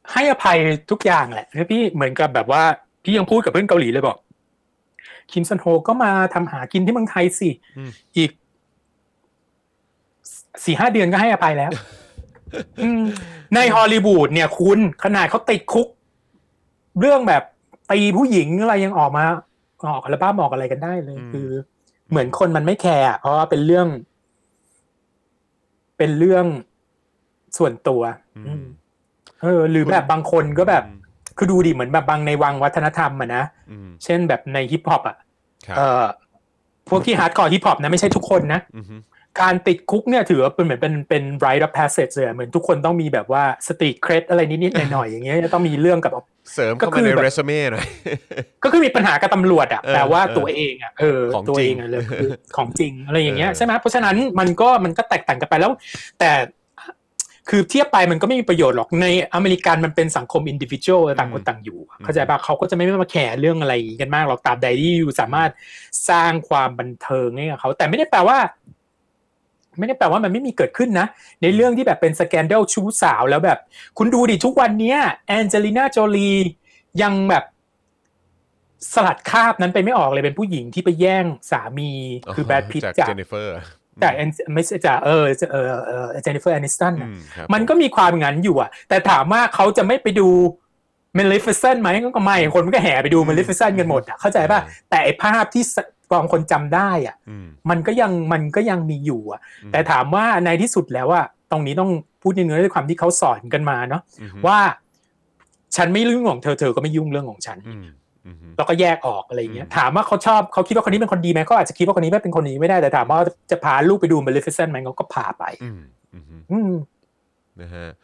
ให้อภัยทุกอย่างแหละแล้วพี่เหมือนกับแบบว่าพี่ยังพูดกับเพื่อนเกาหลีเลยบอกคิมซอนโฮก็มาทำหากินที่เมืองไทยสิอีก 4-5 เดือนก็ให้อภัยแล้วในฮอลลีวูดเนี่ยคุณขนาดเขาติดคุกเรื่องแบบตีผู้หญิงอะไรยังออกอัลบั้มออกอะไรกันได้เลยคือเหมือนคนมันไม่แคร์เพราะว่าเป็นเรื่องส่วนตัวหรือแบบบางคนก็แบบคือดูดิเหมือนแบบบางในวังวัฒนธรรมอะนะเช่นแบบในฮิปฮอปอะพวกที่ฮาร์ดคอร์ฮิปฮอปนะไม่ใช่ทุกคนนะการติดคุกเนี่ยถือว่าเป็นเหมือนเป็น rite of passage เลยเหมือนทุกคนต้องมีแบบว่าสตรีทเครดอะไรนิดๆหน่อยๆอย่างเงี้ยจะต้องมีเรื่องกับเสริมเข้ามาในเรซูเม่หน่อยก็คือมีปัญหากับตำรวจอ่ะแต่ว่าตัวเองอ่ะตัวเองอ่ะเลยคือของจริงอะไรอย่างเงี้ยใช่ไหมเพราะฉะนั้นมันก็แตกต่างกันไปแล้วแต่คือเทียบไปมันก็ไม่มีประโยชน์หรอกในอเมริกันมันเป็นสังคมอินดิวิชวลต่างคนต่างอยู่เข้าใจป่ะเขาก็จะไม่มาแคร์เรื่องอะไรกันมากหรอกตราบใดที่อยู่สามารถสร้างความบันเทิงให้กับเขาแต่ไม่ได้แปลว่ามันไม่มีเกิดขึ้นนะในเรื่องที่แบบเป็นสแกนเดลชู้สาวแล้วแบบคุณดูดิทุกวันนี้แองเจลิน่าโจลียังแบบสลัดคราบนั้นไปไม่ออกเลยเป็นผู้หญิงที่ไปแย่งสามีคือแบรดพิตต์จากเจนนิเฟอร์จากไม่ใช่จากเจนนิเฟอร์แอนิสตันมันก็มีความงั้นอยู่อ่ะแต่ถามว่าเขาจะไม่ไปดูเมลิฟิเซนต์ไหมก็ไม่คนมันก็แห่ไปดูเมลิฟิเซนต์กันหมดอ่ะเข้าใจป่ะแต่ไอภาพที่บางคนจำได้อ่ะมันก็ยังมีอยู่อ่ะแต่ถามว่าในที่สุดแล้วอ่ะตรงนี้ต้องพูดในเนื้อด้วยความที่เขาสอนกันมาเนาะว่าฉันไม่ยุ่งของเธอก็ไม่ยุ่งเรื่องของฉันแล้วก็แยกออกอะไรเงี้ยถามว่าเขาคิดว่าคนนี้เป็นคนดีไหมเขาอาจจะคิดว่าคนนี้ไม่เป็นคนดีไม่ได้แต่ถามว่าจะพาลูกไปดูเมลิฟิเซนต์ไหมเขาก็พาไปนะฮะ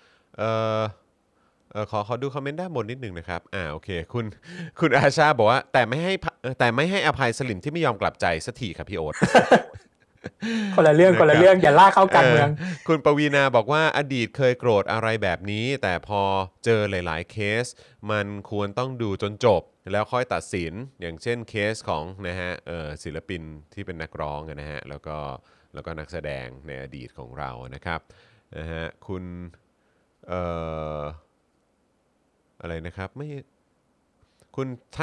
ขอดูคอมเมนต์ด้านบนนิดนึงนะครับโอเคคุณอาชาบอกว่าแต่ไม่ให้อภัยสลิมที่ไม่ยอมกลับใจสักทีครับพี่โอ๊ตคนละเรื่องอย่าลากเข้าการเมืองคุณปวีณาบอกว่าอดีตเคยโกรธอะไรแบบนี้แต่พอเจอหลายๆเคสมันควรต้องดูจนจบแล้วค่อยตัดสินอย่างเช่นเคสของนะฮะศิลปินที่เป็นนักร้องนะฮะแล้วก็นักแสดงในอดีตของเรานะครับนะฮะคุณอะไรนะครับไม่คุณ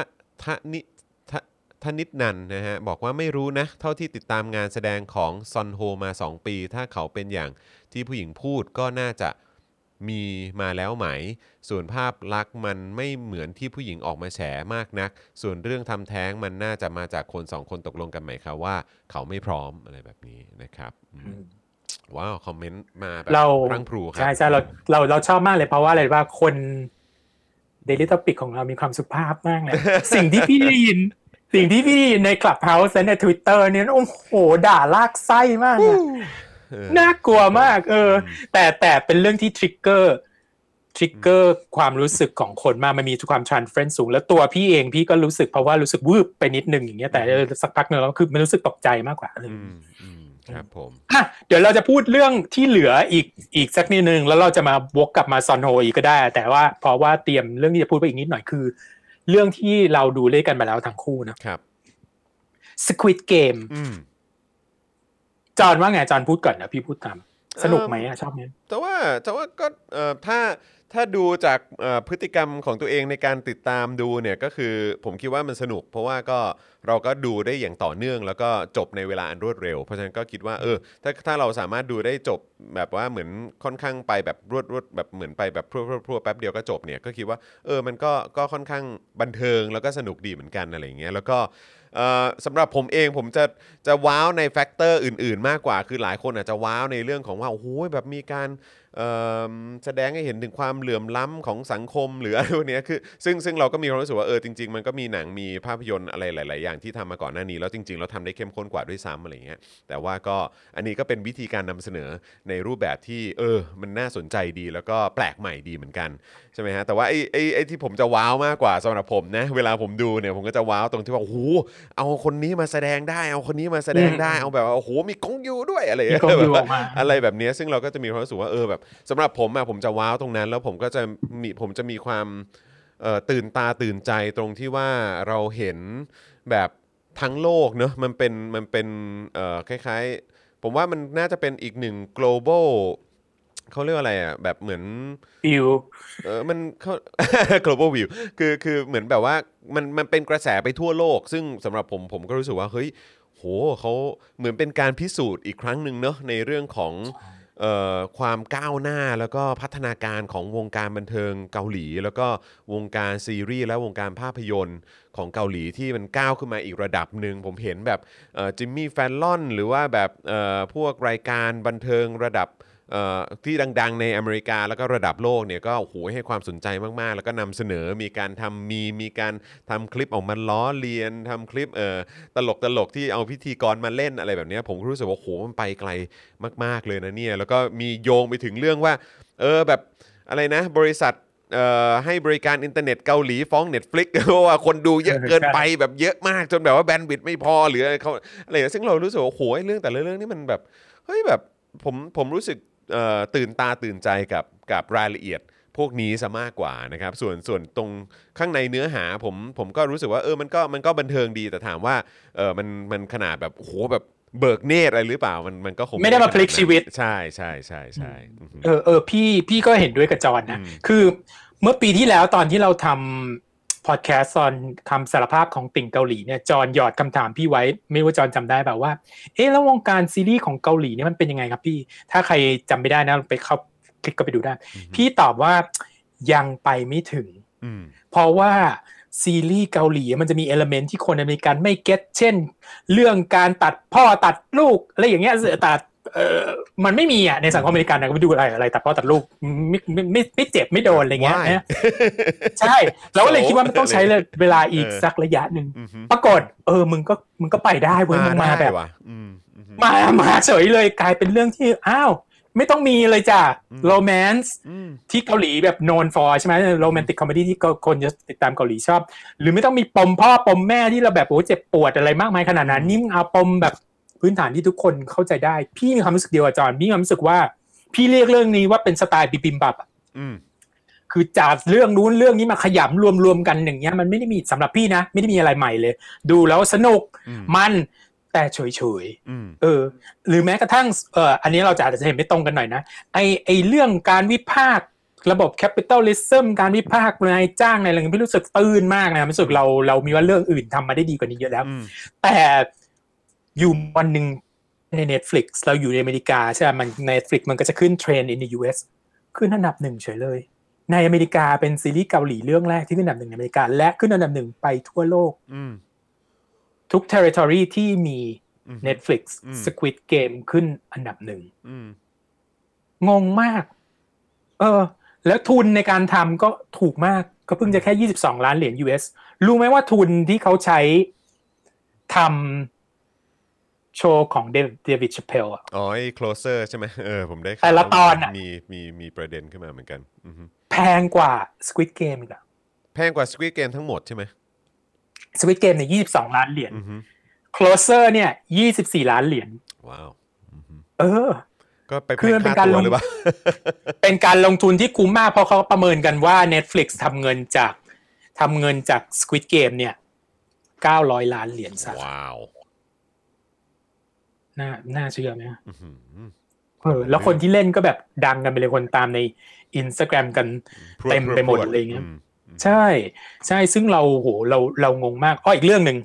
ทนิดนันนะฮะบอกว่าไม่รู้นะเท่าที่ติดตามงานแสดงของซอนโฮมา2 ปีถ้าเขาเป็นอย่างที่ผู้หญิงพูดก็น่าจะมีมาแล้วไหมส่วนภาพลักษณ์มันไม่เหมือนที่ผู้หญิงออกมาแฉมากนักส่วนเรื่องทำแท้งมันน่าจะมาจากคน2 คนตกลงกันไหมครับว่าเขาไม่พร้อมอะไรแบบนี้นะครับว้าวคอมเมนต์มาแบบรังพรูครับใช่เราชอบมากเลยเพราะว่าอะไรว่าคนDaily Topic ของเรามีความสุภาพมากเลยสิ่งที่พี่ได้ยินใน Clubhouse และใน Twitter เนี่ยโอ้โหด่าลากไส้มากน่ากลัวมากแต่เป็นเรื่องที่ทริกเกอร์ความรู้สึกของคนมากมันมีความ transference สูงแล้วตัวพี่เองพี่ก็รู้สึกเพราะว่ารู้สึกวืบไปนิดนึงอย่างเงี้ยแต่สักพักนึงแล้วคือมันรู้สึกตกใจมากกว่าครับผมเดี๋ยวเราจะพูดเรื่องที่เหลืออีกสักนิดนึงแล้วเราจะมาวกกลับมาซอนโฮอีกก็ได้แต่ว่าเพราะว่าเตรียมเรื่องที่จะพูดไปอีกนิดหน่อยคือเรื่องที่เราดูเล่นกันมาแล้วทั้งคู่นะครับ Squid Game จอห์นว่าไงจอห์นพูดก่อนนะพี่พูดตามสนุกไหมชอบไหมแต่ว่าก็ถ้าดูจากพฤติกรรมของตัวเองในการติดตามดูเนี่ยก็คือผมคิดว่ามันสนุกเพราะว่าเราก็ดูได้อย่างต่อเนื่องแล้วก็จบในเวลาอันรวดเร็วเพราะฉะนั้นก็คิดว่าถ้าเราสามารถดูได้จบแบบว่าเหมือนค่อนข้างไปแบบรวดแบบเหมือนไปแบบพรวดแป๊บเดียวก็จบเนี่ยก็คิดว่ามันก็ค่อนข้างบันเทิงแล้วก็สนุกดีเหมือนกันอะไรอย่างเงี้ยแล้วก็สำหรับผมเองผมจะว้าวในแฟกเตอร์อื่นๆมากกว่าคือหลายคนอาจจะว้าวในเรื่องของว่าโอ้โหแบบมีการแสดงให้เห็นถึงความเหลื่อมล้ำของสังคมหรืออะไรพวกนี้คือซึ่งเราก็มีความรู้สึกว่าจริงๆมันก็มีหนังมีภาพยนตร์อะไรหลายๆอย่างที่ทำมาก่อนหน้านี้แล้วจริงๆเราทำได้เข้มข้นกว่าด้วยซ้ำอะไรเงี้ยแต่ว่าก็อันนี้ก็เป็นวิธีการนำเสนอในรูปแบบที่มันน่าสนใจดีแล้วก็แปลกใหม่ดีเหมือนกันใช่ไหมฮะแต่ว่าไอ้ที่ผมจะว้าวมากกว่าสำหรับผมนะเวลาผมดูเนี่ยผมก็จะว้าวตรงที่ว่าโอ้โหเอาคนนี้มาแสดงได้เอาคนนี้มาแสดงได้เอาแบบว่าโอ้โหมีกงยูด้วยอะไรอะไรแบบนี้ซึ่งเราก็จะมีความรู้สึกว่าแบบสำหรับผมจะว้าวตรงนั้นแล้วผมจะมีความตื่นตาตื่นใจตรงที่ว่าเราเห็นแบบทั้งโลกเนอะมันเป็นคล้ายๆผมว่ามันน่าจะเป็นอีกหนึ่ง global เขาเรียกว่าอะไรอ่ะแบบเหมือนวิวมันเขา global view คือเหมือนแบบว่ามันเป็นกระแสไปทั่วโลกซึ่งสำหรับผมก็รู้สึกว่าเฮ้ยโหเขาเหมือนเป็นการพิสูจน์อีกครั้งหนึ่งเนอะในเรื่องของความก้าวหน้าแล้วก็พัฒนาการของวงการบันเทิงเกาหลีแล้วก็วงการซีรีส์และวงการภาพยนตร์ของเกาหลีที่มันก้าวขึ้นมาอีกระดับหนึ่งผมเห็นแบบจิมมี่แฟลลอนหรือว่าแบบพวกรายการบันเทิงระดับที่ดังๆในอเมริกาแล้วก็ระดับโลกเนี่ยก็โอ้โหให้ความสนใจมากๆแล้วก็นำเสนอมีการทำมีการทำคลิปออกมาล้อเลียนทำคลิปตลกที่เอาพิธีกรมาเล่นอะไรแบบนี้ผมรู้สึกว่าโอ้โหมันไปไกลมากๆเลยนะเนี่ยแล้วก็มีโยงไปถึงเรื่องว่าแบบอะไรนะบริษัทให้บริการอินเทอร์เน็ตเกาหลีฟ้อง Netflix เพราะว่าคนดูเยอะเกินไปแบบเยอะมากจนแบบว่าแบนด์วิดต์ไม่พอหรืออะไรเขาอะไรซึ่งเรารู้สึกว่าโอ้โหเรื่องแต่ละเรื่องนี่มันแบบเฮ้ยแบบผมรู้สึกตื่นตาตื่นใจกับรายละเอียดพวกนี้ซะมากกว่านะครับส่วนตรงข้างในเนื้อหาผมก็รู้สึกว่ามันก็บันเทิงดีแต่ถามว่ามันขนาดแบบโอ้โหแบบเบิกเนตรอะไรหรือเปล่ามันก็คงไม่ได้มาพลิกชีวิตใช่พี่ก็เห็นด้วยกับจอห์นนะคือเมื่อปีที่แล้วตอนที่เราทำพอดแคสต์ตอนคำสารภาพของติ่งเกาหลีเนี่ยจอห์นหยอดคำถามพี่ไว้ไม่รู้ว่าจอห์นจำได้แบบว่าแล้ววงการซีรีส์ของเกาหลีเนี่ยมันเป็นยังไงครับพี่ถ้าใครจำไม่ได้นะไปเข้าคลิกก็ไปดูได้พี่ตอบว่ายังไปไม่ถึงเพราะว่าซีรีส์เกาหลีมันจะมีเอลิเมนต์ที่คนอเมริกันไม่เก็ตเช่นเรื่องการตัดพ่อตัดลูกอะไรอย่างเงี้ยตัดมันไม่มีอ่ะในสังคมอเมริกันนะก็ไม่ดูอะไรตัดพ่อตัดลูกไม่เจ็บไม่โดนอะไรเงี้ยใช่เราก็เลยคิดว่ามันต้องใช้เวลาอีกสักระยะหนึ่งปรากฏมึงก็ไปได้เว้ยมึงมาแบบมาเฉยเลยกลายเป็นเรื่องที่ไม่ต้องมีเลยจ้ะโรแมนซ์ที่เกาหลีแบบ known for ใช่ไหมโรแมนติกคอมเมดี้ที่คนจะติดตามเกาหลีชอบหรือไม่ต้องมีปมพ่อปมแม่ที่เราแบบโอ้เจ็บปวดอะไรมากมายขนาดนั้นนี่เอาปมแบบพื้นฐานที่ทุกคนเข้าใจได้พี่มีความรู้สึกเดียวกับจอห์นพี่มีความรู้สึกว่าพี่เรียกเรื่องนี้ว่าเป็นสไตล์บิบิมบับคือจากเรื่องนู้นเรื่องนี้มาขยำรวมกันอย่างเงี้ยมันไม่ได้มีสำหรับพี่นะไม่ได้มีอะไรใหม่เลยดูแล้วสนุกมันแต่เฉยหรือแม้กระทั่งอันนี้เราจะอาจจะเห็นไม่ตรงกันหน่อยนะไอเรื่องการวิพากษ์ระบบแคปิตอลิซึมการวิพากษ์นายจ้างอะไรอย่างพี่รู้สึกตื่นมากนะรู้สึกเรามีว่าเรื่องอื่นทำมาได้ดีกว่านี้เยอะแล้วแต่อยู่วันหนึ่งใน Netflix เราอยู่ในอเมริกาใช่ไหมมัน Netflix มันก็จะขึ้นเทรนด์ in the US ขึ้นอันดับ1เฉยเลยในอเมริกาเป็นซีรีส์เกาหลีเรื่องแรกที่ขึ้นอันดับ1ในอเมริกาและขึ้นอันดับ1ไปทั่วโลกทุก territory ที่มี Netflix Squid Game ขึ้นอันดับ1งงมากแล้วทุนในการทำก็ถูกมากก็เพิ่งจะแค่22ล้านเหรียญ US รู้ไหมว่าทุนที่เขาใช้ทำโชว์ของเดวิดชัปเปลอ่ะไอ้ closer ใช่ไหมผมได้แต่ละตอนอ่ะมีประเด็นขึ้นมาเหมือนกันแพงกว่า Squid Game อีกอ่ะแพงกว่า Squid Game ทั้งหมดใช่ไหม Squid Game เนี่ย22ล้านเหรียญ Closer เนี่ย24ล้านเหรียญว้าวก็ไปคือมันเป็นการลงหรือเปล่า เป็นการลงทุนที่คุ้มมากเพราะเขาประเมินกันว่า Netflix ทำเงินจาก Squid Game เนี่ย900ล้านเหรียญสหรัฐว้าวน่าเชื่อไหมแล้วคนที่เล่นก็แบบดังกันไปเลยคนตามใน Instagram กันเต็มไปหมดอะไรเงี้ยใช่ซึ่งเรางงมากอีกเรื่องนึง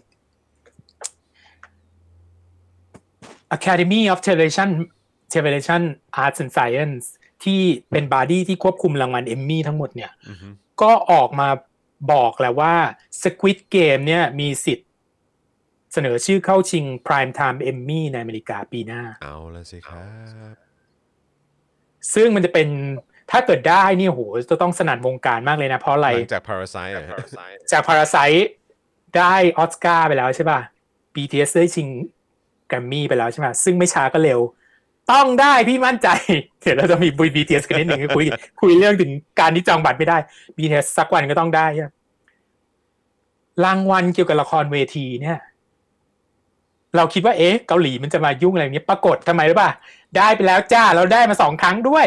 Academy of Television Arts and Science ที่เป็นบอดี้ที่ควบคุมรางวัลเอมมี่ทั้งหมดเนี่ยก็ออกมาบอกแล้วว่า Squid Game เนี่ยมีสิทธิ์เสนอชื่อเข้าชิง Prime Time Emmy ในอเมริกาปีหน้าเอาละสิครับซึ่งมันจะเป็นถ้าเกิดได้นี่โหจะต้องสนั่นวงการมากเลยนะเพราะอะไรจาก Parasite จาก Parasite ได้ออสการ์ไปแล้วใช่ป่ะ BTS ได้ชิงแกรมมี่ไปแล้วใช่ป่ะซึ่งไม่ช้าก็เร็วต้องได้พี่มั่นใจเดี๋ยวเราจะมี BTS กันนิดนึงคุยเรื่องถึงการที่จองบัตรไม่ได้ BTS สักวันก็ต้องได้รางวัลเกี่ยวกับละครเวทีเนี่ยเราคิดว่าเกาหลีมันจะมายุ่งอะไรอย่างนี้ปรากฏทำไมรู้ป่ะได้ไปแล้วจ้าเราได้มา2ครั้งด้วย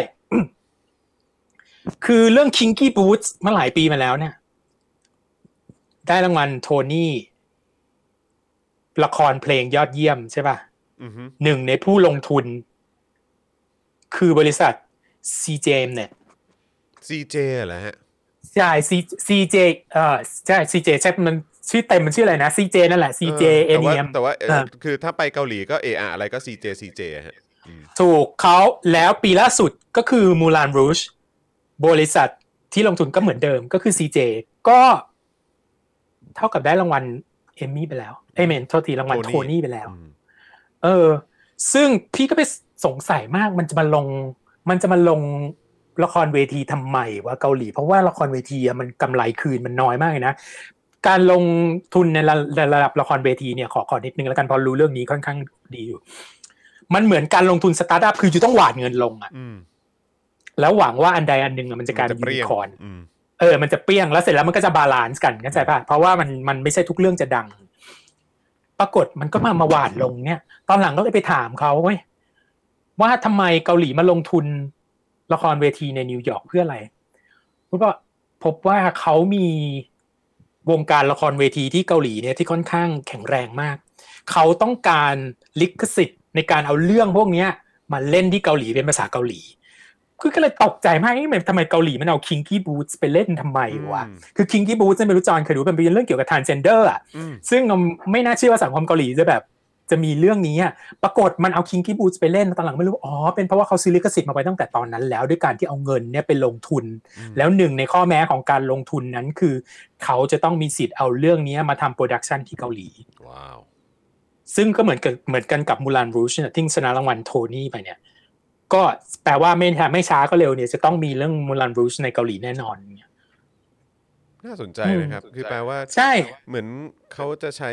คือเรื่อง Kinky Boots เมื่อหลายปีมาแล้วเนี่ยได้รางวัลโทนี่ละครเพลงยอดเยี่ยมใช่ป่ะหนึ่งในผู้ลงทุนคือบริษัท CJ เนี่ย CJ เหรอฮะใช่ CJ ใช่ CJ ใช่มันชื่อเต็มมันชื่ออะไรนะ CJ นั่นแหละ CJ แต่ว่าคือถ้าไปเกาหลีก็อะไรก็ CJ ฮะถูกเขาแล้วปีล่าสุดก็คือ Moulin Rouge บริษัทที่ลงทุนก็เหมือนเดิมก็คือ CJ ก็เท่ากับได้รางวัลเอมมี่ไปแล้วโทษทีรางวัลโทนี่ไปแล้วซึ่งพี่ก็ไปสงสัยมากมันจะมาลงละครเวทีทำไมวะเกาหลีเพราะว่าละครเวทีมันกำไรคืนมันน้อยมากเลยนะการลงทุนในระดับละครเวทีเนี่ยขอนิดนึงแล้วกันพอรู้เรื่องนี้ค่อนข้างดีอยู่มันเหมือนการลงทุนสตาร์ทอัพคือจะต้องหว่านเงินลงอ่ะแล้วหวังว่าอันใดอันหนึ่งมันจะกลายเป็นยูนิคอร์นมันจะเปรี้ยงแล้วเสร็จแล้วมันก็จะบาลานซ์กันเข้าใจป่ะเพราะว่ามันไม่ใช่ทุกเรื่องจะดังปรากฏมันก็มาหว่านลงเนี่ยตอนหลังก็เลยไปถามเขาเว้ยว่าทำไมเกาหลีมาลงทุนละครเวทีในนิวยอร์กเพื่ออะไรพบว่าเขามีวงการละครเวทีที่เกาหลีเนี่ยที่ค่อนข้างแข็งแรงมากเขาต้องการลิขสิทธิ์ในการเอาเรื่องพวกนี้มาเล่นที่เกาหลีเป็นภาษาเกาหลีก็เลยตกใจมากทำไมเกาหลีมันเอา Kinky Boots ไปเล่นทำไมวะคือ Kinky Boots ไม่รู้จอนเคยดูเป็นเรื่องเกี่ยวกับ transgender อ่ะซึ่งไม่น่าเชื่อว่าสังคมเกาหลีจะมีเรื่องนี้อ่ะปรากฏมันเอา Kinky Boots ไปเล่นตอนหลังไม่รู้เป็นเพราะว่าเขาซื้อลิขสิทธิ์มาไว้ตั้งแต่ตอนนั้นแล้วด้วยการที่เอาเงินเนี่ยไปลงทุนแล้วหนึ่งในข้อแม้ของการลงทุนนั้นคือเขาจะต้องมีสิทธิ์เอาเรื่องนี้มาทำโปรดักชันที่เกาหลีว้าวซึ่งก็เหมือนกันกับ Moulin Rouge ที่ชนะรางวัลโทนี่ไปเนี่ยก็แปลว่าไม่ช้าก็เร็วเนี่ยจะต้องมีเรื่อง Moulin Rouge ในเกาหลีแน่นอนเนี่ยน่าสนใจนะครับคือแปลว่าใช่เหมือนเขาจะใช้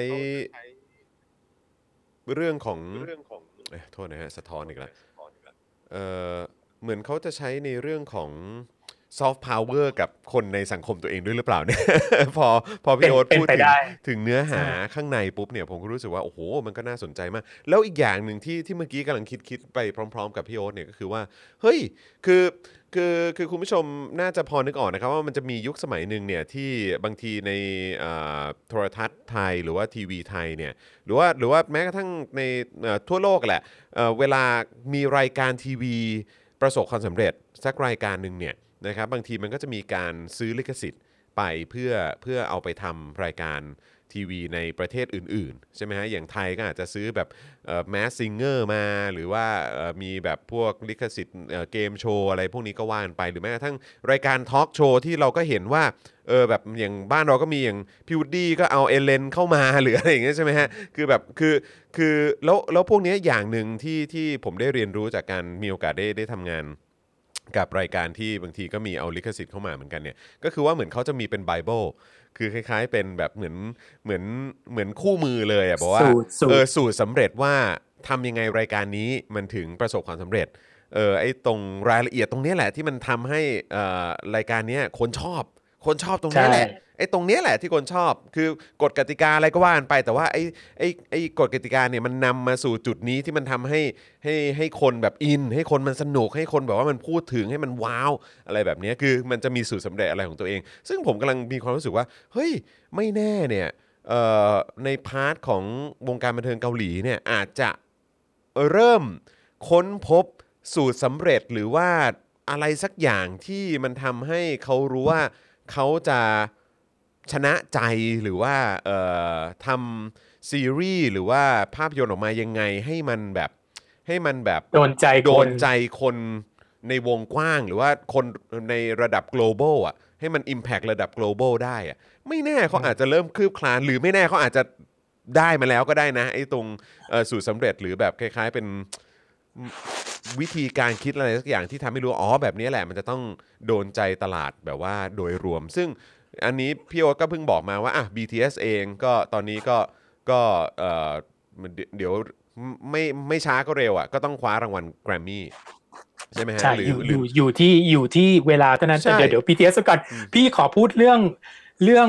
เรื่องของโทษนะฮะสะท้อนอีกแล้วเหมือนเขาจะใช้ในเรื่องของซอฟต์พาวเวอร์กับคนในสังคมตัวเองด้วยหรือเปล่าเนี่ย พอพี่โอ๊ตพูดถึงเนื้อหาข้างในปุ๊บเนี่ยผมก็รู้สึกว่าโอ้โหมันก็น่าสนใจมากแล้วอีกอย่างหนึ่งที่เมื่อกี้กำลังคิดไปพร้อมๆกับพี่โอ๊ตเนี่ยก็คือว่าเฮ้ยคือคุณผู้ชมน่าจะพอนึกออกนะครับว่ามันจะมียุคสมัยหนึ่งเนี่ยที่บางทีในโทรทัศน์ไทยหรือว่าทีวีไทยเนี่ยหรือว่าแม้กระทั่งในทั่วโลกแหละเวลามีรายการทีวีประสบความสำเร็จสักรายการหนึ่งเนี่ยนะครับบางทีมันก็จะมีการซื้อลิขสิทธิ์ไปเพื่อเอาไปทำรายการทีวีในประเทศอื่นๆใช่ไหมฮะอย่างไทยก็อาจจะซื้อแบบแมสซิงเกอร์มาหรือว่ามีแบบพวกลิขสิทธิ์เกมโชว์อะไรพวกนี้ก็ว่ากันไปหรือแม้กระทั่งรายการทอล์กโชว์ที่เราก็เห็นว่าแบบอย่างบ้านเราก็มีอย่างพี่วูดดี้ก็เอาเอเลนเข้ามาหรืออะไรอย่างเงี้ยใช่ไหมฮะคือแบบคือแล้วพวกนี้อย่างหนึ่งที่ผมได้เรียนรู้จากการมีโอกาสได้ทำงานกับรายการที่บางทีก็มีเอาลิขสิทธิ์เข้ามาเหมือนกันเนี่ยก็คือว่าเหมือนเขาจะมีเป็นไบเบิลคือคล้ายๆเป็นแบบเหมือนคู่มือเลยอ่ะบอกว่าสูตรสำเร็จว่าทำยังไงรายการนี้มันถึงประสบความสำเร็จไอ้ตรงรายละเอียดตรงนี้แหละที่มันทำให้รายการนี้คนชอบตรงนี้แหละไอ้ตรงนี้แหละที่คนชอบคือกฎกติกาอะไรก็ว่ากันไปแต่ว่าไอ้กฎกติกาเนี่ยมันนำมาสู่จุดนี้ที่มันทำให้คนแบบอินให้คนมันสนุกให้คนแบบว่ามันพูดถึงให้มันว้าวอะไรแบบนี้คือมันจะมีสูตรสำเร็จอะไรของตัวเองซึ่งผมกำลังมีความรู้สึกว่าเฮ้ยไม่แน่เนี่ยในพาร์ทของวงการบันเทิงเกาหลีเนี่ยอาจจะเริ่มค้นพบสูตรสำเร็จหรือว่าอะไรสักอย่างที่มันทำให้เขารู้ว่าเขาจะชนะใจหรือว่าทำซีรีส์หรือว่าภาพยนตร์ออกมายังไงให้มันแบบโดนใจคนในวงกว้างหรือว่าคนในระดับ global อ่ะให้มัน impact ระดับ global ได้อ่ะไม่แน่เขาอาจจะเริ่มคืบคลานหรือไม่แน่เขาอาจจะได้มาแล้วก็ได้นะไอ้ตรงสูตรสำเร็จหรือแบบคล้ายๆเป็นวิธีการคิดอะไรสักอย่างที่ทำให้รู้แบบนี้แหละมันจะต้องโดนใจตลาดแบบว่าโดยรวมซึ่งอันนี้พี่โอ๊ตก็เพิ่งบอกมาว่าBTS เองก็ตอนนี้ก็เดี๋ยวไม่ช้าก็เร็วอ่ะก็ต้องคว้ารางวัลแกรมมี่ใช่ไหมฮะอยู่ที่เวลาเท่านั้นเดี๋ยว BTS ก่อนพี่ขอพูดเรื่อง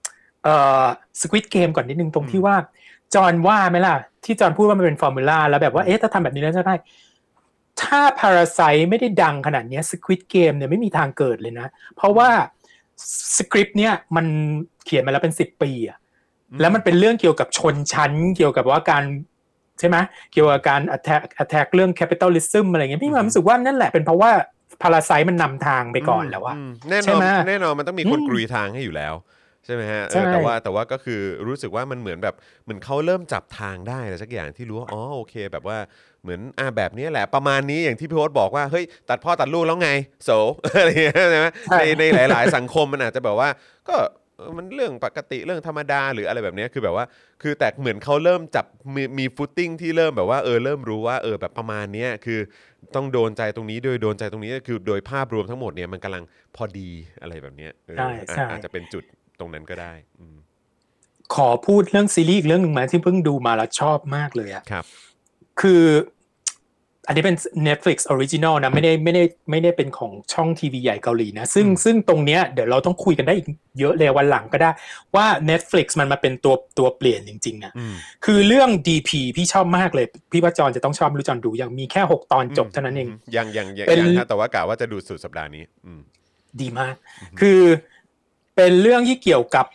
Squid Game ก่อนนิดนึงตรงที่ว่าจอห์นว่าไหมล่ะที่จอห์นพูดว่ามันเป็นฟอร์มูล่าแล้วแบบว่าถ้าทำแบบนี้แล้วจะได้ถ้า Parasite ไม่ได้ดังขนาดนี้ Squid Game เนี่ยไม่มีทางเกิดเลยนะเพราะว่าสคริปต์เนี่ยมันเขียนมาแล้วเป็น10 ปีอ่ะแล้วมันเป็นเรื่องเกี่ยวกับชนชั้นเกี่ยวกับว่าการใช่ไหมเกี่ยวกับการ attack เรื่อง capitalism อะไรเงี้ยพี่มีความรู้สึกว่านั่นแหละเป็นเพราะว่า Parasite มันนำทางไปก่อนแล้วอะแน่นใช่อนไหมแน่นอนมันต้องมีคนกรุยทางให้อยู่แล้วใช่ไหมฮะใช่แต่ว่าก็คือรู้สึกว่ามันเหมือนแบบเหมือนเขาเริ่มจับทางได้อะไรสักอย่างที่รู้ว่าอ๋อโอเคแบบว่าเหมือนแบบนี้แหละประมาณนี้อย่างที่พี่โอ๊ตบอกว่าเฮ้ยตัดพ่อตัดลูกแล้วไงโส อะไรอย่างเงี้ยใช่ไหมในหลายๆสังคมมันอาจจะแบบว่าก็มันเรื่องปกติเรื่องธรรมดาหรืออะไรแบบนี้คือแบบว่าคือแต่เหมือนเขาเริ่มจับมีฟุตติ้งที่เริ่มแบบว่าเริ่มรู้ว่าแบบประมาณนี้คือต้องโดนใจตรงนี้โดยโดนใจตรงนี้คือโดยภาพรวมทั้งหมดเนี่ยมันกำลังพอดีอะไรแบบนี้ใช่ใช่อาจจะเป็นจุดตรงนั้นก็ได้ขอพูดเรื่องซีรีส์อีกเรื่องหนึ่งมาที่เพิ่งดูมาแล้วชอบมากเลยอะครับคืออันนี้เป็น Netflix Original นะไม่ได้เป็นของช่องทีวีใหญ่เกาหลีนะซึ่งตรงเนี้ยเดี๋ยวเราต้องคุยกันได้อีกเยอะเลยวันหลังก็ได้ว่า Netflix มันมาเป็นตัวเปลี่ยนจริงๆอะคือเรื่อง DP พี่ชอบมากเลยพี่ว่าจอนจะต้องชอบไม่รู้จอนดูยังมีแค่6 ตอนจบเท่านั้นเองยังฮะแต่ว่ากะว่าจะดูสุดสัปดาห์นี้ดีมากคือเป็นเรื่องที่เกี่ยวกับ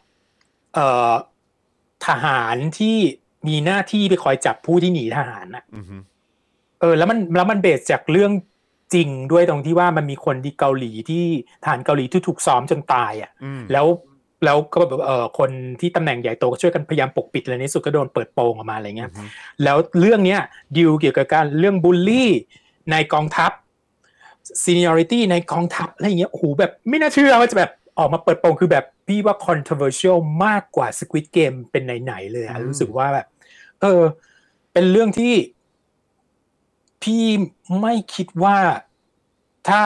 ทหารที่มีหน้าที่ไปคอยจับผู้ที่หนีทหารนะแล้วมันเบสจากเรื่องจริงด้วยตรงที่ว่ามันมีคนที่เกาหลีที่ทหารเกาหลีที่ถูกซ้อมจนตายอ่ะแล้วก็แบบคนที่ตำแหน่งใหญ่โตก็ช่วยกันพยายามปกปิดเลยในสุดก็โดนเปิดโปงออกมาอะไรเงี้ยแล้วเรื่องเนี้ยดิวเกี่ยวกับการเรื่องบูลลี่ในกองทัพ seniority ในกองทัพอะไรเงี้ยโอ้โหแบบไม่น่าเชื่อว่าจะแบบออกมาเปิดโปงคือแบบพี่ว่า controversial มากกว่า Squid Game เป็นไหนๆเลยอะรู้สึกว่าแบบเป็นเรื่องที่พี่ไม่คิดว่าถ้า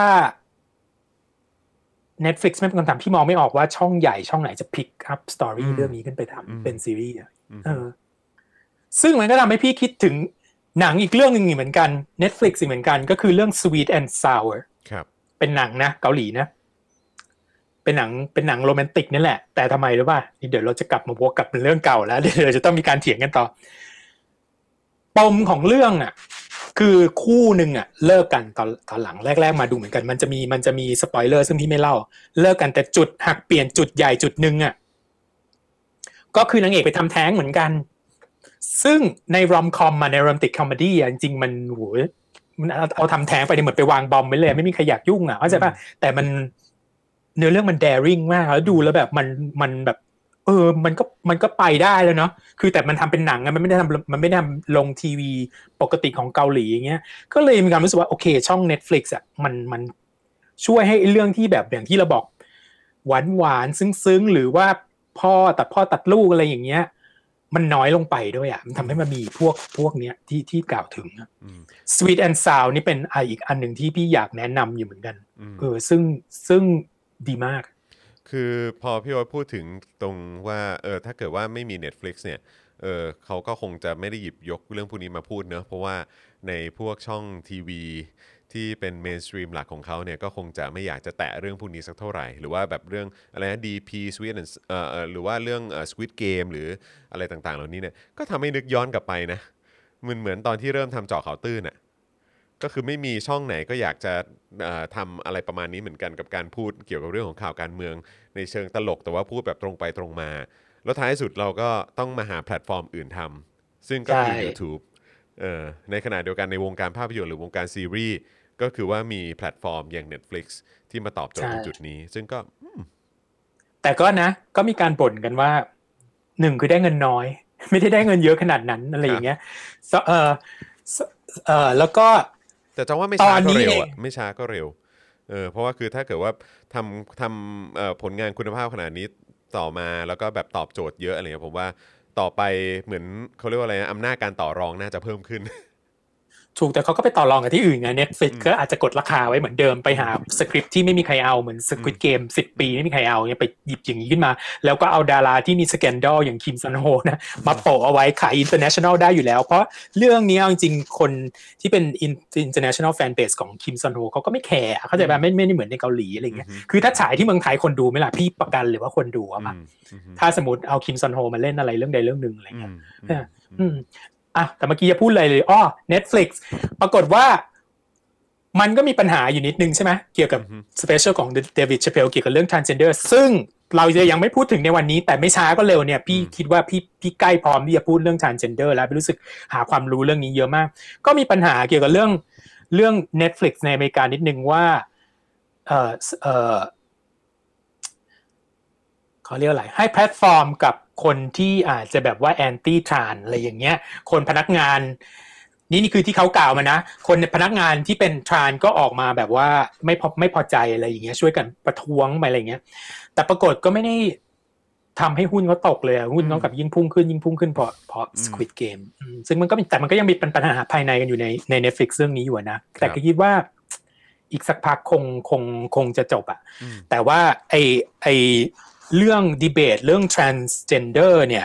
Netflix ไม่เป็นคนทำพี่มองไม่ออกว่าช่องใหญ่ช่องไหนจะ pick up story เรื่องนี้ขึ้นไปทำเป็นซีรีส์ซึ่งมันก็ทำให้พี่คิดถึงหนังอีกเรื่องหนึ่งเหมือนกัน Netflix เหมือนกันก็คือเรื่อง Sweet and Sour ครับเป็นหนังนะเกาหลีนะเป็นหนังโรแมนติกนี่แหละแต่ทำไมรู้ป่ะนี่เดี๋ยวเราจะกลับมาวนกลับเป็นเรื่องเก่าแล้วเดี๋ยวเราจะต้องมีการเถียงกันต่อปมของเรื่องอ่ะคือคู่หนึ่งอ่ะเลิกกันตอนหลังแรกๆมาดูเหมือนกันมันจะมีสปอยเลอร์ซึ่งพี่ไม่เล่าเลิกกันแต่จุดหักเปลี่ยนจุดใหญ่จุดหนึ่งอ่ะก็คือนางเอกไปทำแท้งเหมือนกันซึ่งในรอมคอมมาในโรแมนติกคอมเมดี้อ่ะจริงๆมันโหมันเอาทำแท้งไปเหมือนไปวางบอมไว้เลยไม่มีใครอยากยุ่งอ่ะเข้าใจป่ะแต่มันเนื้อเรื่องมัน daring มากแล้วดูแล้วแบบมันแบบมันก็ไปได้แล้วเนาะคือแต่มันทำเป็นหนังมันไม่ได้ทำลงทีวีปกติของเกาหลีอย่างเงี้ยก็เลยมีความรู้สึกว่าโอเคช่อง Netflix อ่ะมันช่วยให้เรื่องที่แบบอย่างที่เราบอกหวานซึ้งหรือว่าพ่อตัดลูกอะไรอย่างเงี้ยมันน้อยลงไปด้วยอ่ะมันทำให้มันมีพวกเนี้ยที่กล่าวถึงSweet and Sour นี่เป็นอีกอันหนึ่งที่พี่อยากแนะนำอยู่เหมือนกันซึ่งดีมากคือพอพี่โอ๊ตพูดถึงตรงว่าถ้าเกิดว่าไม่มี Netflix เนี่ยเขาก็คงจะไม่ได้หยิบยกเรื่องพวกนี้มาพูดเนอะเพราะว่าในพวกช่องทีวีที่เป็นเมนสตรีมหลักของเขาเนี่ยก็คงจะไม่อยากจะแตะเรื่องพวกนี้สักเท่าไหร่หรือว่าแบบเรื่องอะไรนะ DP Sweet and หรือว่าเรื่องSquid Game หรืออะไรต่างๆเหล่านี้เนี่ยก็ทำให้นึกย้อนกลับไปนะเหมือนตอนที่เริ่มทำเจาะข่าวตื้นน่ะก็คือไม่มีช่องไหนก็อยากจะทำอะไรประมาณนี้เหมือนกันกับการพูดเกี่ยวกับเรื่องของข่าวการเมืองในเชิงตลกแต่ว่าพูดแบบตรงไปตรงมาแล้วท้ายสุดเราก็ต้องมาหาแพลตฟอร์มอื่นทำซึ่งก็คือ YouTube ในขณะเดียวกันในวงการภาพยนตร์หรือวงการซีรีส์ก็คือว่ามีแพลตฟอร์มอย่าง Netflix ที่มาตอบโจทย์ตรงจุดนี้ซึ่งก็แต่ก็นะก็มีการบ่นกันว่าหนึ่งคือได้เงินน้อยไม่ได้เงินเยอะขนาดนั้นอะไรอย่างเงี้ยแล้วก็แต่จะว่าไม่ช้าก็เร็วอ่ะไม่ช้าก็เร็วเพราะว่าคือถ้าเกิดว่าทำผลงานคุณภาพขนาดนี้ต่อมาแล้วก็แบบตอบโจทย์เยอะอะไรเงี้ยผมว่าต่อไปเหมือนเขาเรียกว่าอะไรนะอำนาจการต่อรองน่าจะเพิ่มขึ้นถูกแต่เขาก็ไปต่อรองกับที่อื่นไง Netflix ก็อาจจะกดราคาไว้เหมือนเดิมไปหาสคริปต์ที่ไม่มีใครเอาเหมือน Squid Game 10 ปีไม่มีใครเอาเนี่ยไปหยิบอย่างนี้ขึ้นมาแล้วก็เอาดาราที่มีสแกนดอลอย่างคิมซอนโฮนะมาโปะเอาไว้ขาย international ได้อยู่แล้วเพราะเรื่องนี้จริงๆคนที่เป็น international fan base ของคิมซอนโฮเขาก็ไม่แคร์เข้าใจป่ะไม่ได้เหมือนในเกาหลีอะไรเงี้ยคือถ้าฉายที่เมืองไทยคนดูไหมล่ะพี่ประกันเลยว่าคนดูอ่ะถ้าสมมติเอาคิมซอนโฮมาเล่นอะไรเรื่องใดเรื่องหนึ่งอะไรเงี้ยแต่เมื่อกี้จะพูดอะไรเลยNetflix ปรากฏว่ามันก็มีปัญหาอยู่นิดนึงใช่ไหมเกี่ยวกับสเปเชียลของเดวิด ชาเพลเกี่ยวกับเรื่อง transgender ซึ่งเราจะยังไม่พูดถึงในวันนี้แต่ไม่ช้าก็เร็วเนี่ยพี่คิดว่าพี่ใกล้พร้อมที่จะพูดเรื่อง transgender แล้วรู้สึกหาความรู้เรื่องนี้เยอะมากก็มีปัญหาเกี่ยวกับเรื่อง Netflix ในอเมริกานิดนึงว่าเอ่อเอ่อเขาเรียกอะไรให้แพลตฟอร์มกับคนที่อาจจะแบบว่าแอนตี้ทรานอะไรอย่างเงี้ยคนพนักงานนี่คือที่เขากล่าวมานะคนพนักงานที่เป็นทรานก็ออกมาแบบว่าไม่พอใจอะไรอย่างเงี้ยช่วยกันประท้วงไปอะไรอย่างเงี้ยแต่ปรากฏก็ไม่ได้ทำให้หุ้นเขาตกเลยหุ้นเขากับยิ่งพุ่งขึ้นเพราะ Squid Game ซึ่งมันก็ยังมีปัญหาภายในกันอยู่ใน Netflix เรื่องนี้อยู่นะแต่ก็คิดว่าอีกสักพักคงจะจบอ่ะแต่ว่าไอเรื่องดีเบตเรื่อง transgender เนี่ย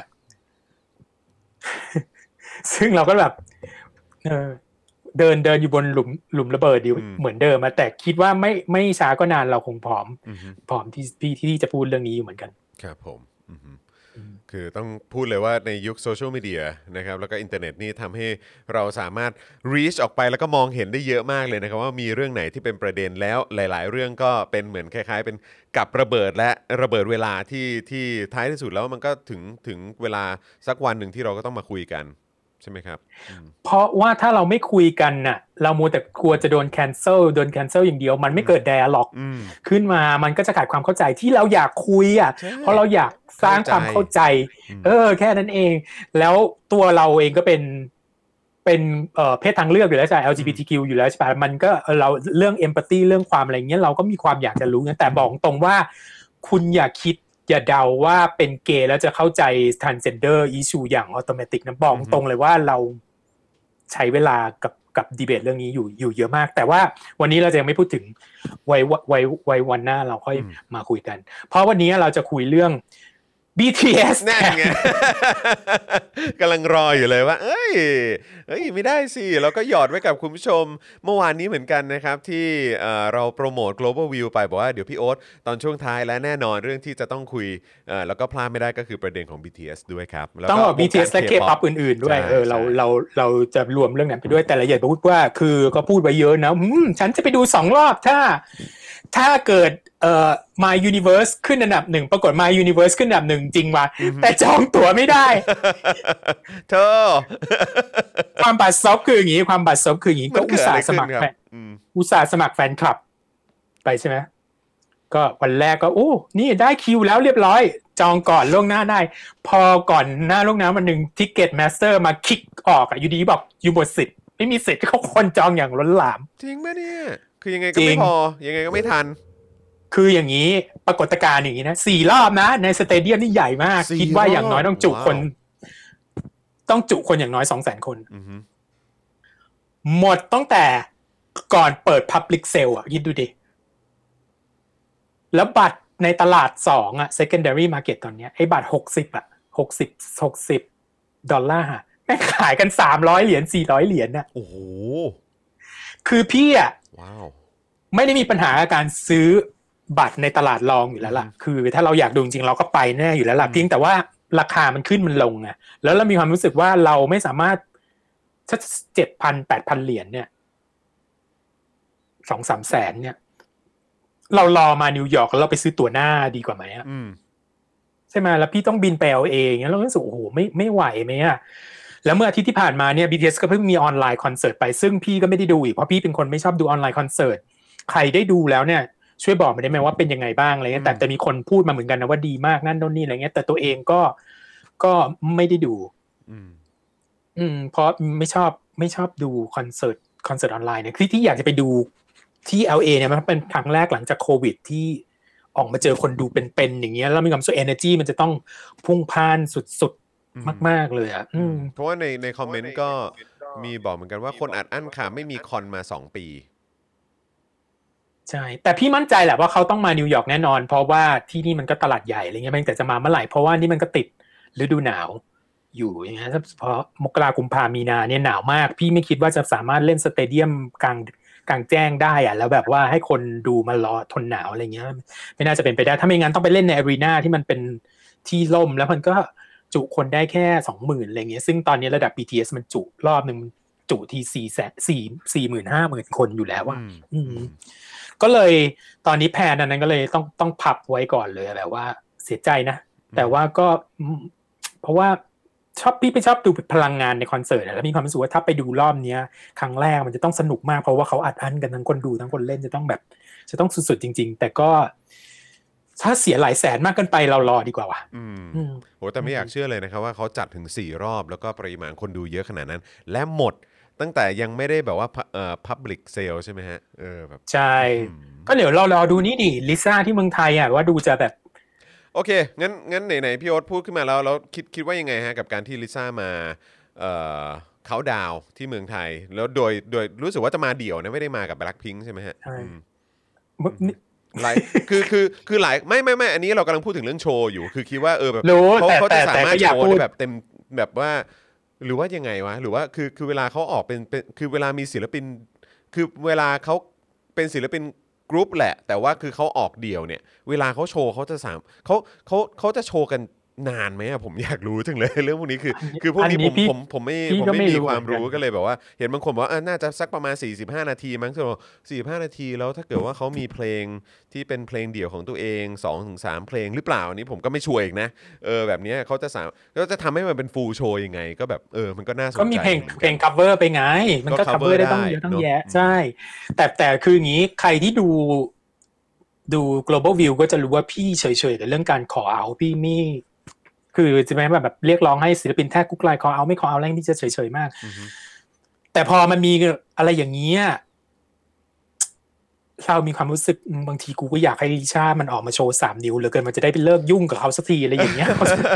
ซึ่งเราก็แบบเดินอยู่บนหลุมระเบิดอยู่เหมือนเดิมแต่คิดว่าไม่ช้าก็นานเราคงพร้อมที่จะพูดเรื่องนี้อยู่เหมือนกันครับผมคือต้องพูดเลยว่าในยุคโซเชียลมีเดียนะครับแล้วก็อินเทอร์เน็ตนี่ทำให้เราสามารถ reach ออกไปแล้วก็มองเห็นได้เยอะมากเลยนะครับว่ามีเรื่องไหนที่เป็นประเด็นแล้วหลายๆเรื่องก็เป็นเหมือนคล้ายๆเป็นกับระเบิดและระเบิดเวลาที่ท้ายที่สุดแล้วมันก็ถึงเวลาสักวันหนึ่งที่เราก็ต้องมาคุยกันใช่ไหมครับเพราะว่าถ้าเราไม่คุยกันน่ะเรามัวแต่กลัวจะโดนแคนเซิลอย่างเดียวมันไม่เกิดไดอะล็อกขึ้นมามันก็จะขาดความเข้าใจที่เราอยากคุยเพราะเราอยากสร้างความเข้าใจแค่นั้นเองแล้วตัวเราเองก็เป็นเพศทางเลือกอยู่แล้วใช่ LGBTQ อยู่แล้วใช่ป่ะมันก็เราเรื่อง empathy เรื่องความอะไรเงี้ยเราก็มีความอยากจะรู้นะแต่บอกตรงว่าคุณอย่าคิดอย่าเดาว่าเป็นเกย์แล้วจะเข้าใจ transgender issue อย่างออโตเมติกนะบอกตรงเลยว่าเราใช้เวลากับดีเบตเรื่องนี้อยู่เยอะมากแต่ว่าวันนี้เราจะยังไม่พูดถึงไว้วันหน้าเราค่อยมาคุยกันเพราะวันนี้เราจะคุยเรื่อง BTS นั่นไง กำลังรออยู่เลยว่าเอ้ยไม่ได้สิเราก็หยอดไว้กับคุณผู้ชมเมื่อวานนี้เหมือนกันนะครับที่เราโปรโมท Global View ไปบอกว่าเดี๋ยวพี่โอ๊ตตอนช่วงท้ายและแน่นอนเรื่องที่จะต้องคุยแล้วก็พลาดไม่ได้ก็คือประเด็นของ BTS ด้วยครับต้องบอก BTS และ K-pop อื่นๆด้วยเราจะรวมเรื่องนั้นไปด้วยแต่ละเอียดพูดว่าคือก็พูดไว้เยอะนะฉันจะไปดู2 รอบถ้าเกิดMy Universe ขึ้นอันดับ1ปรากฏ My Universe ขึ้นอันดับ1จริงว่ะแต่จองตั๋วไม่ได้เธอความบัตรซบคืออย่างงี้ก็อุตส่าห์สมัครแฟนคลับไปใช่ไหมก็วันแรกก็นี่ได้คิวแล้วเรียบร้อยจองก่อนล่วงหน้าได้พอก่อนหน้าล่วงหน้าวันนึง Ticketmaster มาคิกออกอยู่ดีบอกอยู่หมดสิทธิ์ไม่มีสิทธิ์เขาคนจองอย่างล้นหลามจริงมั้ยเนี่ยคือยังไงก็ไม่พอยังไงก็ไม่ทันคืออย่างนี้ปรากฏการณ์อย่างนี้นะ4 รอบนะในสเตเดียมนี่ใหญ่มากคิดว่าอย่างน้อยต้องจุคนอย่างน้อย 200,000 คนหมดตั้งแต่ก่อนเปิด Public Sale คิดดูดิแล้วบัตรในตลาด2 secondary market ตอนนี้ไอ้บัตร60 ดอลลาร์แม่งขายกัน300 เหรียญ400 เหรียญน่ะโอ้โหคือพี่ว้าวไม่ได้มีปัญหาการซื้อบัตรในตลาดรองอยู่แล้วล่ะคือถ้าเราอยากดูจริงเราก็ไปแน่อยู่แล้วล่ะเพียงแต่ว่าราคามันขึ้นมันลงไงแล้วเรามีความรู้สึกว่าเราไม่สามารถถ้า 7,000-8,000 เหรียญเนี่ย 2-3 แสนเนี่ยเรารอมานิวยอร์กแล้วเราไปซื้อตั๋วหน้าดีกว่าไหมใช่ไหมแล้วพี่ต้องบินไปเอาเองงั้นเรารู้สึกโอ้โหไม่ไหวไหมแล้วเมื่ออาทิตย์ที่ผ่านมาเนี่ย BTS ก็เพิ่งมีออนไลน์คอนเสิร์ตไปซึ่งพี่ก็ไม่ได้ดูอีกเพราะพี่เป็นคนไม่ชอบดูออนไลน์คอนเสิร์ตใครได้ดูแล้วเนี่ยช่วยบอกมาได้ไหมว่าเป็นยังไงบ้างอะไรเงี้ยแต่มีคนพูดมาเหมือนกันนะว่าดีมากนั่นโน่นนี่อะไรเงี้ยแต่ตัวเองก็ไม่ได้ดูเพราะไม่ชอบดูคอนเสิร์ตออนไลน์เนี่ยที่อยากจะไปดูที่ LA เนี่ยมันเป็นครั้งแรกหลังจากโควิดที่ออกมาเจอคนดูเป็นๆอย่างเงี้ยแล้วมีความรู้สึก energy มันจะต้องพุ่งพ่านสุดๆมากๆเลยเพราะว่าในคอมเมนต์ก็มีบอกเหมือนกันว่าคนอัดอั้นค่ะไม่มีคอนมา2 ปีใช่แต่พี่มั่นใจแหละว่าเขาต้องมานิวยอร์กแน่นอนเพราะว่าที่นี่มันก็ตลาดใหญ่อะไรเงี้ยแต่จะมาเมื่อไหร่เพราะว่านี่มันก็ติดฤดูหนาวอยู่อย่างเงี้ยเพราะมกราคมกุมภาพันธ์มีนาเนี่ยหนาวมากพี่ไม่คิดว่าจะสามารถเล่นสเตเดียมกลางแจ้งได้แล้วแบบว่าให้คนดูมารอทนหนาวอะไรเงี้ยไม่น่าจะเป็นไปได้ถ้าไม่งั้นต้องไปเล่นในอารีนาที่มันเป็นที่ร่มแล้วมันก็จุคนได้แค่ 20,000 อะไรเงี้ยซึ่งตอนนี้ระดับ BTS มันจุรอบนึงจุที่40,000-50,000 คนอยู่แล้วก็เลยตอนนี้แพลนนั้นก็เลยต้องพับไว้ก่อนเลยแบบว่าเสียใจนะแต่ว่าก็เพราะว่าพี่ไปชอบดูพลังงานในคอนเสิร์ตแล้วมีความรู้สึกว่าถ้าไปดูรอบนี้ครั้งแรกมันจะต้องสนุกมากเพราะว่าเขาอัดอั้นกันทั้งคนดูทั้งคนเล่นจะต้องแบบจะต้องสุดๆจริงๆแต่ก็ถ้าเสียหลายแสนมากเกินไปเรารอดีกว่าว่ะโหแต่ไม่อยากเชื่อเลยนะครับว่าเขาจัดถึง4รอบแล้วก็ปริมาณคนดูเยอะขนาดนั้นและหมดตั้งแต่ยังไม่ได้แบบว่าpublic sale ใช่ไหมฮะแบบใช่ก็เดี๋ยวเรารอดูนี่ดิลิซ่าที่เมืองไทยอ่ะว่าดูจะแบบโอเคงั้นไหนพี่โอ๊ตพูดขึ้นมาแล้วคิดว่ายังไงฮะกับการที่ลิซ่ามาเขาดาวที่เมืองไทยแล้วโดยรู้สึกว่าจะมาเดี่ยวนะไม่ได้มากับ Blackpink ใช่ไหมฮะหลายคือหลายไม่อันนี้เรากำลังพูดถึงเรื่องโชว์อยู่คือคิดว่าแบบเขาจะสามารถโชว์ได้แบบเต็มแบบว่าหรือว่ายังไงวะหรือว่าคือเวลาเขาออกเป็นคือเวลามีศิลปินคือเวลาเขาเป็นศิลปินกรุ๊ปแหละแต่ว่าคือเขาออกเดี่ยวเนี่ยเวลาเขาโชว์เขาจะเขาจะโชว์กันนานไหมผมอยากรู้จังเลยเรื่องพวกนี้คือพวกนี้ผมไม่มีความรู้ก็เลยแบบว่าเห็นบางคนบอกว่าน่าจะสักประมาณ45นาทีมั้ง45นาทีแล้วถ้าเกิดว่าเขามีเพลงที่เป็นเพลงเดี่ยวของตัวเอง 2-3 เพลงหรือเปล่าอันนี้ผมก็ไม่ชัวร์อีกนะแบบนี้เขาจะทำให้มันเป็นฟูลโชว์ยังไงก็แบบมันก็น่าสนใจก็มีเพลง cover ไปไงมันก็ cover ได้ต้องเยอะต้องแยะใช่แต่คืออย่างนี้ใครที่ดู global view ก็จะรู้ว่าพี่เฉยๆแต่เรื่องการขอเอาพี่ไม่คือจะไม่แบบเรียกร้องให้ศิลปินแท้กุ๊กไลน์ขอเอาไม่ขอเอาอะไรพี่จะเฉยๆมากแต่พอมันมีอะไรอย่างนี้เรามีความรู้สึกบางทีกูก็อยากให้ลิซ่ามันออกมาโชว์3 นิ้วเหลือเกินมันจะได้ไปเลิกยุ่งกับเขาสักทีอะไรอย่างเงี้ย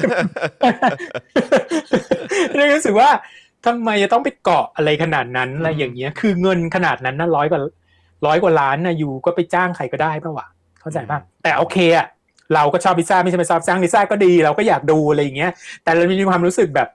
เลยรู้สึกว่าทำไมจะต้องไปเกาะอะไรขนาดนั้นอะไรอย่างเงี้ยคือเงินขนาดนั้นนะ100 กว่าล้านนะอยู่ก็ไปจ้างใครก็ได้ป่ะวะเข้าใจป่ะแต่โอเคอะเราก็ชอบลิซ่าไม่ใช่ไม่ชอบจ้างลิซ่าก็ดีเราก็อยากดูอะไรอย่างเงี้ยแต่เรามีความรู้สึกแบบ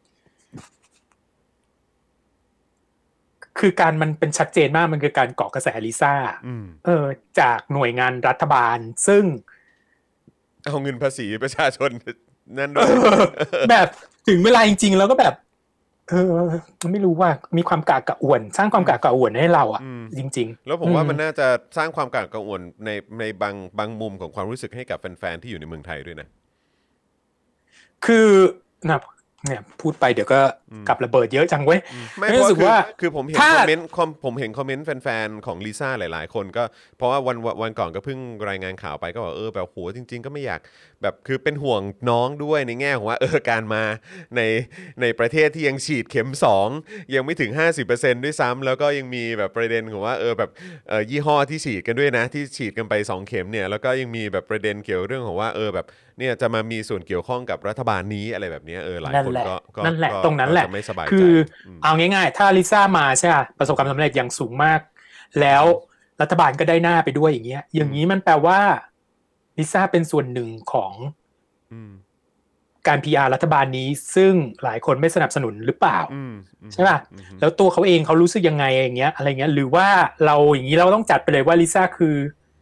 คือการมันเป็นชัดเจนมากมันคือการเกาะกระแสลิซ่าจากหน่วยงานรัฐบาลซึ่งเอาเงินภาษีประชาชนนั่นด้วยแบบถึงเวลาจริงๆแล้วก็แบบไม่รู้ว่ามีความกากระอ่วนสร้างความกากระอ่วนให้เราจริงๆแล้วผมว่ามันน่าจะสร้างความกากระอ่วนในบางมุมของความรู้สึกให้กับแฟนๆที่อยู่ในเมืองไทยด้วยนะคือเนี่ยพูดไปเดี๋ยวก็กลับระเบิดเยอะจังเว้ยไม่รู้สึกว่าคือผมเห็นคอมเมนต์แฟนๆของลิซ่าหลายๆคนก็เพราะว่าวันก่อนก็เพิ่งรายงานข่าวไปก็บอกแบบโหจริงๆก็ไม่อยากแบบคือเป็นห่วงน้องด้วยในแง่ของว่าการมาในประเทศที่ยังฉีดเข็ม2ยังไม่ถึง 50% ด้วยซ้ำแล้วก็ยังมีแบบประเด็นของว่าแบบยี่ห้อที่ฉีดกันด้วยนะที่ฉีดกันไป2เข็มเนี่ยแล้วก็ยังมีแบบประเด็นเกี่ยวเรื่องของว่าแบบเนี่ยจะมามีส่วนเกี่ยวข้องกับรัฐบาลนี้อะไรแบบนี้หลายคนก็นั่นแหละตรงนั้นแหละไม่สบายใจคือเอาง่ายๆถ้าลิซ่ามาใช่ป่ะประสบความสำเร็จอย่างสูงมากแล้วรัฐบาลก็ได้หน้าไปด้วยอย่างนี้มันแปลว่าลิซ่าเป็นส่วนหนึ่งของการ PR รัฐบาลนี้ซึ่งหลายคนไม่สนับสนุนหรือเปล่าใช่ป่ะแล้วตัวเขาเองเขารู้สึกยังไงอย่างเงี้ยอะไรเงี้ยหรือว่าเราอย่างนี้เราต้องจัดไปเลยว่าลิซ่าคือ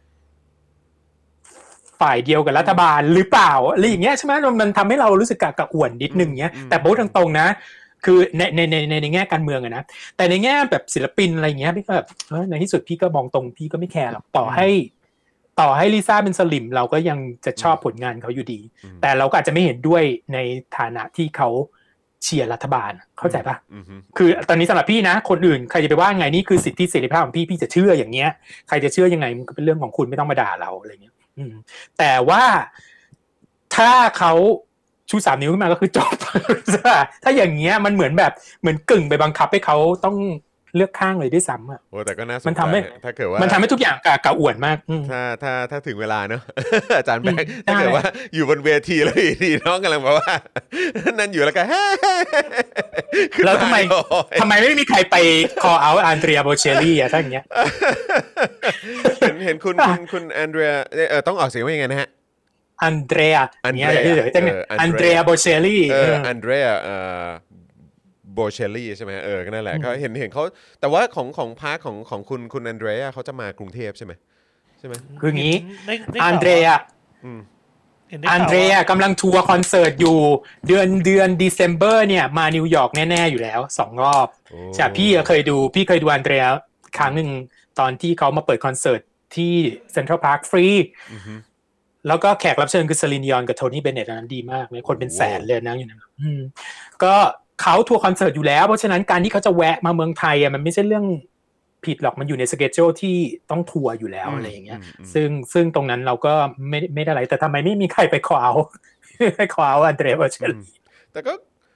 ฝ่ายเดียวกับรัฐบาลหรือเปล่าอะไรอย่างเงี้ยใช่ไหมมันทำให้เรารู้สึกกระอ่วนนิดนึงเงี้ยแต่พูดตรงๆนะคือในแง่การเมืองนะแต่ในแง่แบบศิลปินอะไรเงี้ยพี่ก็แบบในที่สุดพี่ก็มองตรงพี่ก็ไม่แคร์หรอกต่อให้ลิซ่าเป็นสลิมเราก็ยังจะชอบผลงานเขาอยู่ดีแต่เราก็อาจจะไม่เห็นด้วยในฐานะที่เขาเชียร์รัฐบาลเข้าใจป่ะคือตอนนี้สำหรับพี่นะคนอื่นใครจะไปว่าไงนี่คือสิทธิเสรีภาพของพี่จะเชื่ออย่างเงี้ยใครจะเชื่อยังไงมันก็เป็นเรื่องของคุณไม่ต้องมาด่าเราอะไรเงี้ยแต่ว่าถ้าเขาชู3 นิ้วขึ้นมาก็คือจบ ถ้าอย่างเงี้ยมันเหมือนกึ่งไปบังคับให้เขาต้องเลือกข้างเลยด้วยซ้ำโอ้แต่ก็น่าสนใจมันทำให้ถ้าเกิดว่ามันทำให้ทุกอย่างกระอ่วนมากถ้าถึงเวลาเนาะ อาจารย์แบงค์ถ้าเกิดว่าอยู่บนเวทีแล้วดีน้องกำลังบอกว่านั่นอยู่แล้วก็แล้วทำไมไม่มีใครไป call out อันเดรียโบเชลลี่ถ้าอย่างเงี้ยเห็นคุณอันเดรียต้องออกเสียงว่ายังไงนะฮะอันเดรียเนี่ยอันเดรียโบเชลลี่อันเดรียโบเชลลี่ใช่ไหมก็นั่นแหละเขาเห็นเขาแต่ว่าของพาร์ทของคุณอันเดรียเขาจะมากรุงเทพใช่ไหมคืองี้อันเดรียกำลังทัวร์คอนเสิร์ตอยู่เดือนDecemberเนี่ยมานิวยอร์กแน่ๆอยู่แล้ว2 รอบใช่พี่เคยดูอันเดรียครั้งหนึ่งตอนที่เขามาเปิดคอนเสิร์ตที่เซ็นทรัลพาร์คฟรีแล้วก็แขกรับเชิญคือซาลิน ดิออนกับโทนี่เบนเน็ตนั้นดีมากเลยคนเป็นแสนเลยนั่งอยู่นั้นก็เขาทัวร์คอนเสิร์ตอยู่แล้วเพราะฉะนั้นการที่เขาจะแวะมาเมืองไทยมันไม่ใช่เรื่องผิดหรอกมันอยู่ในสเกจ u l e ที่ต้องทัวร์อยู่แล้วอะไรอย่างเงี้ยซึ่งตรงนั้นเราก็ไม่ได้อะไรแต่ทำไมไม่มีใครไป call out ไป call out อันเดรเบอร์เชลแต่ก็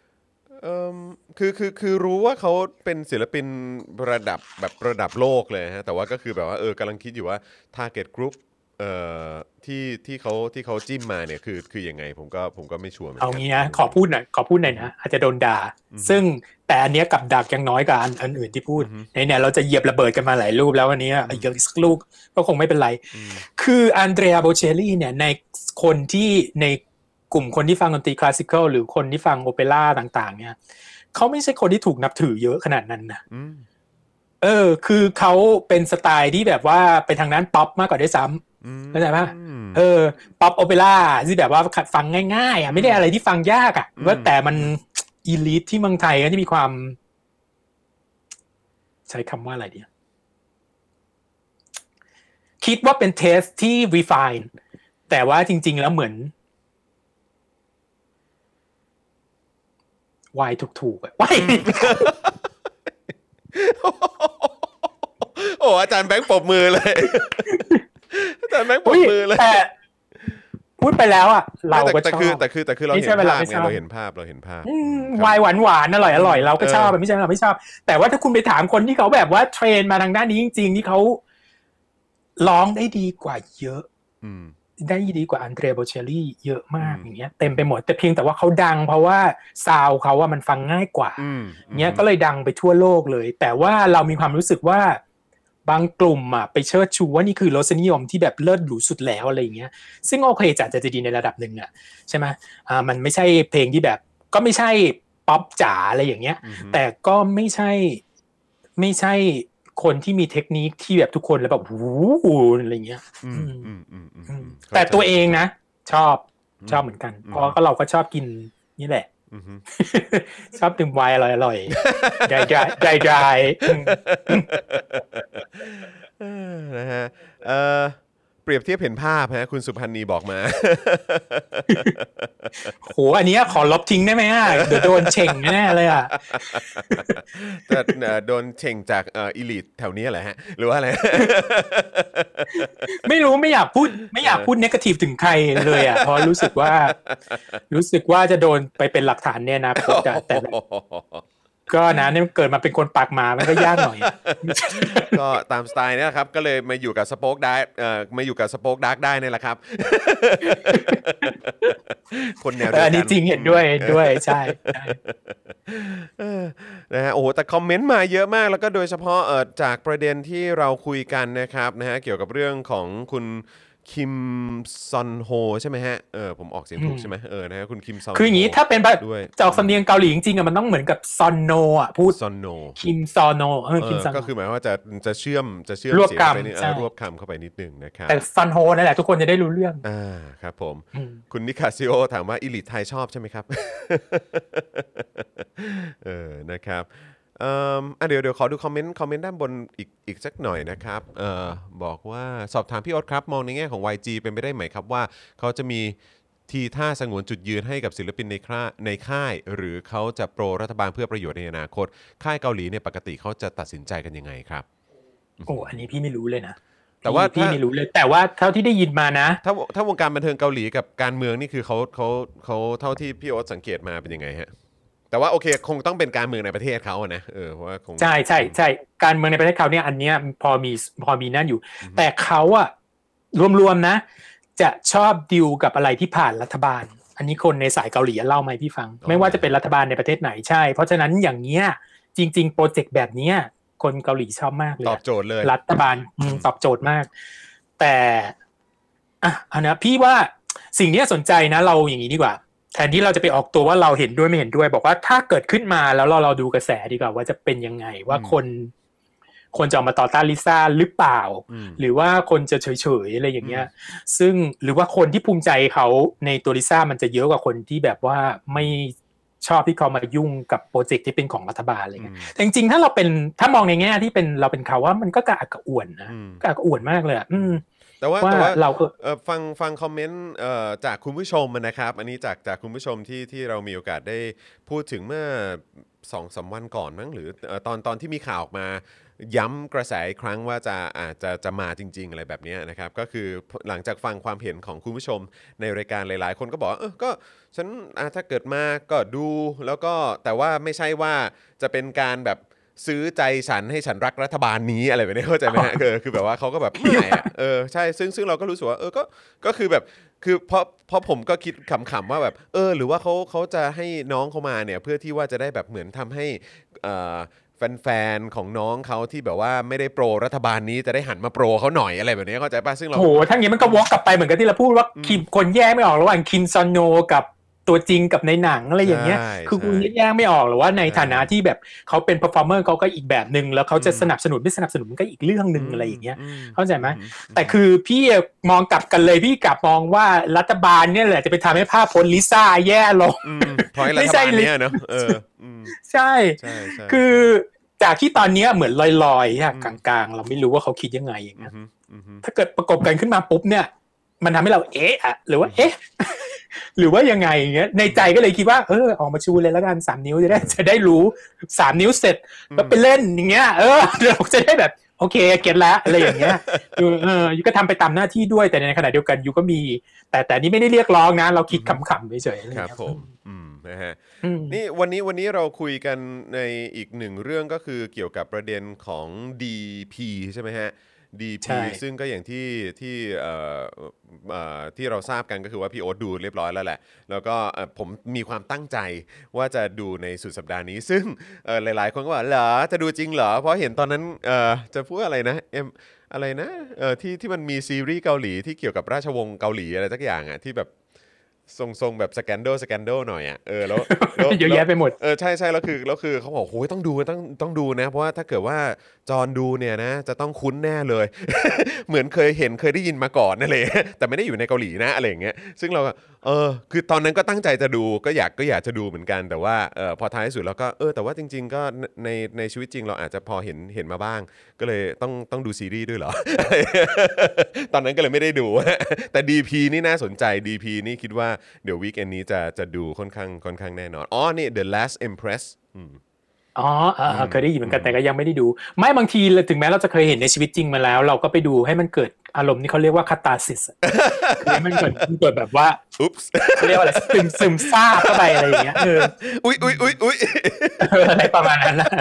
คือรู้ว่าเขาเป็นศิลปินระดับโลกเลยฮะแต่ว่าก็คือแบบว่ากำลังคิดอยู่ว่า target group ที่เขาจิ้มมาเนี่ยคือยังไงผมก็ไม่ชัวร์เหมือนกันเอางี้นะขอพูดหน่อยนะอาจจะโดนด่าซึ่งแต่อันเนี้ยกับดักยังน้อยกว่าอันอื่นที่พูดเนี่ยเราจะเหยียบระเบิดกันมาหลายรูปแล้ววันนี้อีกสักลูกก็คงไม่เป็นไรคืออันเดรียโบเชลลี่เนี่ยในคนที่ในกลุ่มคนที่ฟังดนตรีคลาสสิคอลหรือคนที่ฟังโอเปร่าต่างๆเนี่ยเขาไม่ใช่คนที่ถูกนับถือเยอะขนาดนั้นนะคือเขาเป็นสไตล์ที่แบบว่าไปทางนั้นป๊อปมากกว่าด้วยซ้ำเข้าใจป่ะป๊อปโอเปร่าที่แบบว่าฟังง่ายๆไม่ได้อะไรที่ฟังยากว่าแต่มันอีลิทที่เมืองไทยก็ที่มีความใช้คำว่าอะไรดีคิดว่าเป็นเทสที่ refine แต่ว่าจริงๆแล้วเหมือนวายถูกๆวายโอ้อาจารย์แบงค์ปรบมือเลยอาจารย์แบงค์ปรบมือเลยแต่พูดไปแล้วเราก็ชอบแต่คือเราเห็นภาพเราเห็นภาพวายหวานๆอร่อยเราก็ชอบไม่ใช่เราไม่ชอบแต่ว่าถ้าคุณไปถามคนที่เขาแบบว่าเทรนมาทางด้านนี้จริงๆที่เขาร้องได้ดีกว่าเยอะได้ดีกว่าอันเดรียโบเชลลี่เยอะมากอย่างเงี้ยเต็มไปหมดแต่เพียงแต่ว่าเขาดังเพราะว่าซาวเขาว่ามันฟังง่ายกว่าเงี้ยก็เลยดังไปทั่วโลกเลยแต่ว่าเรามีความรู้สึกว่าบางกลุ่มไปเชิดชูว่านี่คือรสนิยมที่แบบเลิศหรูสุดแล้วอะไรอย่างเงี้ยซึ่งโอเคจะดีในระดับหนึ่งใช่ไหมมันไม่ใช่เพลงที่แบบก็ไม่ใช่ป๊อปจ๋าอะไรอย่างเงี้ยแต่ก็ไม่ใช่คนที่มีเทคนิคที่แบบทุกคนแล้วแบบวู้อะไรเงี้ยแต่ตัวเองนะชอบเหมือนกันเพราะก็เราก็ชอบกินนี่แหละชอบดื่มไวน์อร่อยๆดรายนะฮะเปรียบเทียบเห็นภาพฮะคุณสุพันธ์นีบอกมาโหอันนี้ขอลบทิ้งได้ไหมเดี๋ยวโดนเฉ่งแน่เลยแต่โดนเฉ่งจากอีลิทแถวนี้แหละฮะหรือว่าอะไรไม่รู้ไม่อยากพูดเนกาทีฟถึงใครเลยเพราะรู้สึกว่าจะโดนไปเป็นหลักฐานเนี่ยนะแต่ก็นะนี่เกิดมาเป็นคนปากหมามันก็ยากหน่อยก็ตามสไตล์นี่แหละครับก็เลยมาอยู่กับสโป๊กดาร์กมาอยู่กับสโป๊กดาร์กได้นี่แหละครับคนแนวเดียวกันอันนี้จริงเห็นด้วยใช่นะฮะโอ้โหแต่คอมเมนต์มาเยอะมากแล้วก็โดยเฉพาะจากประเด็นที่เราคุยกันนะครับนะฮะเกี่ยวกับเรื่องของคุณคิมซอนโฮใช่ไหมฮะผมออกเสียงถูกใช่ไหมนะฮะคุณคิมซอนคืออย่างนี้ถ้าเป็นจะออกสำเนียงเกาหลีจริงๆมันต้องเหมือนกับซอนโนพูดซอนโนคิมซอนโนคิมซอนก็คือหมายว่าจะเชื่อมรวบคำรวบคำเข้าไปนิดนึงนะครับแต่ซอนโฮนั่นแหละทุกคนจะได้รู้เรื่องครับผมคุณนิคาซิโอถามว่าอีลิทไทยชอบใช่ไหมครับนะครับเดี๋ยวขอดูคอมเมนต์ด้านบนอีกสักหน่อยนะครับบอกว่าสอบถามพี่โอ๊ตครับมองในแง่ของ YG เป็นไปได้ไหมครับว่าเขาจะมีทีท่าสงวนจุดยืนให้กับศิลปินในค่ายหรือเขาจะโปรรัฐบาลเพื่อประโยชน์ในอนาคตค่ายเกาหลีเนี่ยปกติเขาจะตัดสินใจกันยังไงครับโอ้อันนี้พี่ไม่รู้เลยนะแต่ว่าพี่ไม่รู้เลยแต่ว่าเท่าที่ได้ยินมานะถ้าวงการบันเทิงเกาหลีกับการเมืองนี่คือเขาเท่าที่พี่โอ๊ตสังเกตมาเป็นยังไงฮะแต่ว่าโอเคคงต้องเป็นการเมืองในประเทศเขานะเพราะว่าคงใช่การเมืองในประเทศเขาเนี่ยอันเนี้ยพอมีนั่นอยู่แต่เขารวมๆนะจะชอบดิวกับอะไรที่ผ่านรัฐบาลอันนี้คนในสายเกาหลีเล่ามาให้พี่ฟังไม่ว่าจะเป็นรัฐบาลในประเทศไหนใช่เพราะฉะนั้นอย่างเงี้ยจริงๆโปรเจกต์แบบเนี้ยคนเกาหลีชอบมากเลยตอบโจทย์เลยรัฐบาลตอบโจทย์มากแต่อันนะพี่ว่าสิ่งนี้สนใจนะเราอย่างนี้ดีกว่าแทนที่เราจะไปออกตัวว่าเราเห็นด้วยไม่เห็นด้วยบอกว่าถ้าเกิดขึ้นมาแล้วเราดูกระแสดีกว่าว่าจะเป็นยังไงว่าคนจะออกมาต่อต้านลิซ่าหรือเปล่าหรือว่าคนจะเฉยๆอะไรอย่างเงี้ยซึ่งหรือว่าคนที่ภูมิใจเขาในตัวลิซ่ามันจะเยอะกว่าคนที่แบบว่าไม่ชอบที่เขามายุ่งกับโปรเจกต์ที่เป็นของรัฐบาลอะไรเงี้ยแต่จริงๆถ้ามองในแง่ที่เป็นเราเป็นเขาว่ามันก็กระอักกระอ่วนนะกระอักกระอ่วนมากเลยแต่ว่าเราฟังคอมเมนต์จากคุณผู้ชมนะครับอันนี้จากคุณผู้ชมที่เรามีโอกาสได้พูดถึงเมื่อ 2-3 วันก่อนมั้งหรือตอนที่มีข่าวออกมาย้ำกระแสอีกครั้งว่าอาจจะมาจริงๆอะไรแบบนี้นะครับก็คือหลังจากฟังความเห็นของคุณผู้ชมในรายการหลายๆคนก็บอกก็ฉันถ้าเกิดมาก็ดูแล้วก็แต่ว่าไม่ใช่ว่าจะเป็นการแบบซื้อใจฉันให้ฉันรักรัฐบาลนี้อะไรแบบนี้เข้าใจไหมฮะคือแบบว่าเขาก็แบบไม่อะใช่ซึ่งเราก็รู้สึกว่าก็คือแบบคือเพราะผมก็คิดขำๆว่าแบบหรือว่าเขาจะให้น้องเขามาเนี่ยเพื่อที่ว่าจะได้แบบเหมือนทำให้แฟนๆของน้องเขาที่แบบว่าไม่ได้โปรรัฐบาลนี้จะได้หันมาโปรเขาหน่อยอะไรแบบนี้เข้าใจป่ะซึ่งเราโหทั้งนี้มันก็วกกลับไปเหมือนกับที่เราพูดว่าคิมคนแยกไม่ออกระหว่างคิมซอนโนกับตัวจริงกับในหนังอะไรอย่างเงี้ยคือคุณแยกไม่ออกหรือว่าในฐานะที่แบบเขาเป็น performer เขาก็อีกแบบนึงแล้วเขาจะสนับสนุนไม่สนับสนุนมันก็อีกเรื่องนึงอะไรอย่างเงี้ยเข้าใจไหมแต่คือพี่มองกลับกันเลยพี่กลับมองว่ารัฐบาลเนี่ยแหละจะไปทำให้ภาพพจน์ลิซ่าแย่ลงไม่ใช่เนี่ยเนอะใช่คือจากที่ตอนนี้เหมือนลอยๆกลางๆเราไม่รู้ว่าเขาคิดยังไงอย่างเงี้ยถ้าเกิดประกบกันขึ้นมาปุ๊บเนี่ยมันทำให้เราหรือว่าหรือว่ายังไงอย่างเงี้ยในใจก็เลยคิดว่าออกมาชูเลยแล้วกัน3 นิ้วจะได้รู้3 นิ้วเสร็จแล้วไปเล่นอย่างเงี้ยเราจะได้แบบโอเคเก็ตแล้วอะไรอย่างเงี้ยยูก็ทำไปตามหน้าที่ด้วยแต่ในขณะเดียวกันยูก็มีแต่นี่ไม่ได้เรียกร้องนะเราคิดขำๆเฉยๆครับผมนะฮะนี่วันนี้เราคุยกันในอีกหนึ่งเรื่องก็คือเกี่ยวกับประเด็นของ DP ใช่ไหมฮะ DP ซึ่งก็อย่างที่เราทราบกันก็คือว่าพี่โอ๊ตดูเรียบร้อยแล้วแหละแล้วก็ผมมีความตั้งใจว่าจะดูในสุดสัปดาห์นี้ซึ่งหลายๆคนก็บอกเหรอจะดูจริงเหรอเพราะเห็นตอนนั้นจะพูดอะไรนะอะไรนะที่มันมีซีรีส์เกาหลีที่เกี่ยวกับราชวงศ์เกาหลีอะไรสักอย่างอ่ะที่แบบทรงแบบสแกนโดหน่อยอ่ะแล้วเยอะแยะไปหมดใช่แล้วคือเขาบอกโอ้ยต้องดูนะเพราะว่าถ้าเกิดว่าจอนดูเนี่ยนะจะต้องคุ้นแน่เลย เหมือนเคยได้ยินมาก่อนนั่นเลยแต่ไม่ได้อยู่ในเกาหลีนะอะไรอย่างเงี้ยซึ่งเราก็คือตอนนั้นก็ตั้งใจจะดูก็อยากจะดูเหมือนกันแต่ว่าพอท้ายสุดแล้วก็แต่ว่าจริงๆก็ในชีวิตจริงเราอาจจะพอเห็นมาบ้างก็เลยต้องดูซีรีส์ด้วยเหรอ ตอนนั้นก็เลยไม่ได้ดู แต่ DP นี่น่าสนใจ DP นี่คิดว่าเดี๋ยววีคเอนนี้จะดูค่อนข้างแน่นอนนี่ The Last Empress เคยได้ยินเหมือนกันแต่ก็ยังไม่ได้ดูไม่บางทีถึงแม้เราจะเคยเห็นในชีวิตจริงมาแล้วเราก็ไปดูให้มันเกิดอารมณ์ที่เขาเรียกว่าคาตาร์ซิสคือให้มันเกิดแบบว่าอุ๊ปส์เขาเรียกว่าอะไรซึมซาบเข้าไปอะไรอย่างเงี้ยอุ๊ยอะไรประมาณนั้นนะ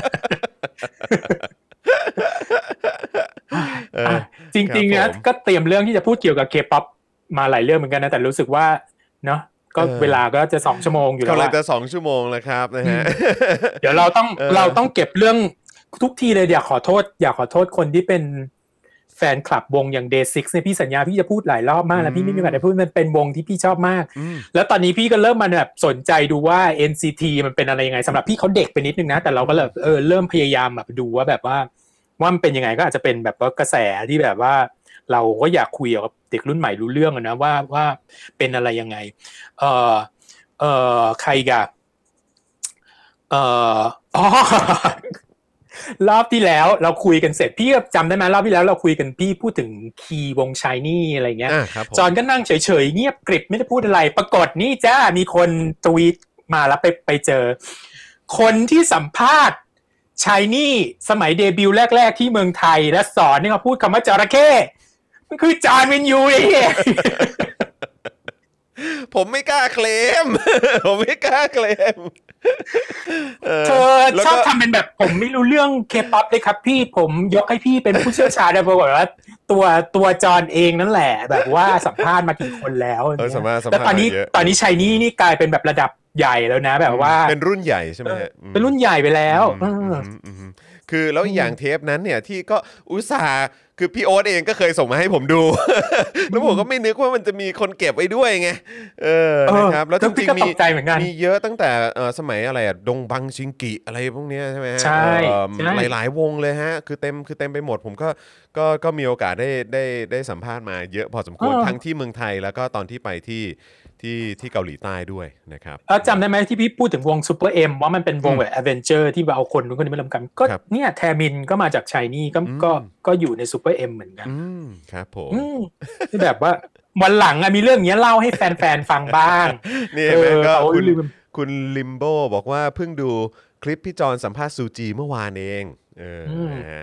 จริงๆนะก็เตรียมเรื่องที่จะพูดเกี่ยวกับ K-pop มาหลายเรื่องเหมือนกันนะแต่รู้สึกว่าเนาะก็เวลาก็จะ2 ชั่วโมงอยู่แล้วก็จะ2 ชั่วโมงแล้วครับนะฮะเดี๋ยวเราต้องเก็บเรื่องทุกทีเลยอยากขอโทษคนที่เป็นแฟนคลับวงอย่าง Day6 เนี่ยพี่สัญญาพี่จะพูดหลายรอบมากแล้วพี่ไม่มีโอกาสได้พูดมันเป็นวงที่พี่ชอบมากแล้วตอนนี้พี่ก็เริ่มมาแบบสนใจดูว่า NCT มันเป็นอะไรยังไงสำหรับพี่เขาเด็กไปนิดนึงนะแต่เราก็เลยเริ่มพยายามแบบดูว่าแบบว่ามันเป็นยังไงก็อาจจะเป็นแบบว่ากระแสที่แบบว่าเราก็อยากคุยกับเด็กรุ่นใหม่รู้เรื่องนะว่าเป็นอะไรยังไงใครกับรอบที่แล้วเราคุยกันเสร็จพี่จำได้ไหมรอบที่แล้วเราคุยกันพี่พูดถึงคีย์วง Shiny อะไรเงี้ยจอนก็นั่งเฉยๆเงียบกริบไม่ได้พูดอะไรปรากฏนี่จ้ามีคนทวีตมาแล้วไปเจอคนที่สัมภาษณ์ Shiny สมัยเดบิวต์แรกๆที่เมืองไทยและสอนนี่เขาพูดคำว่าจระเข้มันคือจอนวินยูเองผมไม่กล้าเคลมเธอชอบทำเป็นแบบผมไม่รู้เรื่องเคป๊อปเลยครับพี่ผมยกให้พี่เป็นผู้เชี่ยวชาญแต่ปรากฏว่าตัวจอนเองนั่นแหละแบบว่าสัมภาษณ์มากี่คนแล้วแล้วตอนนี้ชัยนี่กลายเป็นแบบระดับใหญ่แล้วนะแบบว่าเป็นรุ่นใหญ่ใช่ไหมเป็นรุ่นใหญ่ไปแล้วคือแล้วอย่างเทปนั้นเนี่ยที่ก็อุตส่าห์คือพี่โอ๊ตเองก็เคยส่งมาให้ผมดูแล้วผมก็ไม่นึกว่ามันจะมีคนเก็บไว้ด้วยไงนะครับแล้วจริงๆมีเยอะตั้งแต่สมัยอะไรอ่ะดงบังชิงกิอะไรพวกนี้ใช่ไหมฮะใช่หลายๆวงเลยฮะคือเต็มไปหมดผมก็มีโอกาสได้สัมภาษณ์มาเยอะพอสมควรทั้งที่เมืองไทยแล้วก็ตอนที่ไปที่เกาหลีใต้ด้วยนะครับจำได้ไหมที่พี่พูดถึงวงซูเปอร์เอ็มว่ามันเป็นวงแบบแอดเวนเจอร์ที่เอาคนนู้นคนนี้มารวมกันก็เนี่ยแทมินก็มาจากชายนี่ก็อยู่ในซูเปอร์เอ็มเหมือนกันครับผมที่แบบว่าวันหลังมีเรื่องนี้เล่าให้แฟนๆฟังบ้างนี่ก็คุณลิมโบบอกว่าเพิ่งดูคลิปพี่จอนสัมภาษณ์ซูจีเมื่อวานเองนะฮะ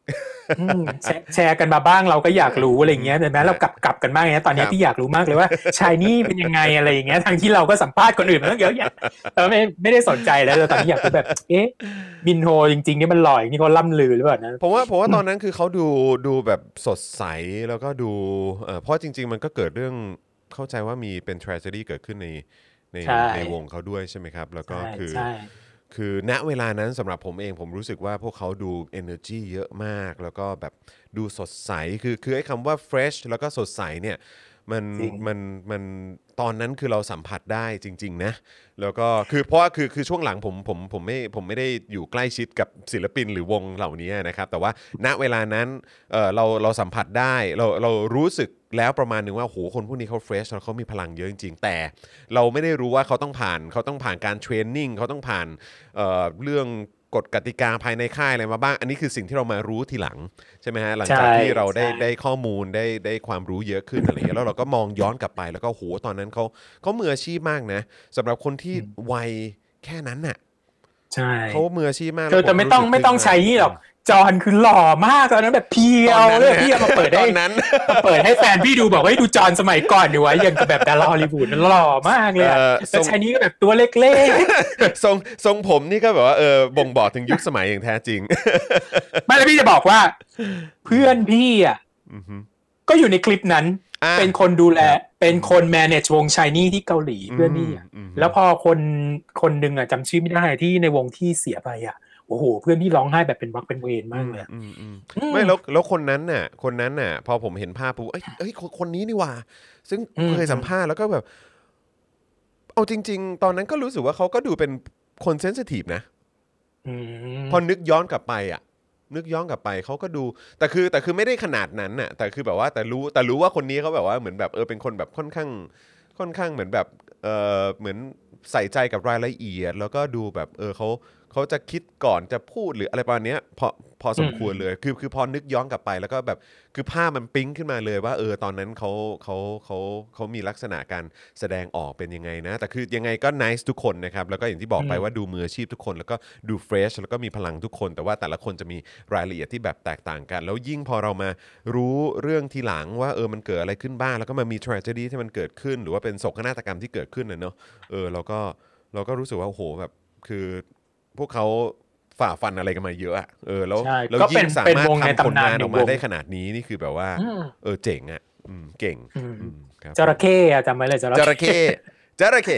แชร์กันมาบ้างเราก็อยากรู้อะไรเงี้ยแต่แม้เรากลับกันมากนะตอนนี้พี่อยากรู้มากเลยว่าชายนี่เป็นยังไงอะไรอย่างเงี้ยทั้งที่เราก็สัมภาษณ์คนอื่นมาตั้งเยอะแยะไม่ได้สนใจแล้วแต่ตอนนี้อยากรู้แบบมินโฮจริงๆนี่มันหล่ออย่างที่เขาล่ำลือหรือเปล่านะผมว่าตอนนั้นคือเขาดูแบบสดใสแล้วก็ดูเพราะจริงๆมันก็เกิดเรื่องเข้าใจว่ามีเป็น tragedy เกิดขึ้นในวงเขาด้วยใช่ไหมครับแล้วก็คือณเวลานั้นสำหรับผมเองผมรู้สึกว่าพวกเขาดู energy เยอะมากแล้วก็แบบดูสดใสคือไอ้คำว่า fresh แล้วก็สดใสเนี่ยมันตอนนั้นคือเราสัมผัสได้จริงๆนะแล้วก็คือเพราะว่าคือช่วงหลังผมไม่ได้อยู่ใกล้ชิดกับศิลปินหรือวงเหล่านี้นะครับแต่ว่าณเวลานั้นเราสัมผัสได้เรารู้สึกแล้วประมาณนึงว่าโหคนพวกนี้เขาเฟรชแล้วเขามีพลังเยอะจริงๆแต่เราไม่ได้รู้ว่าเขาต้องผ่านการเทรนนิ่งเขาต้องผ่านเรื่องกฎกติกาภายในค่ายอะไรมาบ้างอันนี้คือสิ่งที่เรามารู้ทีหลังใช่ไหมฮะหลังจากที่เราได้ข้อมูลได้ความรู้เยอะขึ้นอะไรเงี้ยแล้วเราก็มองย้อนกลับไปแล้วก็โหตอนนั้นเขามืออาชีพมากนะสำหรับคนที่วัยแค่นั้นน่ะใช่เขามืออาชีพมากแต่ไม่ต้องใช้นี่หรอกจอนคือหล่อมากตอนนั้นแบบเพียวเลยพี่เอามาเปิดให้แฟนพี่ดูบอกว่าดูจอนสมัยก่อนดีวะอย่างกับแบบดาราฮอลลีวูดหล่อมากเลยแล้วชายนี้ก็แบบตัวเล็กๆทรงผมนี่ก็แบบว่าบ่งบอกถึงยุคสมัยอย่างแท้จริงไม่แล้วพี่จะบอกว่าเพื่อนพี่อ่ะก็อยู่ในคลิปนั้นเป็นคนดูแลเป็นคน manage วงชายนี่ที่เกาหลีเพื่อนนี่แล้วพอคนหนึ่งอ่ะจำชื่อไม่ได้ที่ในวงที่เสียไปอ่ะโอ้โหเพื่อนพี่ร้องไห้แบบเป็นวักเป็นเวรมากเลยไม่แล้วคนนั้นน่ะพอผมเห็นภาพปุ๊บเอ้ยคนนี้นี่หว่าซึ่งเคยสัมภาษณ์แล้วก็แบบเอาจริงๆตอนนั้นก็รู้สึกว่าเขาก็ดูเป็นคนเซนซิทีฟนะพอนึกย้อนกลับไปเขาก็ดูแต่คือไม่ได้ขนาดนั้นน่ะแต่คือแบบว่าแต่รู้ว่าคนนี้เขาแบบว่าเหมือนแบบเป็นคนแบบค่อนข้างเหมือนแบบเหมือนใส่ใจกับรายละเอียดแล้วก็ดูแบบเขาจะคิดก่อนจะพูดหรืออะไรประมาณนี้พอสมควรเลยคือพอนึกย้อนกลับไปแล้วก็แบบคือภาพมันปิ๊งขึ้นมาเลยว่าตอนนั้นเขามีลักษณะการแสดงออกเป็นยังไงนะแต่คือยังไงก็ nice ทุกคนนะครับแล้วก็อย่างที่บอกไปว่าดูมืออาชีพทุกคนแล้วก็ดู fresh แล้วก็มีพลังทุกคนแต่ว่าแต่ละคนจะมีรายละเอียดที่แบบแตกต่างกันแล้วยิ่งพอเรามารู้เรื่องทีหลังว่ามันเกิดอะไรขึ้นบ้างแล้วก็มามี tragedy ที่มันเกิดขึ้นหรือว่าเป็นโศกนาฏกรรมที่เกิดขึ้นเนาะเราก็รู้สึกว่าโอ้โหแบบคือพวกเขาฝ่าฟันอะไรกันมาเยอะแล้วยิ่งสามารถทำผลงานออกมาได้ขนาดนี้นี่คือแบบว่าเจ๋งอ่ะเก่งจระเข้จำไว้เลยจระเข้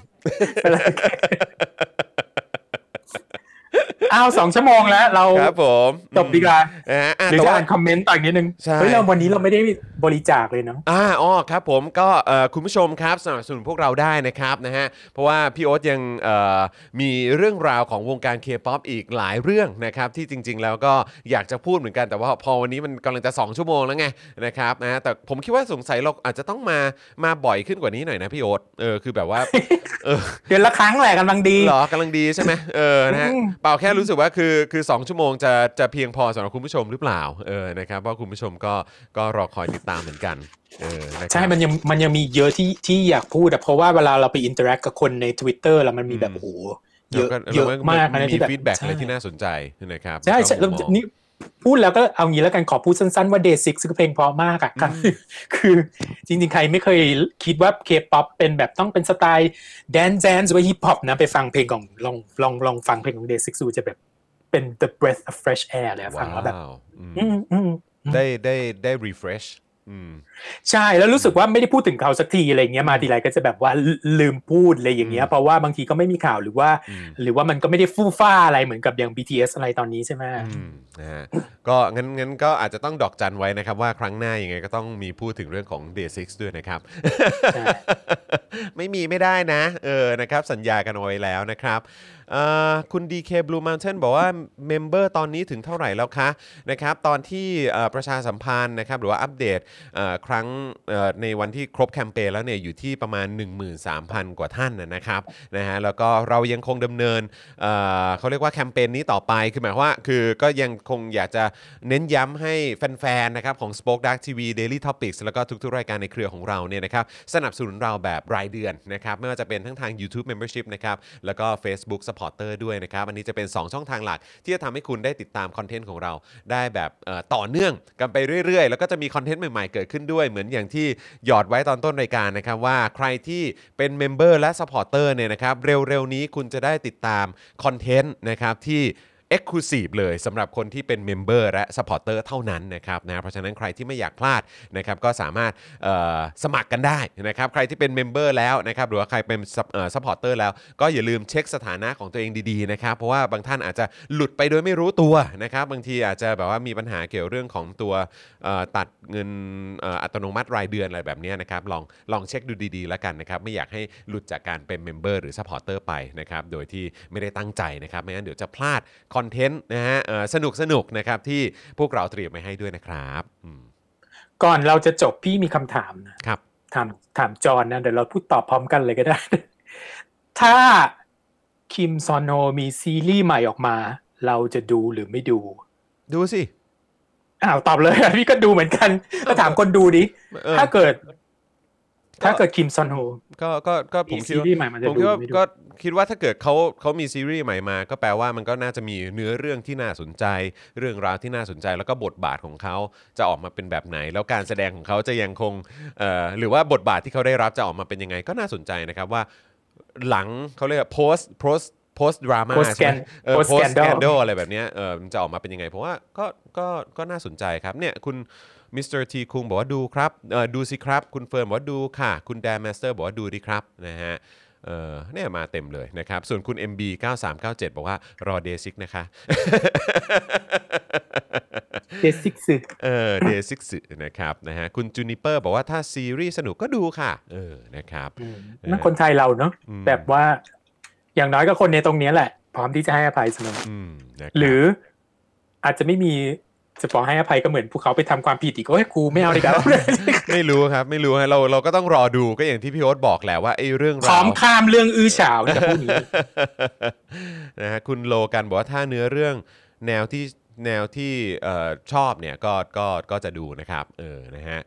2 ชั่วโมงแล้วเราครับผมจบดีกว่าหรือจะอ่านคอมเมนต์ต่ออีกนิดนึงเฮ้ยวันนี้เราไม่ได้บริจาคเลยเนาะครับผมก็คุณผู้ชมครับสนับสนุนพวกเราได้นะครับนะฮะเพราะว่าพี่โอ๊ตยังมีเรื่องราวของวงการ K-POP อีกหลายเรื่องนะครับที่จริงๆแล้วก็อยากจะพูดเหมือนกันแต่ว่าพอวันนี้มันกำลังจะ2 ชั่วโมงแล้วไงนะครับนะแต่ผมคิดว่าสงสัยเราอาจจะต้องมาบ่อยขึ้นกว่านี้หน่อยนะพี่โอ๊ตคือแบบว่าเดือนละครั้งแหละกำลังดีหรอกำลังดีใช่ไหมนะฮะเปล่าแค่รู้สึกว่าคือ2 ชั่วโมงจะเพียงพอสำหรับคุณผู้ชมหรือเปล่านะครับเพราะคุณผู้ชมก็รอคอยติดตามเหมือนกันใช่มันยังมีเยอะที่อยากพูดเพราะว่าเวลาเราไปอินเตอร์แอคกับคนใน Twitter แล้วมันมีแบบโอ้โหเยอะมากนะที่แบบมีฟีดแบ็กอะไรที่น่าสนใจนะครับใช่แล้วนี่พูดแล้วก็เอางี้แล้วกันขอพูดสั้นๆว่า Day 6คือเพลงเพราะมากอ่ะคือจริงๆใครไม่เคยคิดว่า K-pop เป็นแบบต้องเป็นสไตล์แดนซ์หรือว่าฮิปฮอปนะไปฟังเพลงของลองฟังเพลงของ Day 6ดูจะแบบเป็น the breath of fresh air เลยฟังแล้วแบบได้ refresh ใช่แล้วรู้สึกว่าไม่ได้พูดถึงเขาสักทีอะไรเงี้ยมาทีไรก็จะแบบว่าลืมพูดอะไรอย่างเงี้ยเพราะว่าบางทีก็ไม่มีข่าวหรือว่ามันก็ไม่ได้ฟู่ฟ้าอะไรเหมือนกับอย่าง BTS อะไรตอนนี้ใช่ไหมนะฮะก็งั้นก็อาจจะต้องดอกจันไว้นะครับว่าครั้งหน้ายังไงก็ต้องมีพูดถึงเรื่องของ Day 6ด้วยนะครับ ไม่ได้นะนะครับสัญญากันเอาไว้แล้วนะครับคุณ DK Blue Mountain บอกว่าเมมเบอร์ตอนนี้ถึงเท่าไหร่แล้วคะนะครับตอนที่ประชาสัมพันธ์นะครับหรือว่าอัปเดตครั้งในวันที่ครบแคมเปญแล้วเนี่ยอยู่ที่ประมาณ 13,000 กว่าท่านนะครับนะฮะแล้วก็เรายังคงดำเนินเขาเรียกว่าแคมเปญนี้ต่อไปคือหมายว่าคือก็ยังคงอยากจะเน้นย้ำให้แฟนๆนะครับของ Spoke Dark TV Daily Topics แล้วก็ทุกๆรายการในเครือของเราเนี่ยนะครับสนับสนุนเราแบบรายเดือนนะครับไม่ว่าจะเป็นทั้งทาง YouTube Membership นะครับแล้วก็ Facebook Support supporter ด้วยนะครับอันนี้จะเป็น2ช่องทางหลักที่จะทำให้คุณได้ติดตามคอนเทนต์ของเราได้แบบต่อเนื่องกันไปเรื่อยๆแล้วก็จะมีคอนเทนต์ใหม่ๆเกิดขึ้นด้วยเหมือนอย่างที่หยอดไว้ตอนต้นรายการนะครับว่าใครที่เป็นเมมเบอร์และ supporter เนี่ยนะครับเร็วๆนี้คุณจะได้ติดตามคอนเทนต์นะครับที่Exclusive เลยสำหรับคนที่เป็นเมมเบอร์และ Supporter เท่านั้นนะครับนะเพราะฉะนั้นใครที่ไม่อยากพลาดนะครับก็สามารถสมัครกันได้นะครับใครที่เป็นเมมเบอร์แล้วนะครับหรือว่าใครเป็นSupporter แล้วก็อย่าลืมเช็คสถานะของตัวเองดีๆนะครับเพราะว่าบางท่านอาจจะหลุดไปโดยไม่รู้ตัวนะครับบางทีอาจจะแบบว่ามีปัญหาเกี่ยวเรื่องของตัวตัดเงินอัตโนมัติรายเดือนอะไรแบบนี้นะครับลองเช็คดูดีๆแล้วกันนะครับไม่อยากให้หลุดจากการเป็นเมมเบอร์หรือ Supporter ไปนะครับโดยที่ไม่ได้ตั้งใจนะครับไม่งั้นเดี๋ยวจะพลาดคอนเทนต์นะฮะสนุกนะครับที่พวกเราเตรียมไว้ให้ด้วยนะครับก่อนเราจะจบพี่มีคำถามนะครับถามจอห์นนะเดี๋ยวเราพูดตอบพร้อมกันเลยก็ได้ ถ้าคิมซอนโฮมีซีรีส์ใหม่ออกมาเราจะดูหรือไม่ดูสิตอบเลยพี่ก็ดูเหมือนกันก็ถามคนดูดิถ้าเกิดคิมซอนโฮก็ผมคิดว่าก็คิดว่าถ้าเกิดเขามีซีรีส์ใหม่มาก็แปลว่ามันก็น่าจะมีเนื้อเรื่องที่น่าสนใจเรื่องราวที่น่าสนใจแล้วก็บทบาทของเขาจะออกมาเป็นแบบไหนแล้วการแสดงของเขาจะยังคงหรือว่าบทบาทที่เขาได้รับจะออกมาเป็นยังไงก็น่าสนใจนะครับว่าหลังเขาเรียก post drama ใช่ไหมpost scandal อะไรแบบนี้จะออกมาเป็นยังไงเพราะว่าก็น่าสนใจครับเนี่ยคุณมิสเตอร์ทีคุงบอกว่าดูครับดูสิครับคุณเฟิร์นบอกว่าดูค่ะคุณแดนมาสเตอร์บอกว่าดูดิครับนะฮะเนี่ยมาเต็มเลยนะครับส่วนคุณ MB 9397บอกว่ารอ Day 6นะคะ Day 6 Day 6นะครับนะฮะคุณจูนิเปอร์บอกว่าถ้าซีรีส์สนุกก็ดูค่ะนะครับนั่นคนไทยเราเนาะแบบว่าอย่างน้อยก็คนในตรงนี้แหละพร้อมที่จะให้อภัยเสมอหรืออาจจะไม่มีจะบอกให้อภัยก็เหมือนพวกเขาไปทำความผิดอีกโอ้ยกูไม่เอาดีกว่าไม่รู้ครับไม่รู้ฮะเราก็ต้องรอดูก็อย่างที่พี่โอ๊ตบอกแหละว่าไอ้เรื่องราวพร้อมข้ามเรื่องอื้อฉาวจะพูดนี้นะฮะคุณโลกันบอกว่าถ้าเนื้อเรื่องแนวที่ชอบเนี่ยก็จะดูนะครับนะฮะ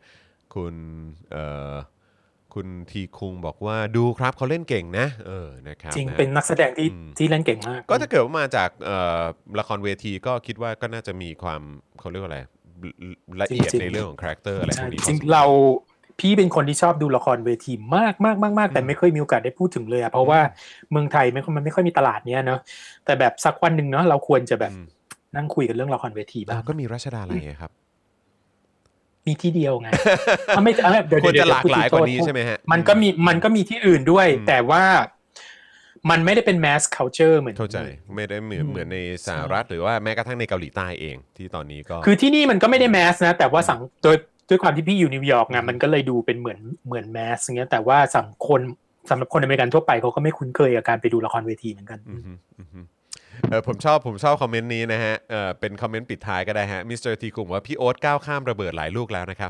คุณทีคุงบอกว่าดูครับเขาเล่นเก่งนะนะครับจริงเป็นนักแสดงที่เล่นเก่งมากก็ถ้าเกิดว่ามาจากละครเวทีก็คิดว่าก็น่าจะมีความเขาเรียกว่าอะไรละเอียดในเรื่องของคาแรคเตอร์อะไรพวกนี้จริงพี่เป็นคนที่ชอบดูละครเวทีมากแต่ไม่เคยมีโอกาสได้พูดถึงเลยเพราะว่าเมืองไทยมันไม่ค่อยมีตลาดเนี้ยเนาะแต่แบบสักวันหนึ่งเนาะเราควรจะแบบนั่งคุยกันเรื่องละครเวทีบ้างก็มีรัชดาลัยครับมีที่เดียวไงควรจะหลากหลายกว่านี้ใช่ไหมฮะมันก็มีที่อื่นด้วยแต่ว่ามันไม่ได้เป็น mass culture เหมือนเข้าใจไม่ได้เหมือนในสหรัฐหรือว่าแม้กระทั่งในเกาหลีใต้เองที่ตอนนี้ก็คือที่นี่มันก็ไม่ได้ mass นะแต่ว่าด้วยความที่พี่อยู่นิวยอร์กไงมันก็เลยดูเป็นเหมือน mass อย่างเงี้ยแต่ว่าสำหรับคนอเมริกันทั่วไปเขาก็ไม่คุ้นเคยกับการไปดูละครเวทีเหมือนกันผมชอบคอมเมนต์นี้นะฮะเป็นคอมเมนต์ปิดท้ายก็ได้ฮะมิสเตอร์ทีกลุ่มว่าพี่โอ๊ตก้าวข้ามระเบิดหลายลูกแล้วนะครับ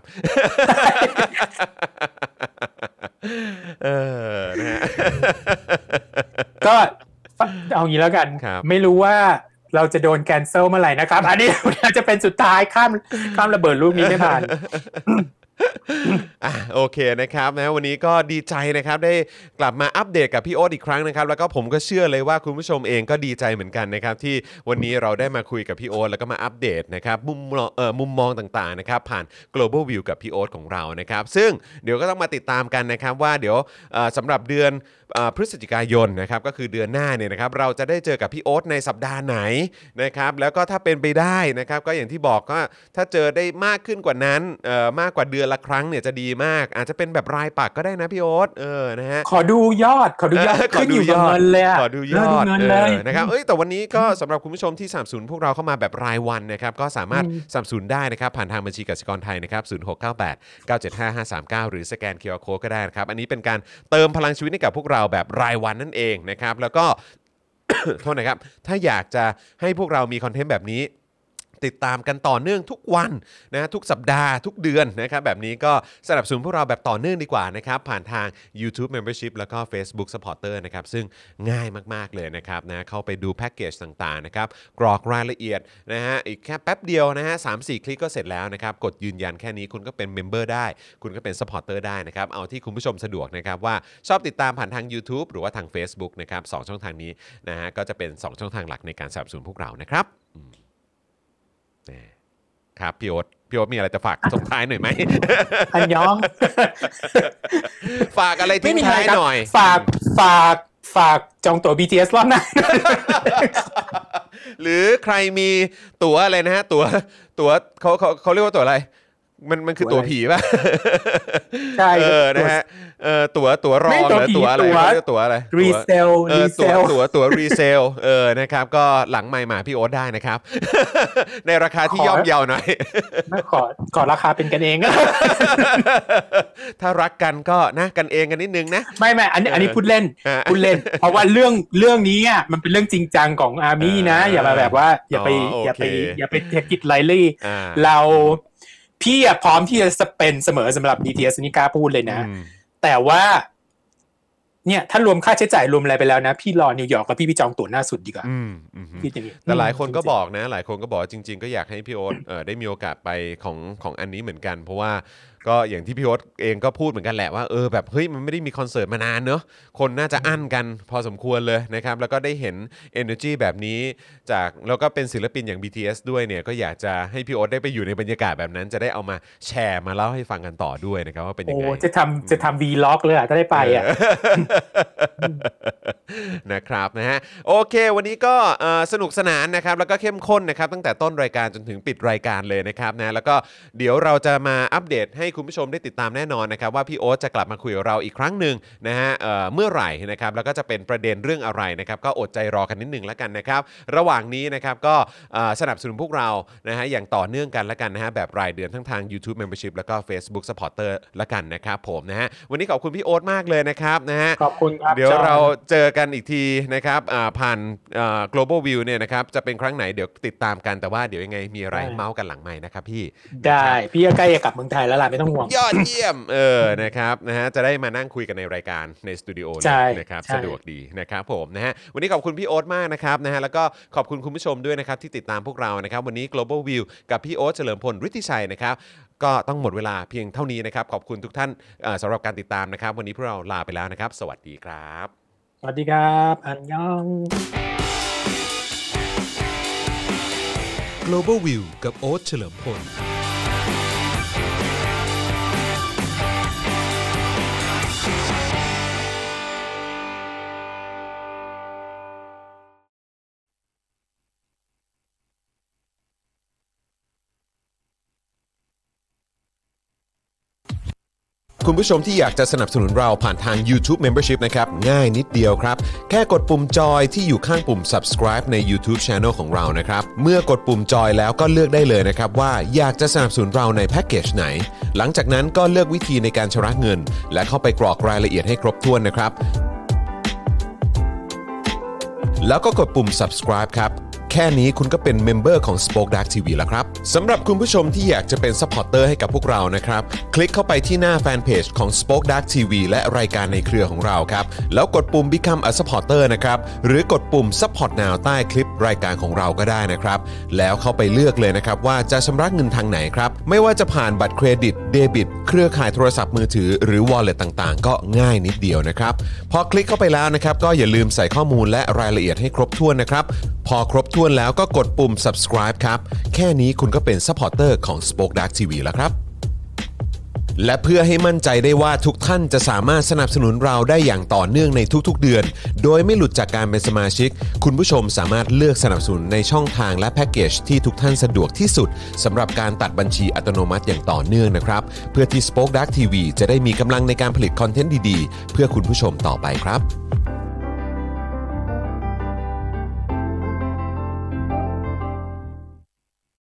นะฮะก็เอางี้แล้วกันไม่รู้ว่าเราจะโดนแคนเซิลเมื่อไหร่นะครับอันนี้จะเป็นสุดท้ายข้ามระเบิดลูกนี้ไม่ผ่านโอเคนะครับนะวันนี้ก็ดีใจนะครับได้กลับมาอัปเดตกับพี่โอ๊ตอีกครั้งนะครับแล้วก็ผมก็เชื่อเลยว่าคุณผู้ชมเองก็ดีใจเหมือนกันนะครับที่วันนี้เราได้มาคุยกับพี่โอ๊ตแล้วก็มาอัปเดตนะครับมุมมองต่างๆนะครับผ่าน global view กับพี่โอ๊ตของเรานะครับซึ่งเดี๋ยวก็ต้องมาติดตามกันนะครับว่าเดี๋ยวสำหรับเดือนพฤศจิกายนนะครับก็คือเดือนหน้าเนี่ยนะครับเราจะได้เจอกับพี่โอ๊ตในสัปดาห์ไหนนะครับแล้วก็ถ้าเป็นไปได้นะครับก็อย่างที่บอกก็ถ้าเจอได้มากขึ้นกว่านั้นมากกว่าเดือนละครั้งเนี่ยจะดีมากอาจจะเป็นแบบรายปักก็ได้นะพี่โอ๊ตนะฮะขอดูยอดขึ้นอยู่กับเงินเลยขอดูยอดนะครับแต่วันนี้ก็สำหรับคุณผู้ชมที่สนับสนุนพวกเราเข้ามาแบบรายวันนะครับก็สามารถสนับสนุนได้นะครับผ่านทางบัญชีกสิกรไทยนะครับ0698975539หรือสแกน QR Code ก็ได้นะครับอันนี้เป็นการเติมพลังชีวิตให้กับพวกเราแบบรายวันนั่นเองนะครับแล้วก็ โทษนะครับถ้าอยากจะให้พวกเรามีคอนเทนต์แบบนี้ติดตามกันต่อเนื่องทุกวันนะทุกสัปดาห์ทุกเดือนนะครับแบบนี้ก็สนับสนุนพวกเราแบบต่อเนื่องดีกว่านะครับผ่านทาง YouTube Membership แล้วก็ Facebook Supporter นะครับซึ่งง่ายมากๆเลยนะครับนะเข้าไปดูแพ็กเกจต่างๆนะครับกรอกรายละเอียดนะฮะอีกแค่แป๊บเดียวนะฮะ 3-4 คลิกก็เสร็จแล้วนะครับกดยืนยันแค่นี้คุณก็เป็นเมมเบอร์ได้คุณก็เป็น Supporter ได้นะครับเอาที่คุณผู้ชมสะดวกนะครับว่าชอบติดตามผ่านทาง YouTube หรือว่าทาง Facebook นะครับ2ช่องทางนี้นะฮะก็จะเป็น2ช่องทางหลักในการสนับสนุนพวกเรานะครับครับพี่โอ๊ตมีอะไรจะฝากส่งท้ายหน่อยไหมอันยองฝากอะไรทิ้งท้ายหน่อยฝากจองตั๋ว BTS รอบหน้าหรือใครมีตั๋วอะไรนะฮะตั๋วเขาเรียกว่าตั๋วอะไรมันคือตั๋วผีป่ะใช่นะฮะตั๋วรองหรือตั๋วอะไรเรียกตั๋วอะไรรีเซลตั๋วรีเซลนะครับก็หลังไมค์มาพี่โอ๊ตได้นะครับในราคาที่ย่อมเยาหน่อยไม่ขอราคาเป็นกันเองถ้ารักกันก็นะกันเองกันนิดนึงนะไม่อันนี้พูดเล่นเพราะว่าเรื่องนี้อ่ะมันเป็นเรื่องจริงจังของอาร์มี่นะอย่ามาแบบว่าอย่าไปเทคอิทไลท์เราพี่อะพร้อมที่จะเป็นเสมอสำหรับ BTS นี่กล้าพูดเลยนะแต่ว่าเนี่ยถ้ารวมค่าใช้จ่ายรวมอะไรไปแล้วนะพี่รอนิวยอร์กกับพี่จองตั๋วหน้าสุดดีกว่าแต่หลายคนก็บอกนะหลายคนก็บอกจริงๆก็อยากให้พี่โอ๊ตได้มีโอกาสไปของอันนี้เหมือนกันเพราะว่าก็อย่างที่พี่โอ๊ตเองก็พูดเหมือนกันแหละว่าแบบเฮ้ยมันไม่ได้มีคอนเสิร์ตมานานเนอะคนน่าจะอั้นกันพอสมควรเลยนะครับแล้วก็ได้เห็น energy แบบนี้จากแล้วก็เป็นศิลปินอย่าง BTS ด้วยเนี่ยก็อยากจะให้พี่โอ๊ตได้ไปอยู่ในบรรยากาศแบบนั้นจะได้เอามาแชร์มาเล่าให้ฟังกันต่อด้วยนะครับว่าเป็นยังไงจะทำ vlog เลยอ่ะถ้าได้ไปอ่ะนะครับนะฮะโอเควันนี้ก็สนุกสนานนะครับแล้วก็เข้มข้นนะครับตั้งแต่ต้นรายการจนถึงปิดรายการเลยนะครับนะแล้วก็เดี๋ยวเราจะมาอัปเดตให้คุณผู้ชมได้ติดตามแน่นอนนะครับว่าพี่โอ๊ตจะกลับมาคุยกับเราอีกครั้งหนึ่งนะฮะเมื่อไหร่นะครับแล้วก็จะเป็นประเด็นเรื่องอะไรนะครับก็อดใจรอกันนิดนึงแล้วกันนะครับระหว่างนี้นะครับก็สนับสนุนพวกเรานะฮะอย่างต่อเนื่องกันแล้วกันนะฮะแบบรายเดือนทั้งทาง YouTube Membership แล้วก็ Facebook Supporter แล้วกันนะครับผมนะฮะวันนี้ขอบคุณพี่โอ๊ตมากเลยนะครับนะฮะขอบคุณครับเดี๋ยวเราเจอกันอีกทีนะครับผ่านGlobal View เนี่ยนะครับจะเป็นครั้งไหนเดี๋ยวติดตามกันแต่ว่าเดี๋ยวยังไงมีอะไรเมาส์กันหลังไมค์นะครับพี่ได้พี่ใกล้จะกลับเมืองไทยแล้วล่ะไม่ต้องห่วงยอดเยี่ยมนะครับนะฮะจะได้มานั่งคุยกันในรายการในสตูดิโอนะครับสะดวกดีนะครับผมนะฮะวันนี้ขอบคุณพี่โอ๊ตมากนะครับนะฮะแล้วก็ขอบคุณคุณผู้ชมด้วยนะครับที่ติดตามพวกเรานะครับวันนี้ Global View กับพี่โอ๊ตเฉลิมพลฤทธิชัยนะครับก็ต้องหมดเวลาเพียงเท่านี้นะครับขอบคุณทุกท่านสำหรับการติดตามนะครับวันนี้พวกเราลาไปแล้วนะครับสวัสดีครับสวัสดีครับอันยอง Global View กับโอ๊ตเฉลิมพลคุณผู้ชมที่อยากจะสนับสนุนเราผ่านทาง YouTube Membership นะครับง่ายนิดเดียวครับแค่กดปุ่มจอยที่อยู่ข้างปุ่ม subscribe ใน YouTube Channel ของเรานะครับเมื่อกดปุ่มจอยแล้วก็เลือกได้เลยนะครับว่าอยากจะสนับสนุนเราในแพ็กเกจไหนหลังจากนั้นก็เลือกวิธีในการชำระเงินและเข้าไปกรอกรายละเอียดให้ครบถ้วนนะครับแล้วก็กดปุ่ม subscribe ครับแค่นี้คุณก็เป็นเมมเบอร์ของ Spoke Dark TV แล้วครับสำหรับคุณผู้ชมที่อยากจะเป็นซัพพอร์ตเตอร์ให้กับพวกเรานะครับคลิกเข้าไปที่หน้าแฟนเพจของ Spoke Dark TV และรายการในเครือของเราครับแล้วกดปุ่ม Become a Supporter นะครับหรือกดปุ่ม Support Now ใต้คลิปรายการของเราก็ได้นะครับแล้วเข้าไปเลือกเลยนะครับว่าจะชำระเงินทางไหนครับไม่ว่าจะผ่านบัตรเครดิตเดบิตเครือข่ายโทรศัพท์มือถือหรือ Wallet ต่างๆก็ง่ายนิดเดียวนะครับพอคลิกเข้าไปแล้วนะครับก็อย่าลืมใส่ข้อมูลและรายละเอียดให้ครบถ้วนนะครับพอครบถ้วนแล้วก็กดปุ่ม subscribe ครับแค่นี้คุณก็เป็น supporter ของ Spoke Dark TV แล้วครับและเพื่อให้มั่นใจได้ว่าทุกท่านจะสามารถสนับสนุนเราได้อย่างต่อเนื่องในทุกๆเดือนโดยไม่หลุดจากการเป็นสมาชิกคุณผู้ชมสามารถเลือกสนับสนุนในช่องทางและแพ็กเกจที่ทุกท่านสะดวกที่สุดสำหรับการตัดบัญชีอัตโนมัติอย่างต่อเนื่องนะครับเพื่อที่ Spoke Dark TV จะได้มีกำลังในการผลิตคอนเทนต์ดีๆเพื่อคุณผู้ชมต่อไปครับ